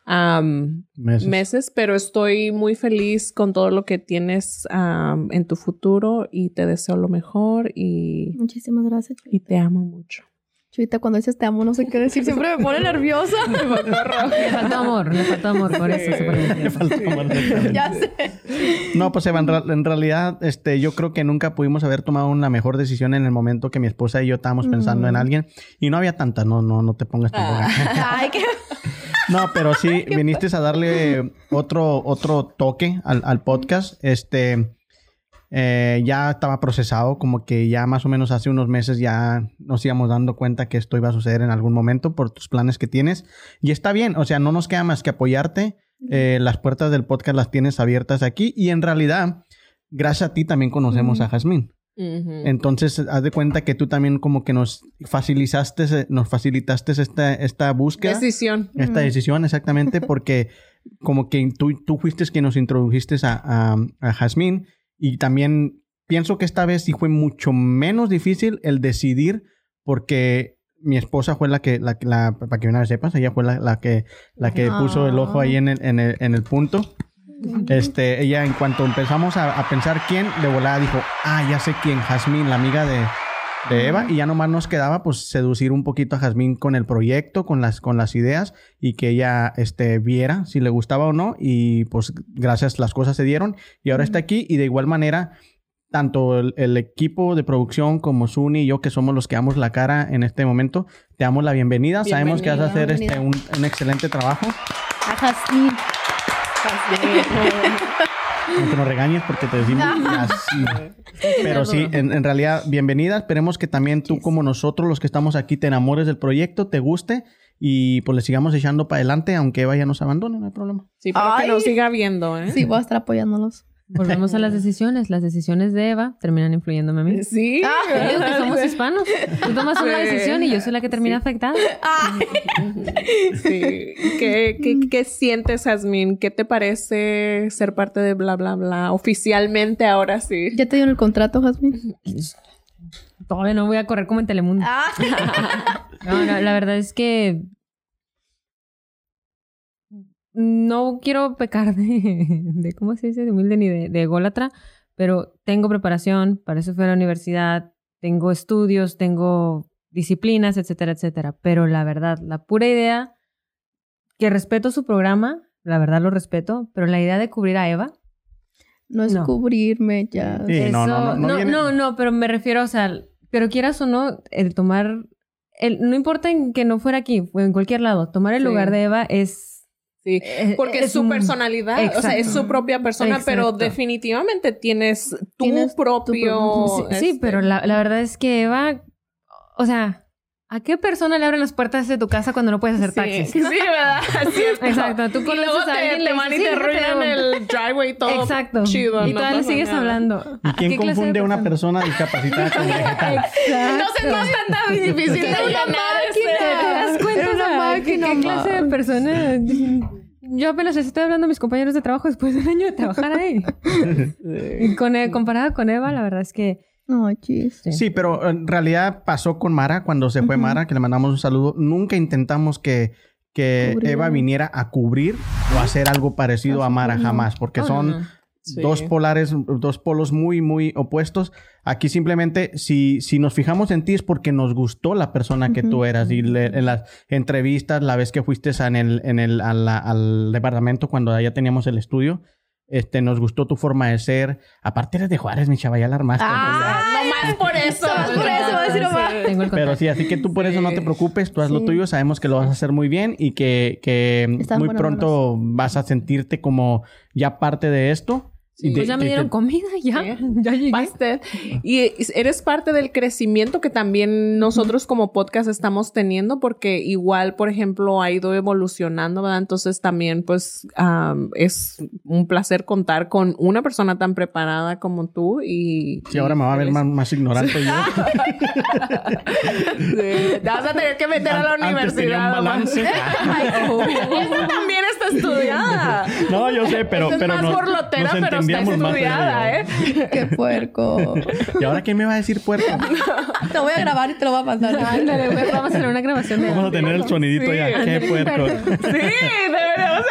um, meses. meses, pero estoy muy feliz con todo lo que tienes um, en tu futuro y te deseo lo mejor y... Muchísimas gracias. Y te amo mucho. Chulita, cuando dices te amo, no sé qué decir. Siempre me pone nerviosa. Le faltó amor, le faltó amor, por eso se pone Le faltó amor. Ya sé. No, pues Eva, en, ra- en realidad, este, yo creo que nunca pudimos haber tomado una mejor decisión en el momento que mi esposa y yo estábamos pensando mm. en alguien. Y no había tanta, no, no, no te pongas tampoco. Ay, qué... No, pero sí, viniste a darle otro, otro toque al, al podcast. Este... Eh, ya estaba procesado, como que ya más o menos hace unos meses ya nos íbamos dando cuenta que esto iba a suceder en algún momento por tus planes que tienes. Y está bien, o sea, no nos queda más que apoyarte. Eh, las puertas del podcast las tienes abiertas aquí. Y en realidad, gracias a ti también conocemos uh-huh. a Jazmín. Uh-huh. Entonces, haz de cuenta que tú también como que nos facilitaste, nos facilitaste esta, esta búsqueda. Decisión. Esta uh-huh. decisión, exactamente, porque como que tú, tú fuiste quien nos introdujiste a, a, a Jazmín. Y también pienso que esta vez sí fue mucho menos difícil el decidir porque mi esposa fue la que, la, la, para que una vez sepas, ella fue la, la que, la que oh. puso el ojo ahí en el, en el, en el punto. Este, ella en cuanto empezamos a, a pensar quién, de volada dijo, ah, ya sé quién, Jazmín, la amiga de, de Eva. Y ya nomás nos quedaba pues seducir un poquito a Jazmín con el proyecto, con las, con las ideas y que ella este, viera si le gustaba o no. Y pues gracias, las cosas se dieron y ahora mm. está aquí. Y de igual manera, tanto el, el equipo de producción como Suni y yo, que somos los que damos la cara en este momento, te damos la bienvenida. bienvenida Sabemos que vas a hacer este, un, un excelente trabajo. A Jazmín. Aunque nos regañes porque te decimos así. Pero sí, en, en realidad, bienvenida. Esperemos que también tú, como nosotros, los que estamos aquí, te enamores del proyecto, te guste y pues le sigamos echando para adelante, aunque Eva ya nos abandone, no hay problema. Sí, pero Ay. que nos siga viendo, ¿eh? Sí, voy a estar apoyándolos. Volvemos a las decisiones. Las decisiones de Eva terminan influyéndome a mí. Sí. Ah, digo que somos hispanos. Tú tomas una decisión y yo soy la que termina sí. afectada. Sí. ¿Qué, qué, ¿Qué sientes, Jazmín? ¿Qué te parece ser parte de bla, bla, bla? Oficialmente ahora sí. ¿Ya te dieron el contrato, Jazmín? Todavía no voy a correr como en Telemundo. Ah. No, no, la verdad es que no quiero pecar de, de ¿cómo se dice? De humilde ni de, de ególatra, pero tengo preparación, para eso fui a la universidad, tengo estudios, tengo disciplinas, etcétera, etcétera. Pero la verdad, la pura idea, que respeto su programa, la verdad lo respeto, pero la idea de cubrir a Eva... No es no. cubrirme ya. Sí, eso, no, no, no, no, no, viene... no, no, pero me refiero, o sea, pero quieras o no, el tomar... El, no importa en que no fuera aquí, o en cualquier lado, tomar el sí. lugar de Eva es... Sí, porque es, es su personalidad, exacto. O sea, es su propia persona, exacto. Pero definitivamente tienes tu ¿Tienes propio... Tu, sí, este... sí, pero la, la verdad es que Eva, o sea, ¿a qué persona le abren las puertas de tu casa cuando no puedes hacer sí. taxis? Sí, ¿verdad? Cierto. Exacto, tú conoces y luego a alguien te, te van y te arruinan el driveway y todo. Exacto. Chido, y no todavía le sigues nada. hablando. ¿Y quién confunde a una persona discapacitada con vegetal? Entonces no es tan difícil de llenar ese... ¿Te das cuenta? Una máquina, ¿qué clase de persona? Yo apenas estoy hablando a mis compañeros de trabajo después de un año de trabajar ahí. Y con, comparada con Eva, la verdad es que... Oh, chis. Sí. sí, pero en realidad pasó con Mara cuando se fue uh-huh. Mara, que le mandamos un saludo. Nunca intentamos que, que Eva viniera a cubrir o a hacer algo parecido a Mara, jamás, porque oh, son... No, no. Sí. Dos polares, dos polos muy, muy opuestos. Aquí simplemente, si, si nos fijamos en ti es porque nos gustó la persona que uh-huh. tú eras. Y le, en las entrevistas, la vez que fuiste en el, en el, a la, al departamento cuando ya teníamos el estudio, este, nos gustó tu forma de ser. Aparte eres de Juárez, mi chava, ya la armaste. Ah, no más por eso. No más por eso, voy a decir nomás. Sí. Pero sí, así que tú por sí. eso no te preocupes. Tú haz sí. lo tuyo. Sabemos que lo vas a hacer muy bien y que, que muy pronto manos. vas a sentirte como ya parte de esto. Sí, de, pues ya me dieron de, comida, ya, ¿sí? ya llegué. Pastel. Y eres parte del crecimiento que también nosotros como podcast estamos teniendo, porque igual, por ejemplo, ha ido evolucionando, ¿verdad? Entonces también, pues, um, es un placer contar con una persona tan preparada como tú y... Sí, ahora me va a ver más, más ignorante yo. Sí, te vas a tener que meter a la Antes universidad. Un balance. Oh. Esa también está estudiada. No, yo sé, pero... Esa pero es más no, borlotera, pero está estudiada, ¿eh? ¡Qué puerco! ¿Y ahora quién me va a decir puerco? Te voy a grabar y te lo voy a mandar. Ándale, vamos a hacer una grabación de... Vamos a tener el sonidito sí, ya. ¡Qué puerco! Sí, deberíamos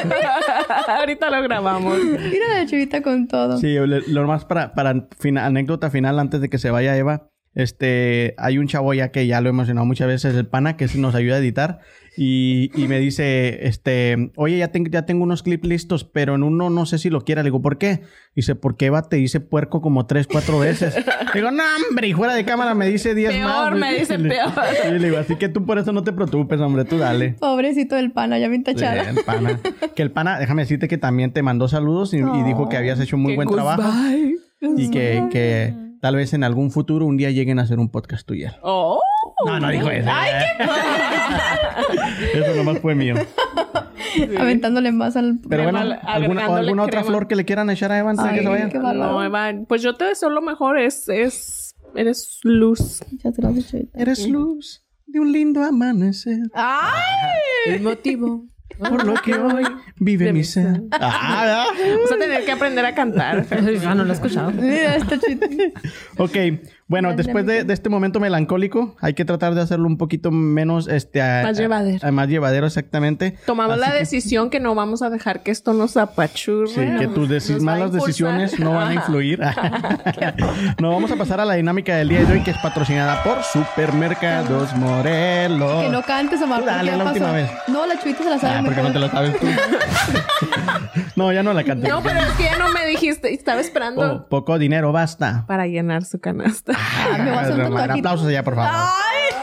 Ahorita lo grabamos. Mira la Chuyita con todo. Sí, lo más para, para fina, anécdota final antes de que se vaya Eva. Este, hay un chavo ya que ya lo he mencionado muchas veces, el pana, que nos ayuda a editar. Y, y me dice, este, oye, ya, ten, ya tengo unos clips listos, pero en uno no sé si lo quiera. Le digo, ¿por qué? Dice, porque Eva te dice puerco como tres, cuatro veces. Le digo, no, hombre, y fuera de cámara me dice diez más. Peor, me dice peor. Y le digo, así que tú por eso no te preocupes, hombre, tú dale. Pobrecito del pana, ya bien tachada. Sí, el pana. Que el pana, déjame decirte que también te mandó saludos y, oh, y dijo que habías hecho un muy buen trabajo. Y que, que tal vez en algún futuro un día lleguen a hacer un podcast tuyo. Oh. No, no dijo eso. Ay, qué Eso nomás fue mío. Sí. Aventándole más al... Pero bueno, ¿alguna, o alguna otra flor que le quieran echar a Eva antes de que se vaya? No, Eva, pues yo te deseo lo mejor. Es, es... Eres luz. Ya te lo has dicho. Eres luz de un lindo amanecer. ¡Ay! El motivo. Por lo que hoy vive mi ser. Ah, vamos a tener que aprender a cantar. Ya no lo he escuchado. Mira, está chido. Ok. Bueno, después de, de este momento melancólico, hay que tratar de hacerlo un poquito menos... este a, Más llevadero. A, a más llevadero, exactamente. Tomamos Así la que, decisión que no vamos a dejar que esto nos apachurre. Sí, que tus deci- malas decisiones no van a influir. No, vamos a pasar a la dinámica del día de hoy, que es patrocinada por Supermercados Morelos. Que no cantes, Omar. Tú dale ¿qué la pasó? última vez. No, la Chuyita se la sabe Ah, porque mejor. no te la sabes tú. No, ya no la canté. No, pero es que ya no me dijiste. Estaba esperando Oh, poco dinero basta. para llenar su canasta. Ah, me voy a hacer un tatuajito. Aplausos allá, por favor. ¡Ay!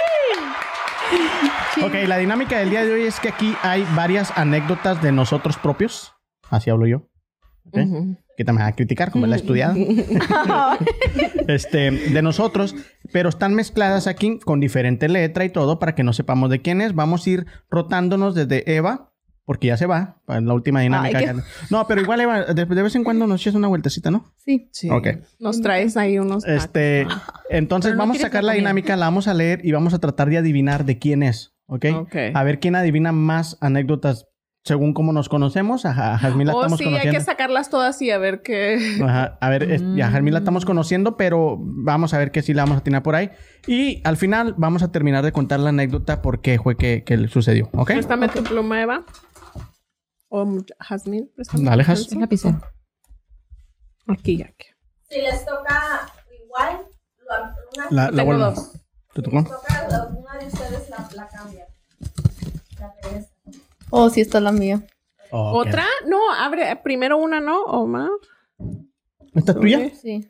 Ok, la dinámica del día de hoy es que aquí hay varias anécdotas de nosotros propios. Así hablo yo. ¿Okay? Uh-huh. Que te me vas a criticar, como la he estudiado. este, de nosotros, pero están mezcladas aquí con diferente letra y todo para que no sepamos de quién es. Vamos a ir rotándonos desde Eva, porque ya se va, para la última dinámica. Ay, qué... No, pero igual, Eva, de, de vez en cuando nos echas una vueltecita, ¿no? Sí. Sí. Ok. Nos traes ahí unos... Este, entonces no vamos a sacar la dinámica, la vamos a leer y vamos a tratar de adivinar de quién es, ¿ok? okay. A ver quién adivina más anécdotas según cómo nos conocemos. A, a Jazmín la oh, estamos sí, conociendo. Hay que sacarlas todas y a ver qué... Ajá. A ver, mm. a Jazmín la estamos conociendo, pero vamos a ver que sí la vamos a atinar por ahí. Y al final vamos a terminar de contar la anécdota por qué fue que, que le sucedió, ¿ok? Préstame tu pluma, Eva. O Jazmín, préstame. Dale, Jaz. El lapicero. Aquí, aquí. Si les toca igual, una... La, la Tengo vuelvo. dos. ¿Te si tocó? les toca una de ustedes, la, la cambia. La regresa. Oh, sí, esta es la mía. Oh, ¿Otra? Okay. No, abre primero una, ¿no? Omar. ¿Esta es tuya? Sí.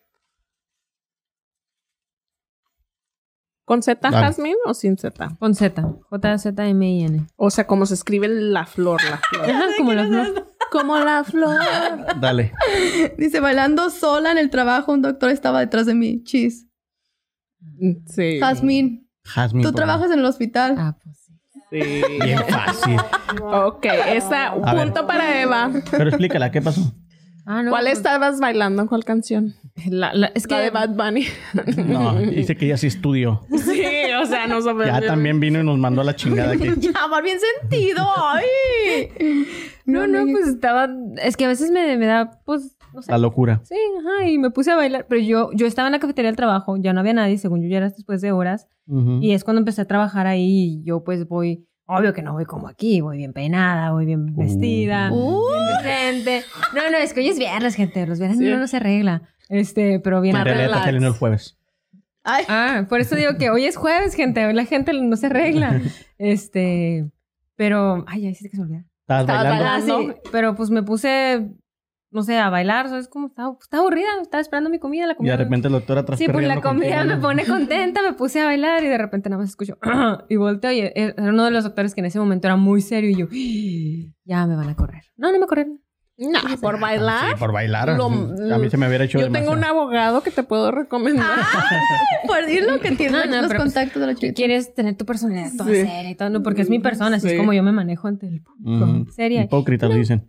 ¿Con Z, Jazmín, o sin Z? Con Z. J Z M I N. O sea, como se escribe la flor, la flor. Ajá, como la flor. Como la flor. Dale. Dice, bailando sola en el trabajo, un doctor estaba detrás de mí. Chis. Sí. Jazmín. Jazmín. Tú trabajas en el hospital. Ah, pues sí. Sí. Bien fácil. Ok, esa, un A punto ver. para Eva. Pero explícala, ¿qué pasó? Ah, no, ¿Cuál pues, estabas bailando? ¿Cuál canción? La, la, es que... La de Bad Bunny. No, dice que ella sí estudió. Sí, o sea, no sabemos. Ya también vino y nos mandó a la chingada aquí. Ya, va bien sentido. Ay. No, no, pues estaba... Es que a veces me, me da, pues, no sé. La locura. Sí, ajá, y me puse a bailar. Pero yo, yo estaba en la cafetería del trabajo, ya no había nadie, según yo ya era después de horas. Uh-huh. Y es cuando empecé a trabajar ahí y yo pues voy... Obvio que no voy como aquí, voy bien peinada, voy bien vestida, uh. bien decente. No, no, es que hoy es viernes, gente. Los viernes sí. no, no se arregla. Este, pero bien. En realidad está saliendo el jueves. Ay. Ah, por eso digo que hoy es jueves, gente. Hoy la gente no se arregla. Este, pero... Ay, ya hiciste que se me olvida. ¿Estabas bailando? Ah, sí, pero pues me puse... No sé, a bailar, ¿sabes cómo? Estaba, estaba aburrida, estaba esperando mi comida, la comida. Y de repente la doctora atrás. Sí, pues la comida contigo. Me pone contenta, me puse a bailar y de repente nada más escucho y volteo y era uno de los doctores que en ese momento era muy serio y yo, ya me van a correr. No, no me corrieron. No, ¿por bailar? Sí, por bailar. Lo, a mí se me hubiera hecho Yo demasiado. tengo un abogado que te puedo recomendar. Ah, por decirlo que tiene no, no, los contactos de la chica. Quieres tener tu personalidad toda sí. seria y todo, no, porque es mi persona, así sí. es como yo me manejo ante el público. Mm, seria. Hipócrita, no. lo dicen.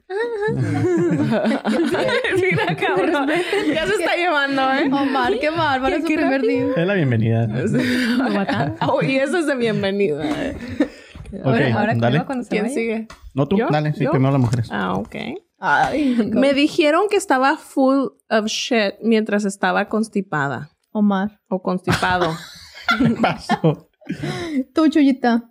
Mira, cabrón. Ya se está llevando, ¿eh? Omar, qué bárbaro, es su primer día. Es la bienvenida. Oh, y eso es de bienvenida. ¿eh? Okay, ahora, ahora dale. ¿Quién vaya? sigue? No, tú, ¿Yo? dale, sí, ¿Yo? primero las mujeres. Ah, ok. Ay, me dijeron que estaba full of shit mientras estaba constipada. Omar. O constipado. ¿Qué pasó? Tú, Chuyita.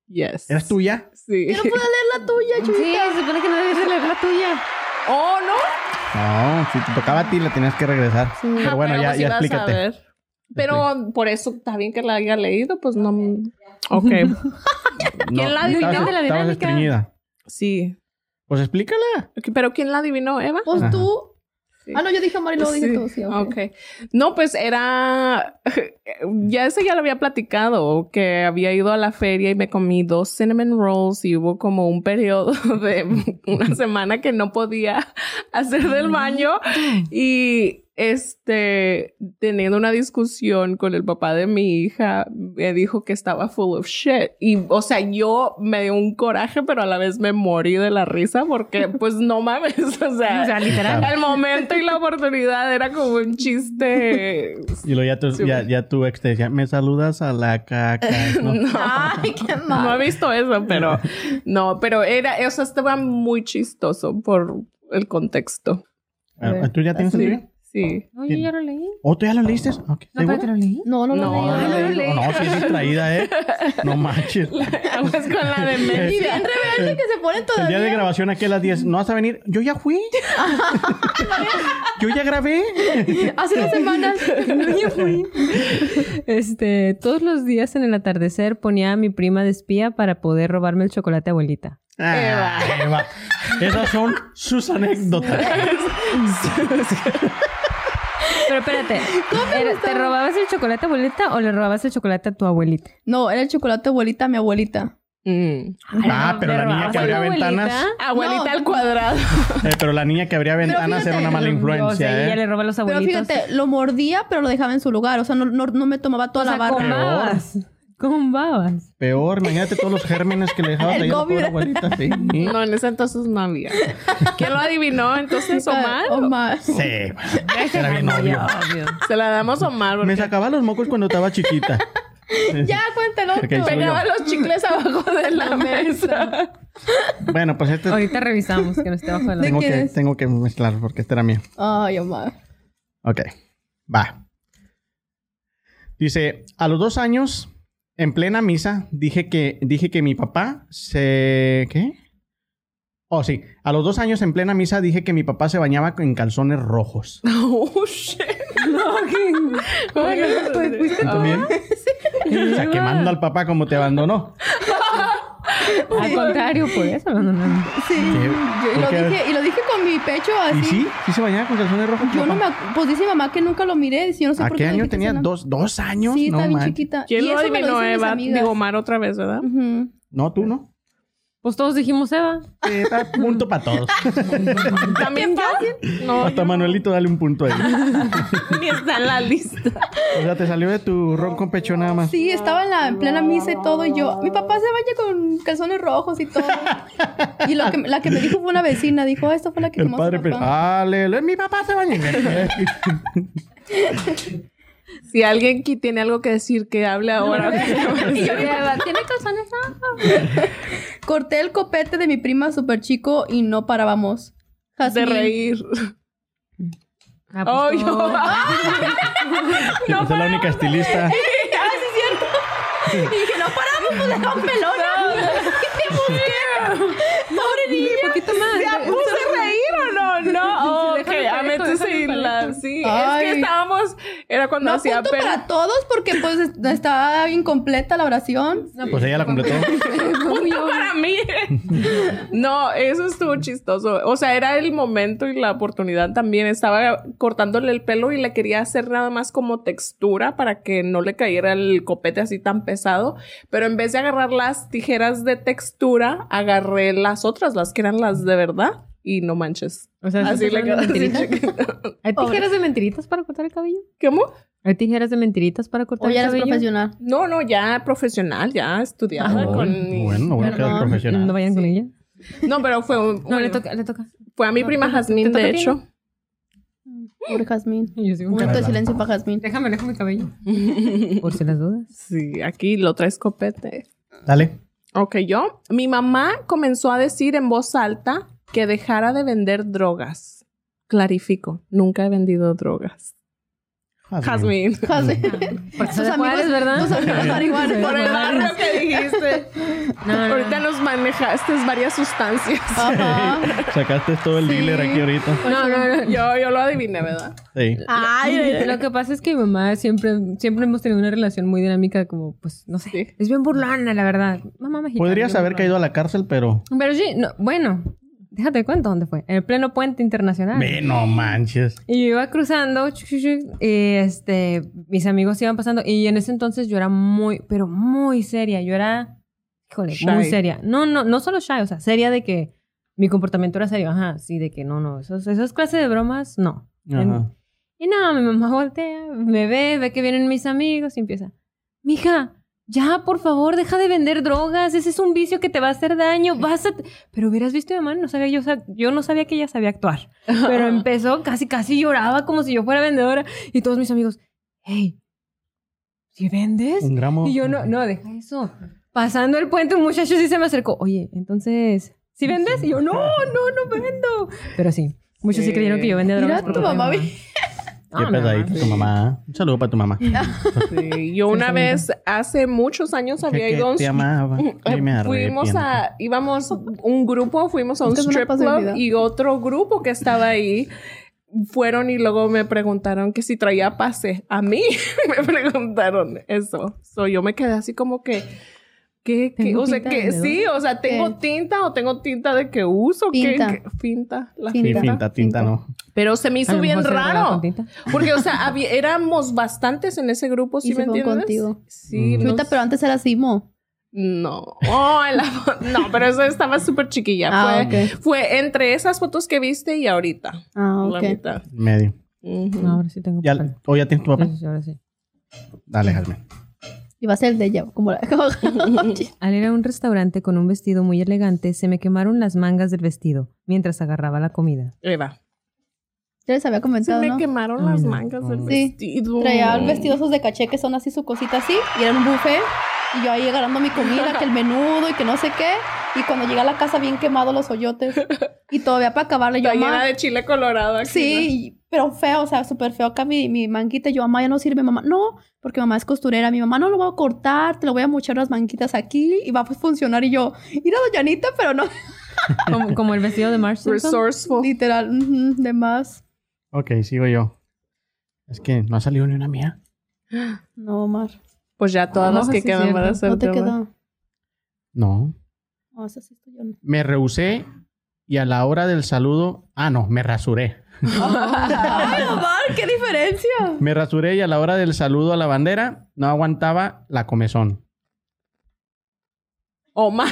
Yes. ¿Eres tuya? Sí. Yo no puedo leer la tuya, Chuyita. Sí, se supone que no debes de leer la tuya. Oh, ¿no? No, si te tocaba a ti, la tenías que regresar. Sí. Pero bueno, Pero ya, pues ya ibas a explícate. ver. Pero por eso está bien que la haya leído, pues no. Ok. ¿Quién la adivinó? Estabas, de la estabas dinámica? estreñida. Sí. Pues explícala. ¿Pero quién la adivinó, Eva? Pues Ajá. tú. Sí. Ah, no, yo dije amor y luego dije Sí. tú. Sí, ok. Ok. No, pues era... Ya ese ya lo había platicado, que había ido a la feria y me comí dos cinnamon rolls y hubo como un periodo de una semana que no podía hacer del baño y este, teniendo una discusión con el papá de mi hija, me dijo que estaba full of shit. Y, o sea, yo me dio un coraje, pero a la vez me morí de la risa porque, pues, no mames, o sea, O sea, literal. el momento y la oportunidad era como un chiste. Y luego ya tu, Sí. ya, ya tu ex te decía, me saludas a la caca. ¿no? No. Ay, qué No mal. he visto eso, pero no, pero era, o sea, estaba muy chistoso por el contexto. Ah, ¿Tú ya tienes el Sí, tuyo? sí. No, yo ya lo leí. ¿O tú ya lo leíste? Okay. No, ¿Segura? pero te lo leí. No, no, No, no. no, no, no, no, no. Oh, no, sí es distraída, ¿eh? No manches. Aguas con la de Y Messi. bien rebelde que se ponen El día de todavía. grabación aquí a las diez. ¿No vas a venir? Yo ya fui. Yo ya grabé. Hace dos semanas. Yo fui. Este, todos los días en el atardecer ponía a mi prima de espía para poder robarme el chocolate abuelita. Ah, Eva. Esas son sus anécdotas. Pero espérate, ¿era- ¿te robabas el chocolate abuelita o le robabas el chocolate a tu abuelita? No, era el chocolate abuelita, mi abuelita. Mm. Ah, pero la niña que abría ventanas. Abuelita No. al cuadrado. Eh, pero la niña que abría ventanas fíjate, era una mala O influencia, sea, ella ¿eh? le roba a los Pero abuelitos. fíjate, lo mordía, pero lo dejaba en su lugar. O sea, no, no, no me tomaba toda O sea, la barra. con babas. Con babas. Peor, imagínate todos los gérmenes que le dejabas El ahí a la COVID. pobre abuelita. Sí. No, en ese entonces no había. ¿Quién lo adivinó? Entonces, Omar. Omar. Sí, era bien obvio. Se la damos a Omar. Me Porque sacaba los mocos cuando estaba chiquita. Ya, cuéntalo. Ok, soy pegaba yo. los chicles abajo de la mesa. Bueno, pues este Ahorita revisamos que no esté bajo de la... tengo quién que, es? tengo que mezclar porque este era mío. Ay, Omar. Ok, va. Dice, a los dos años, en plena misa, dije que, dije que mi papá se... ¿Qué? Oh, sí. A los dos años, en plena misa, dije que mi papá se bañaba en calzones rojos. Oh, shit. pues, ¿También? O sea, quemando al papá como te abandonó. Al contrario, por eso abandonaron. Sí. Yo- y, ¿Por lo qué? dije, y lo dije con mi pecho así. ¿Y sí? ¿Sí se bañaba con calzones rojos? Yo no me... papá? ac- Pues dice mi mamá que nunca lo miré. Yo no sé ¿A por qué qué. año dijiste tenía? eso, ¿no? ¿Dos, ¿Dos años? Sí, no está bien man. chiquita. ¿Quién Y lo eso me adivinó, dicen mis Eva? amigas. Digo, Omar otra vez, ¿verdad? Ujú. No, tú no. Pues todos dijimos Eva. Sí, está punto para todos. ¿También yo? No, Hasta Manuelito dale un punto ahí. ni está en la lista. O sea, te salió de tu ron con pecho nada más. Sí, estaba en la en plena misa y todo. Y yo, mi papá se baña con calzones rojos y todo. Y lo que, la que me dijo fue una vecina. Dijo, esta fue la que El quemó a su padre, pero, papá. aleluya, mi papá se baña. Si alguien aquí tiene algo que decir, que hable ahora. Y yo, Eva, ¿tiene calzones rojos? Corté el copete de mi prima súper chico y no parábamos. De Jazmín. reír. Ah, Oh, pues, yo. no. Sí, pues es la única estilista. Ah, sí, cierto. Y dije, no paramos, pues deja un pelón. ¿Qué busqué? Pobre niña. Un poquito más. ¿Ya puse a reír o no? No. Sí, Ok, déjame a parejo, meter déjame sí, la, parejo. sí. Ay. Es que estábamos. Era cuando No hacía punto pero para todos porque pues es- está incompleta la oración. No, Pues ella la completó. punto para mí. No, eso estuvo chistoso. O sea, era el momento y la oportunidad también. Estaba cortándole el pelo y le quería hacer nada más como textura para que no le cayera el copete así tan pesado. Pero en vez de agarrar las tijeras de textura, agarré las otras, las que eran las de verdad. Y no manches. O sea, Así le quedó así mentiritas. chiquito. ¿Hay tijeras de mentiritas para cortar el cabello? ¿Cómo? ¿Hay tijeras de mentiritas para cortar O ya el eres cabello? profesional. No, no, ya profesional, ya estudiada Ay, con mis- bueno, bueno, quedar Perdón. profesional. No vayan con ella. No, pero fue un, No, un- le toca, le toca. fue a mi No, prima te- te Jazmín, toca de a ti, hecho. ¿no? Pobre Jazmín. Yo soy Un un momento de Claro. silencio para Jazmín. Déjame, déjame mi cabello. Por si las dudas. Sí, aquí lo traes copete. Dale. Ok, yo. Mi mamá comenzó a decir en voz alta que dejara de vender drogas. Clarifico, nunca he vendido drogas. Jazmín. Jazmín. Porque sus amigos, es ¿verdad? Tus amigos marihuanos. Por el barrio que dijiste. No, no. Ahorita nos manejaste varias sustancias. Ajá. Sacaste todo el Sí. dealer aquí ahorita. No, no, no. Yo, yo lo adiviné, ¿verdad? Sí. Ay, lo que pasa es que mi mamá siempre, siempre hemos tenido una relación muy dinámica, como, pues, no sé. Sí. Es bien burlona, la verdad. Mamá mexicana. Podrías bien haber burlona. caído a la cárcel, pero... Pero sí, no, bueno, déjate cuento dónde fue. En el pleno puente internacional. Ve, no manches. Y yo iba cruzando, chuc, chuc, chuc, y este, mis amigos iban pasando. Y en ese entonces yo era muy, pero muy seria. Yo era, híjole, Shy. muy seria. No, no, no solo shy, o sea, seria de que mi comportamiento era serio. Ajá, sí, de que no, no, esos, esas clases de bromas, no. Ajá. Y no, mi mamá voltea, me ve, ve que vienen mis amigos y empieza, mija, ya, por favor, deja de vender drogas, ese es un vicio que te va a hacer daño, vas a... Pero hubieras visto a mi mamá, no sabía yo, o sea, yo no sabía que ella sabía actuar. Pero empezó, casi, casi lloraba como si yo fuera vendedora. Y todos mis amigos, hey, ¿sí vendes? Un gramo. Y yo, no, no, deja eso. Pasando el puente, un muchacho sí se me acercó, oye, entonces, ¿sí vendes? Y yo, no, no, no vendo. Pero sí, muchos sí creyeron que yo vendía drogas. Mira, por tu culpa de mamá. mi vi- Qué Ah, pesadito no, tu mamá. Un saludo para tu mamá. Sí. Yo una Sí, vez, hace muchos años, había Que- ido a que un... te amaba. Y me Fuimos arrepiento. a... Íbamos... Un grupo, fuimos a un Es que es una strip club posibilidad. y otro grupo que estaba ahí fueron y luego me preguntaron que si traía pase. A mí me preguntaron eso. So, yo me quedé así como que... ¿Qué? qué? Tengo O sea, pinta de que vendedora. sí, o sea, ¿tengo ¿Qué? tinta o tengo tinta de que uso? ¿Qué- Pinta. qué? Finta. La Sí, Tinta. finta, tinta, no. Pero se me A hizo lo bien mejor se regala raro. con tinta. Porque, o sea, había- éramos bastantes en ese grupo, ¿sí Y me se fueron entiendes? contigo. Sí. Mm. no Ahorita, sé. pero antes era Simo. No. Oh, en la fo- no, pero eso estaba súper chiquilla. Ah, fue, ok. fue entre esas fotos que viste y ahorita. Ah, La ok. mitad. Medio. Ujú. No, ahora sí tengo ¿Ya, papel. ¿O ya tienes tu papel? Sí, sí, ahora sí. Dale, Jasmine. Y va a ser el de ella, como la... Al ir a un restaurante con un vestido muy elegante, se me quemaron las mangas del vestido mientras agarraba la comida. Eva. Ya les había Se comentado, me ¿no? quemaron Ay, las no. mangas del Sí. vestido. Traía vestidos esos de caché que son así su cosita así. Y era un buffet. Y yo ahí agarrando mi comida, que el menudo y que no sé qué. Y cuando llegué a la casa bien quemados los hoyotes. Y todavía para acabarle yo, Está llena mamá... de chile colorado aquí. Sí, y- pero feo, o sea, súper feo acá mi, mi manguita. Yo, mamá, ya no sirve, mamá. No, porque mamá es costurera. Mi mamá, no lo voy a cortar, te lo voy a mochar las manguitas aquí y va a funcionar. Y yo, mira, doña Anita, pero no. Como, como el vestido de Marsh ¿no? Simpson. Resourceful. Literal, ujú, de más. Ok, sigo yo. Es que no ha salido ni una mía. No, Omar. Pues ya todas No, las que sí, quedan cierto. van a ser. No te tema. queda. No. No, esa sí estoy yo. No. Me rehusé y a la hora del saludo... Ah, no, me rasuré. ¡Ay, Omar! ¡Qué diferencia! Me rasuré y a la hora del saludo a la bandera no aguantaba la comezón. Omar.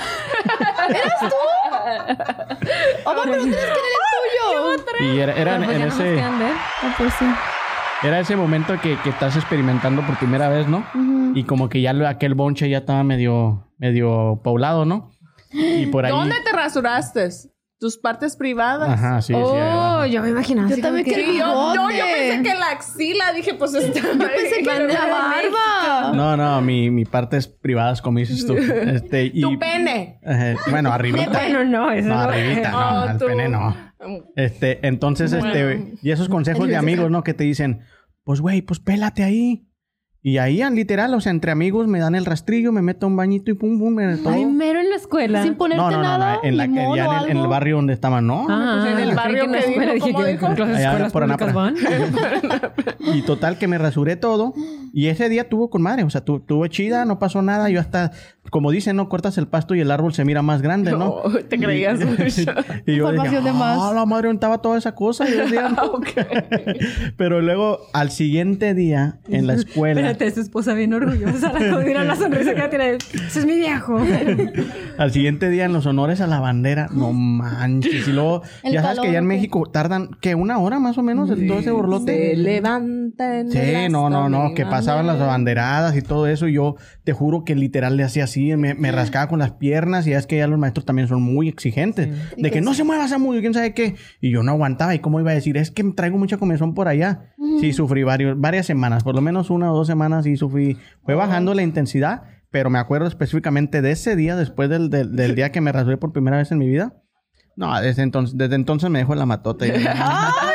Omar, pero tienes que leer el tuyo. Y era, era Pero en, pues en ya no nos ese, quedan ver. Ah, pues sí. era ese momento que, que estás experimentando por primera vez, ¿no? Ujú. Y como que ya lo- aquel bonche ya estaba medio, medio poblado, ¿no? Y por ahí... ¿Dónde te rasuraste? ¿Tus partes privadas? Ajá, sí, sí. Oh, abajo. yo me imaginaba. Yo así también como que- quería- Sí, yo, no, yo ¿Dónde? pensé que la axila, dije, pues está. Yo Pensé que era la barba. No, no, mi, mi partes privadas, como dices tú. Este, y, Tu pene. eh, bueno, arribita. Bueno, no, eso No, no. arribita, no, Oh, al tú. pene no. Este, entonces, Bueno. este, y esos consejos de amigos, ¿no? Que te dicen, pues, güey, pues pélate ahí. Y ahí, literal, o sea, entre amigos me dan el rastrillo, me meto a un bañito y pum, pum, me todo. Ay, mero en la escuela. Sin ponerte No, no, no, nada. no, en, la, limón ya o en, el, en el algo. barrio donde estaban, ¿no? Ah, Pues en el barrio en la que escuela dijo, dije ¿cómo que dijo? en las Allá escuelas por públicas Anápara. van. Y total que me rasuré todo. Y ese día tuvo con madre. O sea, tu, tuvo chida, no pasó nada. Yo hasta, como dicen, no cortas el pasto y el árbol se mira más grande, ¿no? No, te creías mucho. Y yo Información dije, de más. ah, la madre, ¿dónde estaba toda esa cosa? Y yo decía, no. Pero luego, al siguiente día, en la escuela, Espérate, su esposa bien orgullosa. Mira la sonrisa que tiene. Ese es mi viejo. al siguiente día en los honores a la bandera, no manches. Y luego, El ya sabes calor, que ya en ¿o qué? México tardan, ¿qué? Una hora más o menos, en todo ese borlote. Se levantan. Sí, no, no, no, que pasaban las banderadas y todo eso. Y yo te juro que literal le hacía así, me, me rascaba con las piernas. Y ya es que ya los maestros también son muy exigentes. De que no se mueva Samuel, quién sabe qué. Y yo no aguantaba. ¿Y cómo iba a decir? Es que traigo mucha comezón por allá. Sí, sufrí varios, varias semanas, por lo menos una o dos semanas sí sufrí. Fue bajando la intensidad, pero me acuerdo específicamente de ese día, después del, del, del día que me rasuré por primera vez en mi vida. No, desde entonces, desde entonces me dejó la matota. Y- ¡Ay, Omar!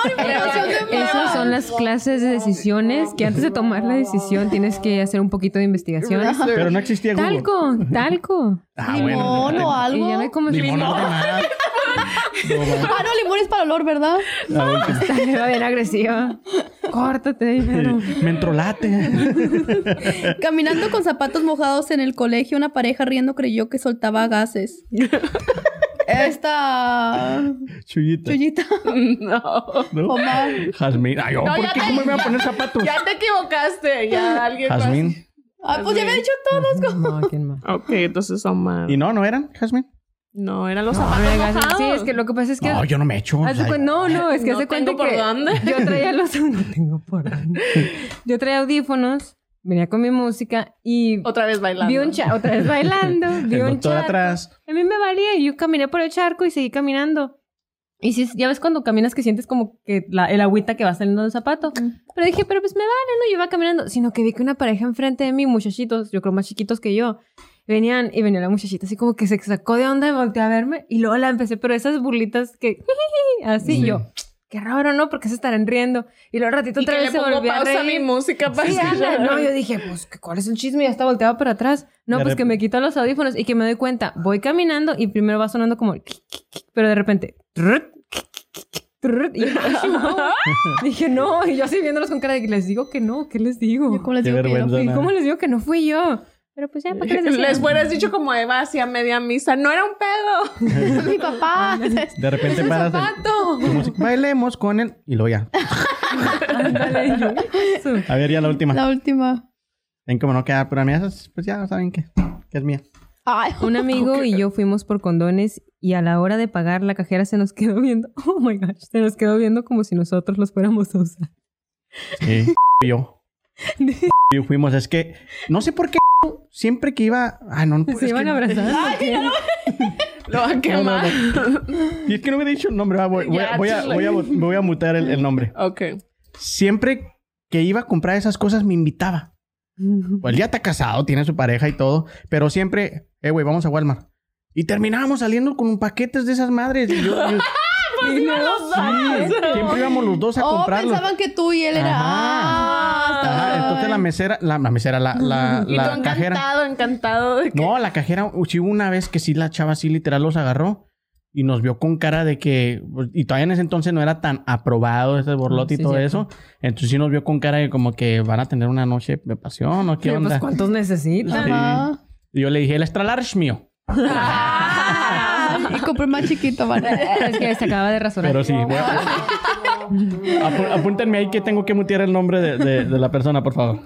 información de más. Esas son las clases de decisiones que antes de tomar la decisión tienes que hacer un poquito de investigación. Pero no existía Google. Talco, talco. Ah, Limón bueno. o algo. Y ya no hay como Limón no limón. hace nada. No, man. Ah, no, limón es para olor, ¿verdad? Está bien agresiva. Córtate, dinero. Mentrolate. Caminando con zapatos mojados en el colegio, una pareja riendo creyó que soltaba gases. Esta... Chuyita. Chuyita. No. ¿No? Omar. Jazmín. Ay, oh, No, ¿por ya qué? te- ¿Cómo me voy a poner zapatos? Ya te equivocaste. Ya alguien más. Jazmín. Ay, pues ya me he dicho todos. como- No, ¿quién más? Ok, entonces Omar. ¿Y no? ¿No eran, Jazmín? No, eran los No, zapatos no, no, mojados. sí, es que lo que pasa es que... No, yo no me echo. Haz de Ay, cuen- no, no, es que No hace cuenta tengo por que dónde. yo traía los... No tengo por dónde. Yo traía audífonos, venía con mi música y Otra vez bailando. vi un charco, otra vez bailando, vi El un doctor charco. atrás. A mí me valía y yo caminé por el charco y seguí caminando. Y si, ya ves cuando caminas que sientes como que la, el agüita que va saliendo del zapato. Pero dije, pero pues me vale, ¿no? Yo iba caminando. Sino que vi que una pareja enfrente de mí, muchachitos, yo creo más chiquitos que yo, venían y venía la muchachita así como que se sacó de onda y volteó a verme. Y luego la empecé, pero esas burlitas que... así, Sí. y yo... Qué raro, ¿no? Porque se estarán riendo. Y luego al ratito Y otra que vez le se pongo volvió a pausa a reír. mi música para Sí, escuchar. anda. No, yo dije, pues, ¿cuál es el chisme? Ya está volteado para atrás. No, De pues rep- que me quito los audífonos y que me doy cuenta. Voy caminando y primero va sonando como... Pero de repente... Y yo, ay, no. Dije, no. Y yo así viéndolos con cara de que les digo que no. ¿Qué les digo? Yo, ¿cómo les Qué digo que no vergüenza. fui? ¿Y cómo les digo que no fui yo? Pero pues ya, ¿para qué les decía? Les hubieras dicho como Eva hacía media misa. No era un pedo. Mi papá. De repente paras. de- ¡Zapato! tu música. Bailemos con él. Y luego ya. Ándale, yo, eso. A ver, ya la última. La última. Ven como no queda pura mía. esas, Pues ya saben que, que es mía. Ay, Un amigo y yo fuimos por condones y a la hora de pagar la cajera se nos quedó viendo. Oh my gosh, se nos quedó viendo como si nosotros los fuéramos a usar. Sí. Y yo. Y fuimos. Es que no sé por qué siempre que iba. Ah, no. Se es iban que- a abrazar. Lo va a No, no, quemar. no. Y es que no me he dicho el nombre. va, Voy, voy a- Ya, voy a, chile. voy, a, voy a mutar el, el nombre. Ok. Siempre que iba a comprar esas cosas me invitaba. Pues él ya está casado, tiene su pareja y todo. Pero siempre, eh, güey, vamos a Walmart. Y terminábamos saliendo con paquetes de esas madres. Y yo, yo- Pues iban los sí, dos. siempre íbamos los dos a oh, comprarlos. pensaban que tú y él era... Ajá. Ah, Ajá, entonces la mesera, la, la mesera, la, la, Y la tú cajera. encantado, encantado de que... No, la cajera, sí hubo una vez que sí la chava sí literal los agarró y nos vio con cara de que, pues, y todavía en ese entonces no era tan aprobado ese borlote y Sí, todo cierto. eso. Entonces sí nos vio con cara de como que van a tener una noche de pasión o qué Pero, onda. pues, ¿cuántos necesitan? Ajá. Y yo le dije, el extra large es mío. Ay, y compré más chiquito, ¿vale? Es que se acaba de rasurar. Pero sí. voy a- Apú- apúntenme ahí que tengo que mutear el nombre de, de- de la persona, por favor.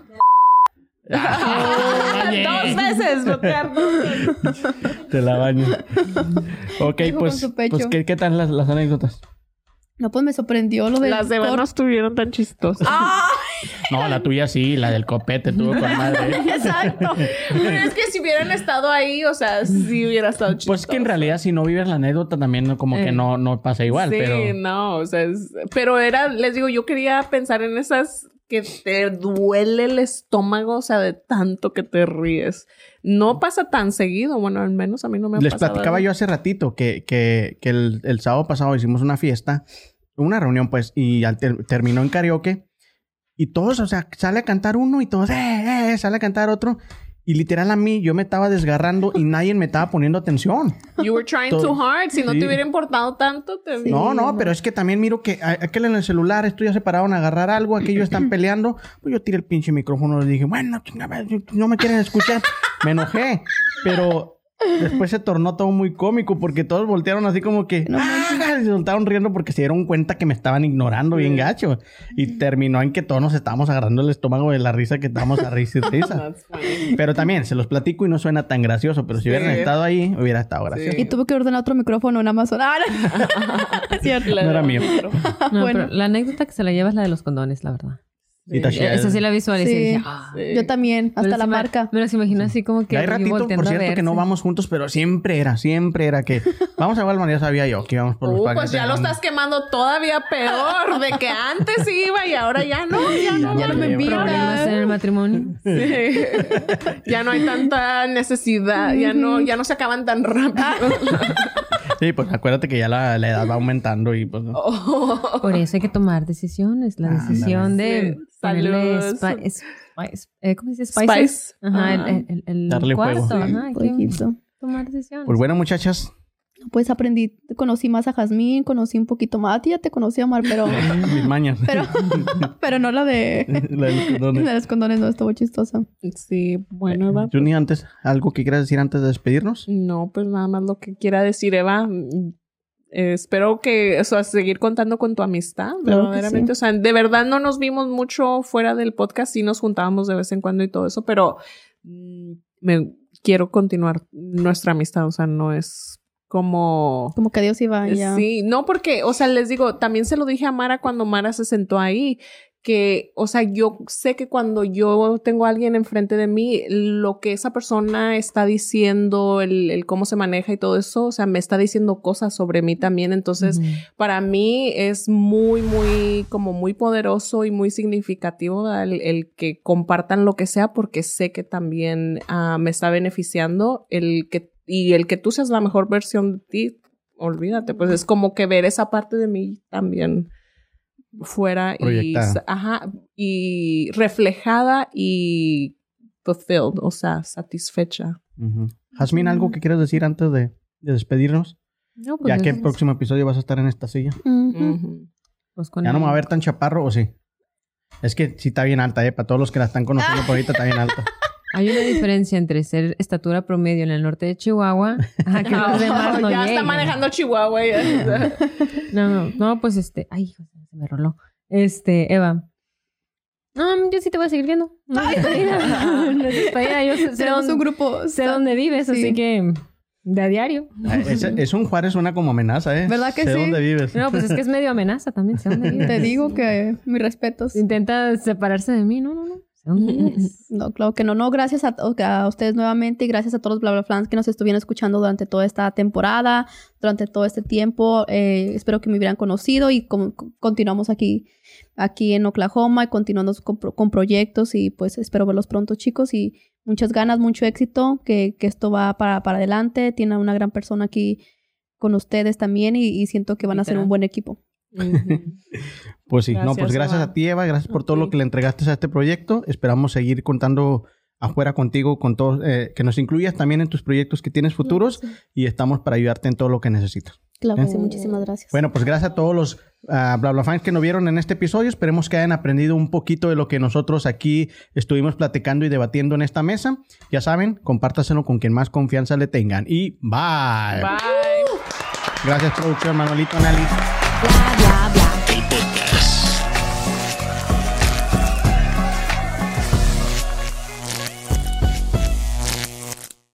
Dos veces, bloquear dos veces. Te la baño. Ok, Dijo con pues, su pecho. pues ¿qué, qué tal las, las anécdotas? No, pues me sorprendió lo de... Las de Eva no estuvieron tan chistosas. No, la tuya sí, la del copete tuvo con madre. Exacto. Pero es que si hubieran estado ahí, o sea, sí hubiera estado chistoso. Pues que en realidad si no vives la anécdota también no, como que Eh. no, no pasa igual, sí, pero... no, o sea, es- pero era, les digo, yo quería pensar en esas que te duele el estómago, o sea, de tanto que te ríes. No pasa tan seguido, bueno, al menos a mí no me ha Les pasado. platicaba yo hace ratito que, que, que el, el sábado pasado hicimos una fiesta, una reunión pues, y al ter- terminó en karaoke. Y todos, o sea, sale a cantar uno y todos, eh, eh, sale a cantar otro. Y literal a mí, yo me estaba desgarrando y nadie me estaba poniendo atención. You were trying Todo- too hard. Si no Sí. te hubiera importado tanto, te... No, no, pero es que también miro que a- aquel en el celular, esto ya se pararon a agarrar algo, aquellos están peleando. Pues yo tiré el pinche micrófono y les dije, bueno, chingada, no me quieren escuchar. Me enojé, pero después se tornó todo muy cómico porque todos voltearon así como que ¡ah! Se soltaron riendo porque se dieron cuenta que me estaban ignorando bien gacho. Y terminó en que todos nos estábamos agarrando el estómago de la risa que estábamos a risa y risa. That's funny. Pero también, se los platico y no suena tan gracioso, pero si Sí. hubieran estado ahí, hubiera estado gracioso. Sí. Y tuve que ordenar otro micrófono en Amazon. Ah, no. Es cierto. No era mío. No, Bueno. pero la anécdota que se la lleva es la de los condones, la verdad. Sí, está chida. Esa sí la visualicé. Sí. Y dije, ah. Sí. Yo también. Hasta Me la las ima- marca. Me las imagino así como que Ya hay yo ratito, volteando por a cierto, que no verse. vamos juntos, pero siempre era, siempre era que vamos a Walmart, ya sabía yo que íbamos por los Uh, paquetes. pues ya lo estás quemando todavía peor de que antes iba y ahora ya no, ya no. Ya no me lleva. Problemas en invitas. el matrimonio. Sí. Ya no hay tanta necesidad, ya no, ya no se acaban tan rápido. Sí, pues acuérdate que ya la, la edad va aumentando y pues... Oh. Por eso hay que tomar decisiones. La decisión Ah, de sí. ponerle Salud. spi- spice, eh, ¿cómo se dice? Spices. Spice. Ajá, Ajá. el, el, el Darle cuarto. fuego. Ajá, hay que Poquito. tomar decisiones. Pues bueno, muchachas, Pues aprendí, conocí más a Jazmín, conocí un poquito más. A ti ya te conocí, Omar, pero... mis mañas. pero, pero no la de... La de los condones. La de los condones no estuvo chistosa. Sí, bueno, Eva. Juni, antes, ¿algo que quieras decir antes de despedirnos? No, pues nada más lo que quiera decir, Eva. Mm, eh, espero que, o sea, seguir contando con tu amistad, Claro que verdaderamente. sí. O sea, de verdad no nos vimos mucho fuera del podcast, sí nos juntábamos de vez en cuando y todo eso, pero mm, me quiero continuar nuestra amistad, o sea, no es como... Como que Dios iba ya. Sí, no porque, o sea, les digo, también se lo dije a Mara cuando Mara se sentó ahí, que, o sea, yo sé que cuando yo tengo a alguien enfrente de mí, lo que esa persona está diciendo, el, el cómo se maneja y todo eso, o sea, me está diciendo cosas sobre mí también. Entonces, Ujú. para mí es muy, muy, como muy poderoso y muy significativo, ¿verdad? el, el que compartan lo que sea, porque sé que también uh, me está beneficiando el que, y el que tú seas la mejor versión de ti, olvídate, pues es como que ver esa parte de mí también fuera y, Proyectada. ajá, y reflejada y fulfilled, o sea, satisfecha. Uh-huh. Jazmín, ¿algo que quieras decir antes de, de despedirnos? No, pues Ya que es- el próximo episodio vas a estar en esta silla. Ujú. Ujú. pues con ¿Ya no el- me va a ver tan chaparro o sí? Es que sí está bien alta, ¿eh? Para todos los que la están conociendo por ahorita está bien alta. Hay una diferencia entre ser estatura promedio en el norte de Chihuahua a que los demás no ya está lleguen. manejando Chihuahua. Ya. No, no, no, pues este... Ay, hijo, se me roló. Este, Eva. No, yo sí te voy a seguir viendo. No es despedida. No es despedida. Yo sé, sé Tenemos dónde, un grupo. sé dónde vives, Sí. así que... De a diario. Es, es un Juárez suena como amenaza, ¿eh? ¿Verdad que sé sí? dónde vives. No, pues es que es medio amenaza también. Sé dónde vives. Te digo que mis respetos. Intenta separarse de mí. No, no, no. Sé dónde vives. No, claro que no. No, gracias a, a ustedes nuevamente y gracias a todos los bla bla flans que nos estuvieron escuchando durante toda esta temporada, durante todo este tiempo. Eh, espero que me hubieran conocido y con- continuamos aquí, aquí en Oklahoma y continuando con, pro- con proyectos y pues espero verlos pronto, chicos, y muchas ganas, mucho éxito, que, que esto va para, para adelante. Tiene una gran persona aquí con ustedes también y, y siento que van a ser Literal. un buen equipo. Pues sí, no, pues Gracias, gracias Eva. a ti, Eva. Gracias por todo A lo ti. que le entregaste a este proyecto. Esperamos seguir contando afuera contigo, con todo, eh, que nos incluyas también en tus proyectos que tienes futuros y estamos para ayudarte en todo lo que necesitas. Claro que ¿Eh? sí, muchísimas gracias. Bueno, pues gracias a todos los uh, bla bla fans que nos vieron en este episodio. Esperemos que hayan aprendido un poquito de lo que nosotros aquí estuvimos platicando y debatiendo en esta mesa. Ya saben, compártaselo con quien más confianza le tengan. Y bye. Bye. Gracias, producción, Manuelito, Annalise. Bla, bla,